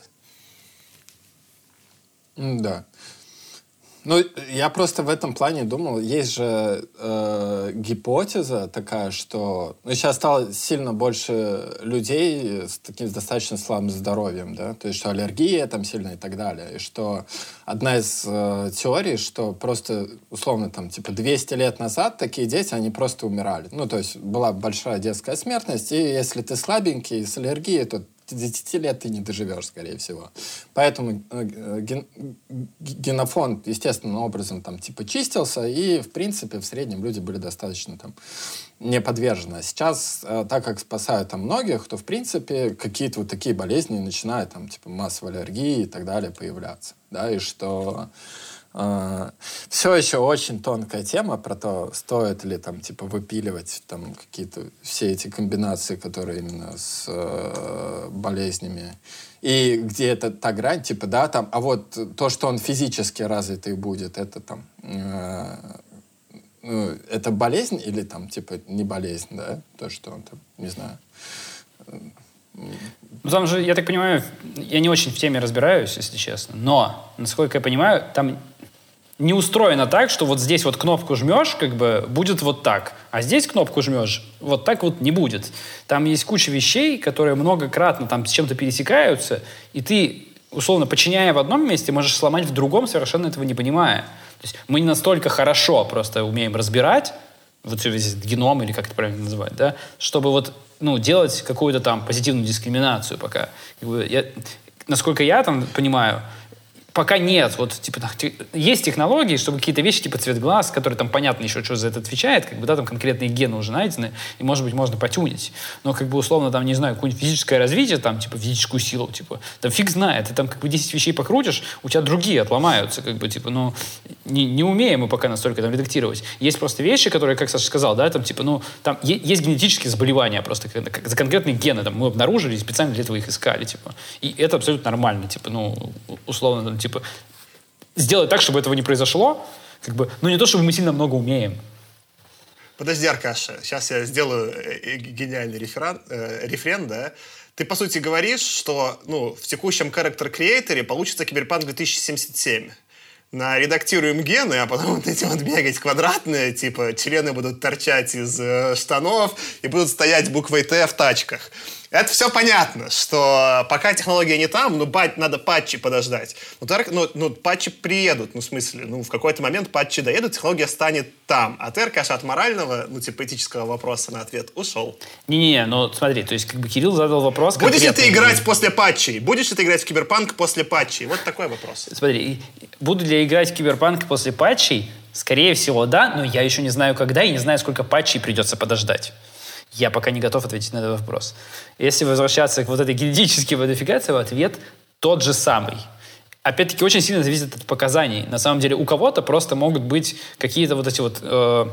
Да. Ну, я просто в этом плане думал, есть же э, гипотеза такая, что ну, сейчас стало сильно больше людей с таким с достаточно слабым здоровьем, да, то есть что аллергия там сильно и так далее, и что одна из э, теорий, что просто условно там типа двести лет назад такие дети, они просто умирали, ну, то есть была большая детская смертность, и если ты слабенький с аллергией, то десять лет ты не доживешь, скорее всего. Поэтому ген, генофонд естественным образом там типа чистился, и, в принципе, в среднем люди были достаточно там не подвержены. А сейчас, так как спасают там многих, то, в принципе, какие-то вот такие болезни начинают там типа массовой аллергии и так далее появляться. Да, и что... Uh, все еще очень тонкая тема про то, стоит ли там типа выпиливать там какие-то все эти комбинации, которые именно с uh, болезнями, и где это та грань, типа, да, там, а вот то, что он физически развитый будет, это там uh, uh, это болезнь или там типа не болезнь, да, то, что он там, не знаю. Ну, там же, я так понимаю, я не очень в теме разбираюсь, если честно, но, насколько я понимаю, там не устроено так, что вот здесь вот кнопку жмешь, как бы будет вот так, а здесь кнопку жмешь, вот так вот не будет. Там есть куча вещей, которые многократно там с чем-то пересекаются, и ты, условно, подчиняя в одном месте, можешь сломать в другом, совершенно этого не понимая. То есть мы не настолько хорошо просто умеем разбирать вот все весь геном, или как это правильно называть, да, чтобы вот, ну, делать какую-то там позитивную дискриминацию пока. Как бы я, насколько я там понимаю, Пока нет. Вот, типа, есть технологии, чтобы какие-то вещи, типа цвет глаз, которые там понятно еще, что за это отвечает, как бы, да, там конкретные гены уже найдены, и, может быть, можно потюнить. Но, как бы, условно, там, не знаю, какое-нибудь физическое развитие, там, типа, физическую силу, типа, там фиг знает. Ты там, как бы, десять вещей покрутишь, у тебя другие отломаются, как бы, типа, ну, не, не умеем мы пока настолько там редактировать. Есть просто вещи, которые, как Саша сказал, да, там, типа, ну, там е- есть генетические заболевания просто, как, как, за конкретные гены, там, мы обнаружили и специально для этого их искали, типа. И это абсолютно нормально, типа, ну, условно, там, типа, сделать так, чтобы этого не произошло, как бы, ну, не то, чтобы мы сильно много умеем. Подожди, Аркаша, сейчас я сделаю гениальный реферан, э, рефрен, да? Ты, по сути, говоришь, что, ну, в текущем character-креаторе получится Киберпанк две тысячи семьдесят семь. Наредактируем гены, а потом вот эти вот бегать квадратные, типа, члены будут торчать из э, штанов и будут стоять буквой Т в тачках. Это все понятно, что пока технология не там, ну, бать, надо патчи подождать. Ну, так, ну, ну, патчи приедут, ну, в смысле, ну, в какой-то момент патчи доедут, технология станет там. А ты, Аркаша, от морального, ну, типа, этического вопроса на ответ ушел. Не-не-не, ну, смотри, то есть, как бы, Кирилл задал вопрос... Будешь ли ты играть после патчей? Будешь ли ты играть в Киберпанк после патчей? Вот такой вопрос. Смотри, буду ли я играть в Киберпанк после патчей? Скорее всего, да, но я еще не знаю, когда, и не знаю, сколько патчей придется подождать. Я пока не готов ответить на этот вопрос. Если возвращаться к вот этой генетической модификации, ответ тот же самый. Опять-таки, очень сильно зависит от показаний. На самом деле, у кого-то просто могут быть какие-то вот эти вот... Э,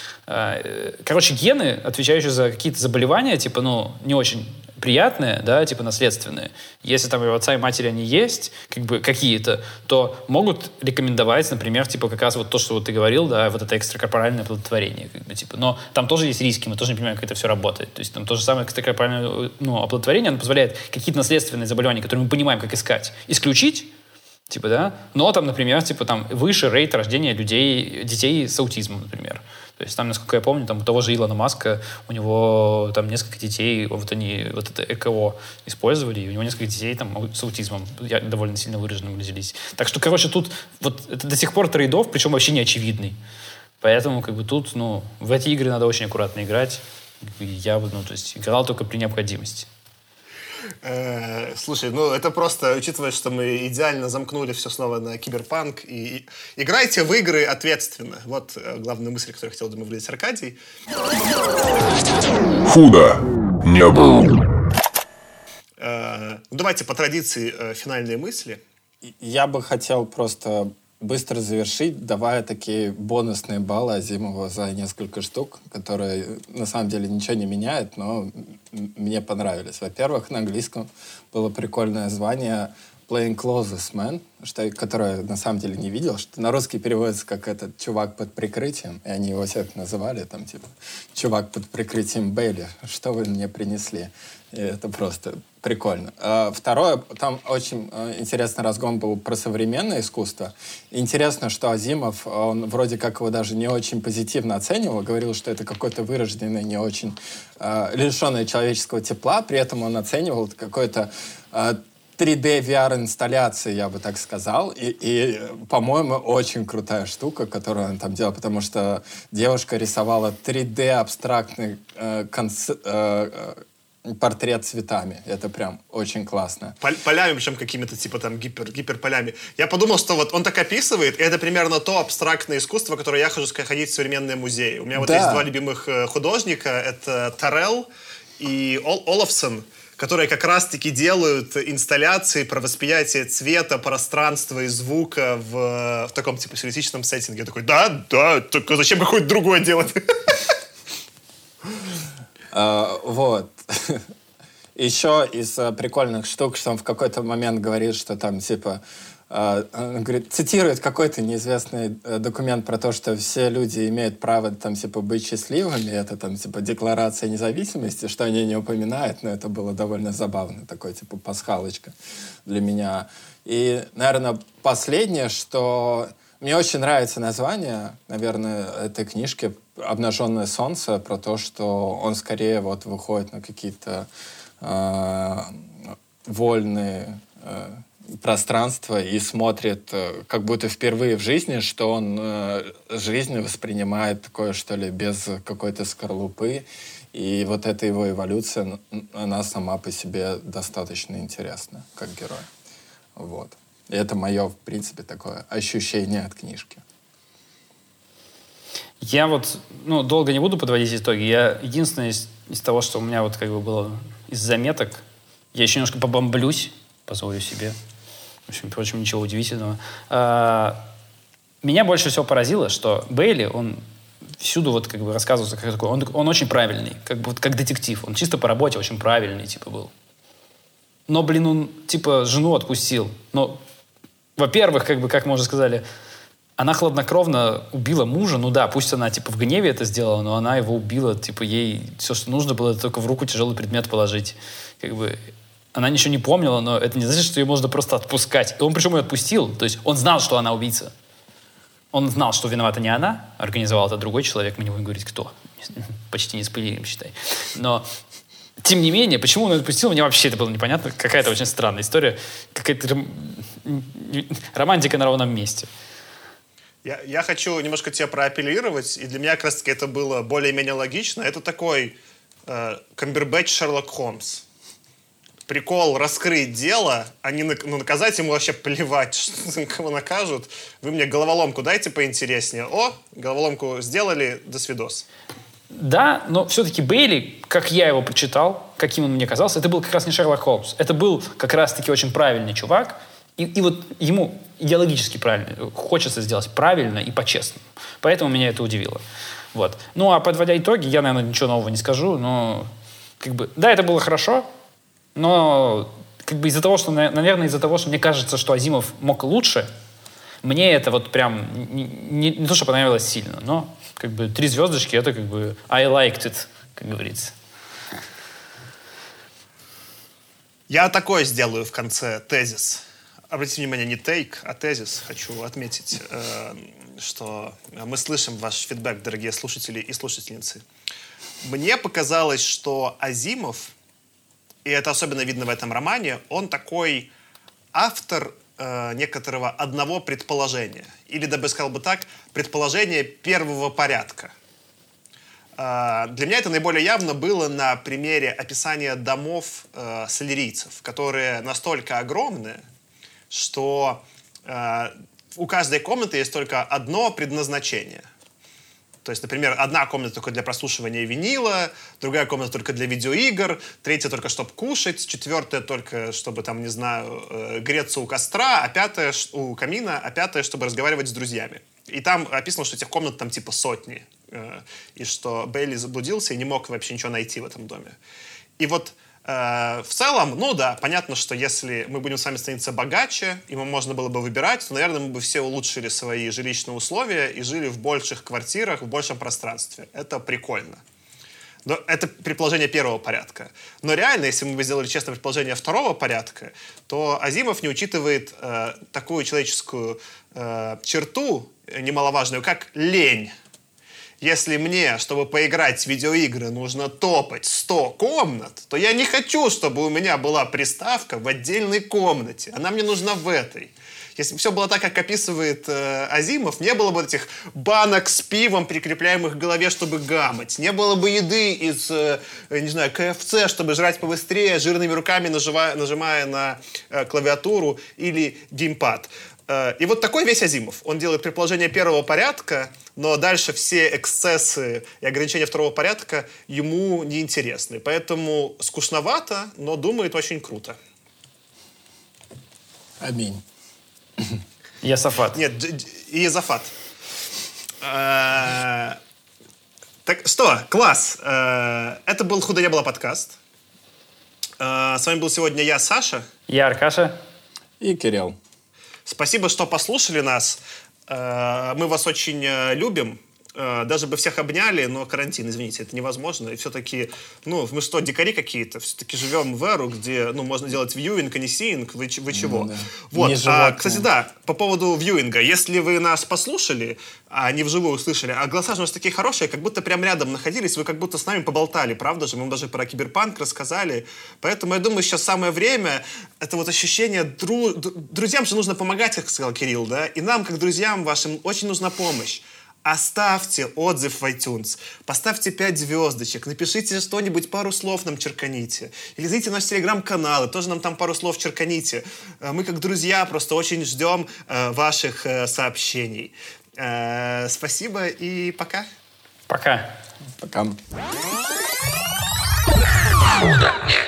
э, короче, гены, отвечающие за какие-то заболевания, типа, ну, не очень приятные, да, типа наследственные. Если там у отца и матери они есть, как бы какие-то, то могут рекомендовать, например, типа как раз вот то, что вот ты говорил, да, вот это экстракорпоральное оплодотворение, как бы, типа. Но там тоже есть риски, мы тоже не понимаем, как это все работает. То есть там то же самое экстракорпоральное, ну, оплодотворение, оно позволяет какие-то наследственные заболевания, которые мы понимаем, как искать, исключить, типа, да, но там, например, типа там выше рейт рождения людей, детей с аутизмом, например. То есть там, насколько я помню, там у того же Илона Маска, у него там несколько детей, вот они вот это ЭКО использовали, и у него несколько детей там с аутизмом довольно сильно выраженным родились. Так что, короче, тут вот это до сих пор трейд-офф, причем вообще не очевидный. Поэтому как бы тут, ну, в эти игры надо очень аккуратно играть. Я бы, ну, то есть играл только при необходимости. Э, слушай, ну это просто, учитывая, что мы идеально замкнули все снова на Киберпанк, и, и играйте в игры ответственно. Вот э, главная мысль, которую хотел, думаю, выразить Аркадий. Худо не было. Э, ну, давайте по традиции э, финальные мысли. Я бы хотел просто быстро завершить, давая такие бонусные баллы Азимову за несколько штук, которые на самом деле ничего не меняют, но мне понравились. Во-первых, на английском было прикольное звание Playing Closest Man, что, которое на самом деле не видел, что на русский переводится как этот чувак под прикрытием, и они его всех называли, там, типа, чувак под прикрытием Бейли, что вы мне принесли? И это просто прикольно. А второе, там очень интересный разгон был про современное искусство. Интересно, что Азимов, он вроде как его даже не очень позитивно оценивал, говорил, что это какой-то вырожденный, не очень э, лишенный человеческого тепла, при этом он оценивал какой-то э, три дэ ви ар-инсталляции, я бы так сказал. И, и, по-моему, очень крутая штука, которую он там делал, потому что девушка рисовала три дэ-абстрактный э, концепт, э, портрет цветами. Это прям очень классно. Пол- полями, причем какими-то типа там гипер, гиперполями. Я подумал, что вот он так описывает, и это примерно то абстрактное искусство, которое я хожу ходить в современные музеи. У меня вот да. есть два любимых художника. Это Тарелл и Ол- Олафсон, которые как раз-таки делают инсталляции про восприятие цвета, пространства и звука в, в таком типа сюрреалистичном сеттинге. Я такой, да, да, только зачем какое-то другое делать? Uh, вот. Еще из uh, прикольных штук, что он в какой-то момент говорит, что там, типа, uh, он говорит, цитирует какой-то неизвестный uh, документ про то, что все люди имеют право, там, типа, быть счастливыми. Это, там, типа, декларация независимости, что они не упоминают, но это было довольно забавно. Такой, типа, пасхалочка для меня. И, наверное, последнее, что... Мне очень нравится название, наверное, этой книжки «Обнаженное солнце», про то, что он скорее вот выходит на какие-то э, вольные э, пространства и смотрит э, как будто впервые в жизни, что он э, жизнь воспринимает такое, что ли, без какой-то скорлупы. И вот эта его эволюция, она сама по себе достаточно интересна, как герой. Вот. И это мое, в принципе, такое ощущение от книжки. Я вот, ну, долго не буду подводить итоги. Я единственное из, из того, что у меня вот как бы было из заметок, я еще немножко побомблюсь, позволю себе. В общем, впрочем, ничего удивительного. А, меня больше всего поразило, что Бейли, он всюду вот как бы рассказывается как такой, он, он очень правильный, как бы вот как детектив. Он чисто по работе очень правильный, типа, был. Но, блин, он, типа, жену отпустил. Но, во-первых, как бы, как мы уже сказали, она хладнокровно убила мужа. Ну да, пусть она, типа, в гневе это сделала, но она его убила. Типа, ей все, что нужно было, это только в руку тяжелый предмет положить. Как бы, она ничего не помнила, но это не значит, что ее можно просто отпускать. И он, причем, ее отпустил. То есть он знал, что она убийца. Он знал, что виновата не она. Организовал это другой человек. Мы не будем говорить, кто. Почти не спойлерим, считай. Но... Тем не менее, почему он ее отпустил, мне вообще это было непонятно. Какая-то очень странная история. Какая-то ром... романтика на ровном месте. Я, я хочу немножко тебя проапеллировать, и для меня как раз-таки это было более-менее логично. Это такой э, Камбербэтч Шерлок Холмс. Прикол раскрыть дело, а не на, ну, наказать ему вообще плевать, что, кого накажут. Вы мне головоломку дайте поинтереснее. О, головоломку сделали, до свидос. Да, но все-таки Бейли, как я его прочитал, каким он мне казался, это был как раз не Шерлок Холмс. Это был как раз-таки очень правильный чувак. И, и вот ему идеологически правильно хочется сделать правильно и по-честному. Поэтому меня это удивило. Вот. Ну, а подводя итоги, я, наверное, ничего нового не скажу, но как бы, да, это было хорошо, но как бы из-за того, что, наверное, из-за того, что мне кажется, что Азимов мог лучше, мне это вот прям не, не, не то, что понравилось сильно, но как бы три звездочки, это как бы I liked it, как говорится. Я такое сделаю в конце тезис. Обратите внимание, не тейк, а тезис. Хочу отметить, э, что мы слышим ваш фидбэк, дорогие слушатели и слушательницы. Мне показалось, что Азимов, и это особенно видно в этом романе, он такой автор э, некоторого одного предположения. Или, да бы сказал бы так, предположение первого порядка. Э, для меня это наиболее явно было на примере описания домов э, солерийцев, которые настолько огромные, что э, у каждой комнаты есть только одно предназначение. То есть, например, одна комната только для прослушивания винила, другая комната только для видеоигр, третья только чтобы кушать, четвертая только чтобы, там, не знаю, э, греться у костра, а пятая у камина, а пятая, чтобы разговаривать с друзьями. И там описано, что этих комнат там типа сотни. Э, и что Бейли заблудился и не мог вообще ничего найти в этом доме. И вот э, в целом, ну да, понятно, что если мы будем с вами становиться богаче, и мы можно было бы выбирать, то, наверное, мы бы все улучшили свои жилищные условия и жили в больших квартирах, в большем пространстве. Это прикольно. Но это предположение первого порядка. Но реально, если мы бы сделали честное предположение второго порядка, то Азимов не учитывает э, такую человеческую э, черту немаловажную, как лень. Если мне, чтобы поиграть в видеоигры, нужно топать сто комнат, то я не хочу, чтобы у меня была приставка в отдельной комнате. Она мне нужна в этой. Если бы все было так, как описывает э, Азимов, не было бы этих банок с пивом, прикрепляемых к голове, чтобы гамать. Не было бы еды из, э, не знаю, ка эф це, чтобы жрать побыстрее, жирными руками нажимая, нажимая на э, клавиатуру или геймпад. Э, и вот такой весь Азимов. Он делает предположение первого порядка, но дальше все эксцессы и ограничения второго порядка ему неинтересны. Поэтому скучновато, но думает очень круто. Аминь. Ясафат. Нет, Иезафат. Так что, класс. Это был «Худо не было» подкаст. С вами был сегодня я, Саша. Я Аркаша. И Кирилл. Спасибо, что послушали нас. Мы вас очень любим. Даже бы всех обняли, но карантин, извините, это невозможно. И все-таки, ну, мы что, дикари какие-то? Все-таки живем в эру, где, ну, можно делать вьюинг, а не сиинг. Вы, вы чего? Mm, да. Вот. А, кстати, да, по поводу вьюинга. Если вы нас послушали, а не вживую услышали, а голоса же у нас такие хорошие, как будто прям рядом находились, вы как будто с нами поболтали, правда же? Мы вам даже про киберпанк рассказали. Поэтому я думаю, сейчас самое время, это вот ощущение, дру... друзьям же нужно помогать, как сказал Кирилл, да? И нам, как друзьям вашим, очень нужна помощь. оставьте отзыв в iTunes, поставьте пять звездочек, напишите что-нибудь, пару слов нам черканите. Или зайдите в наш телеграм-канал, и тоже нам там пару слов черканите. Мы, как друзья, просто очень ждем э, ваших э, сообщений. Э, спасибо и пока. Пока. Пока. Удачи.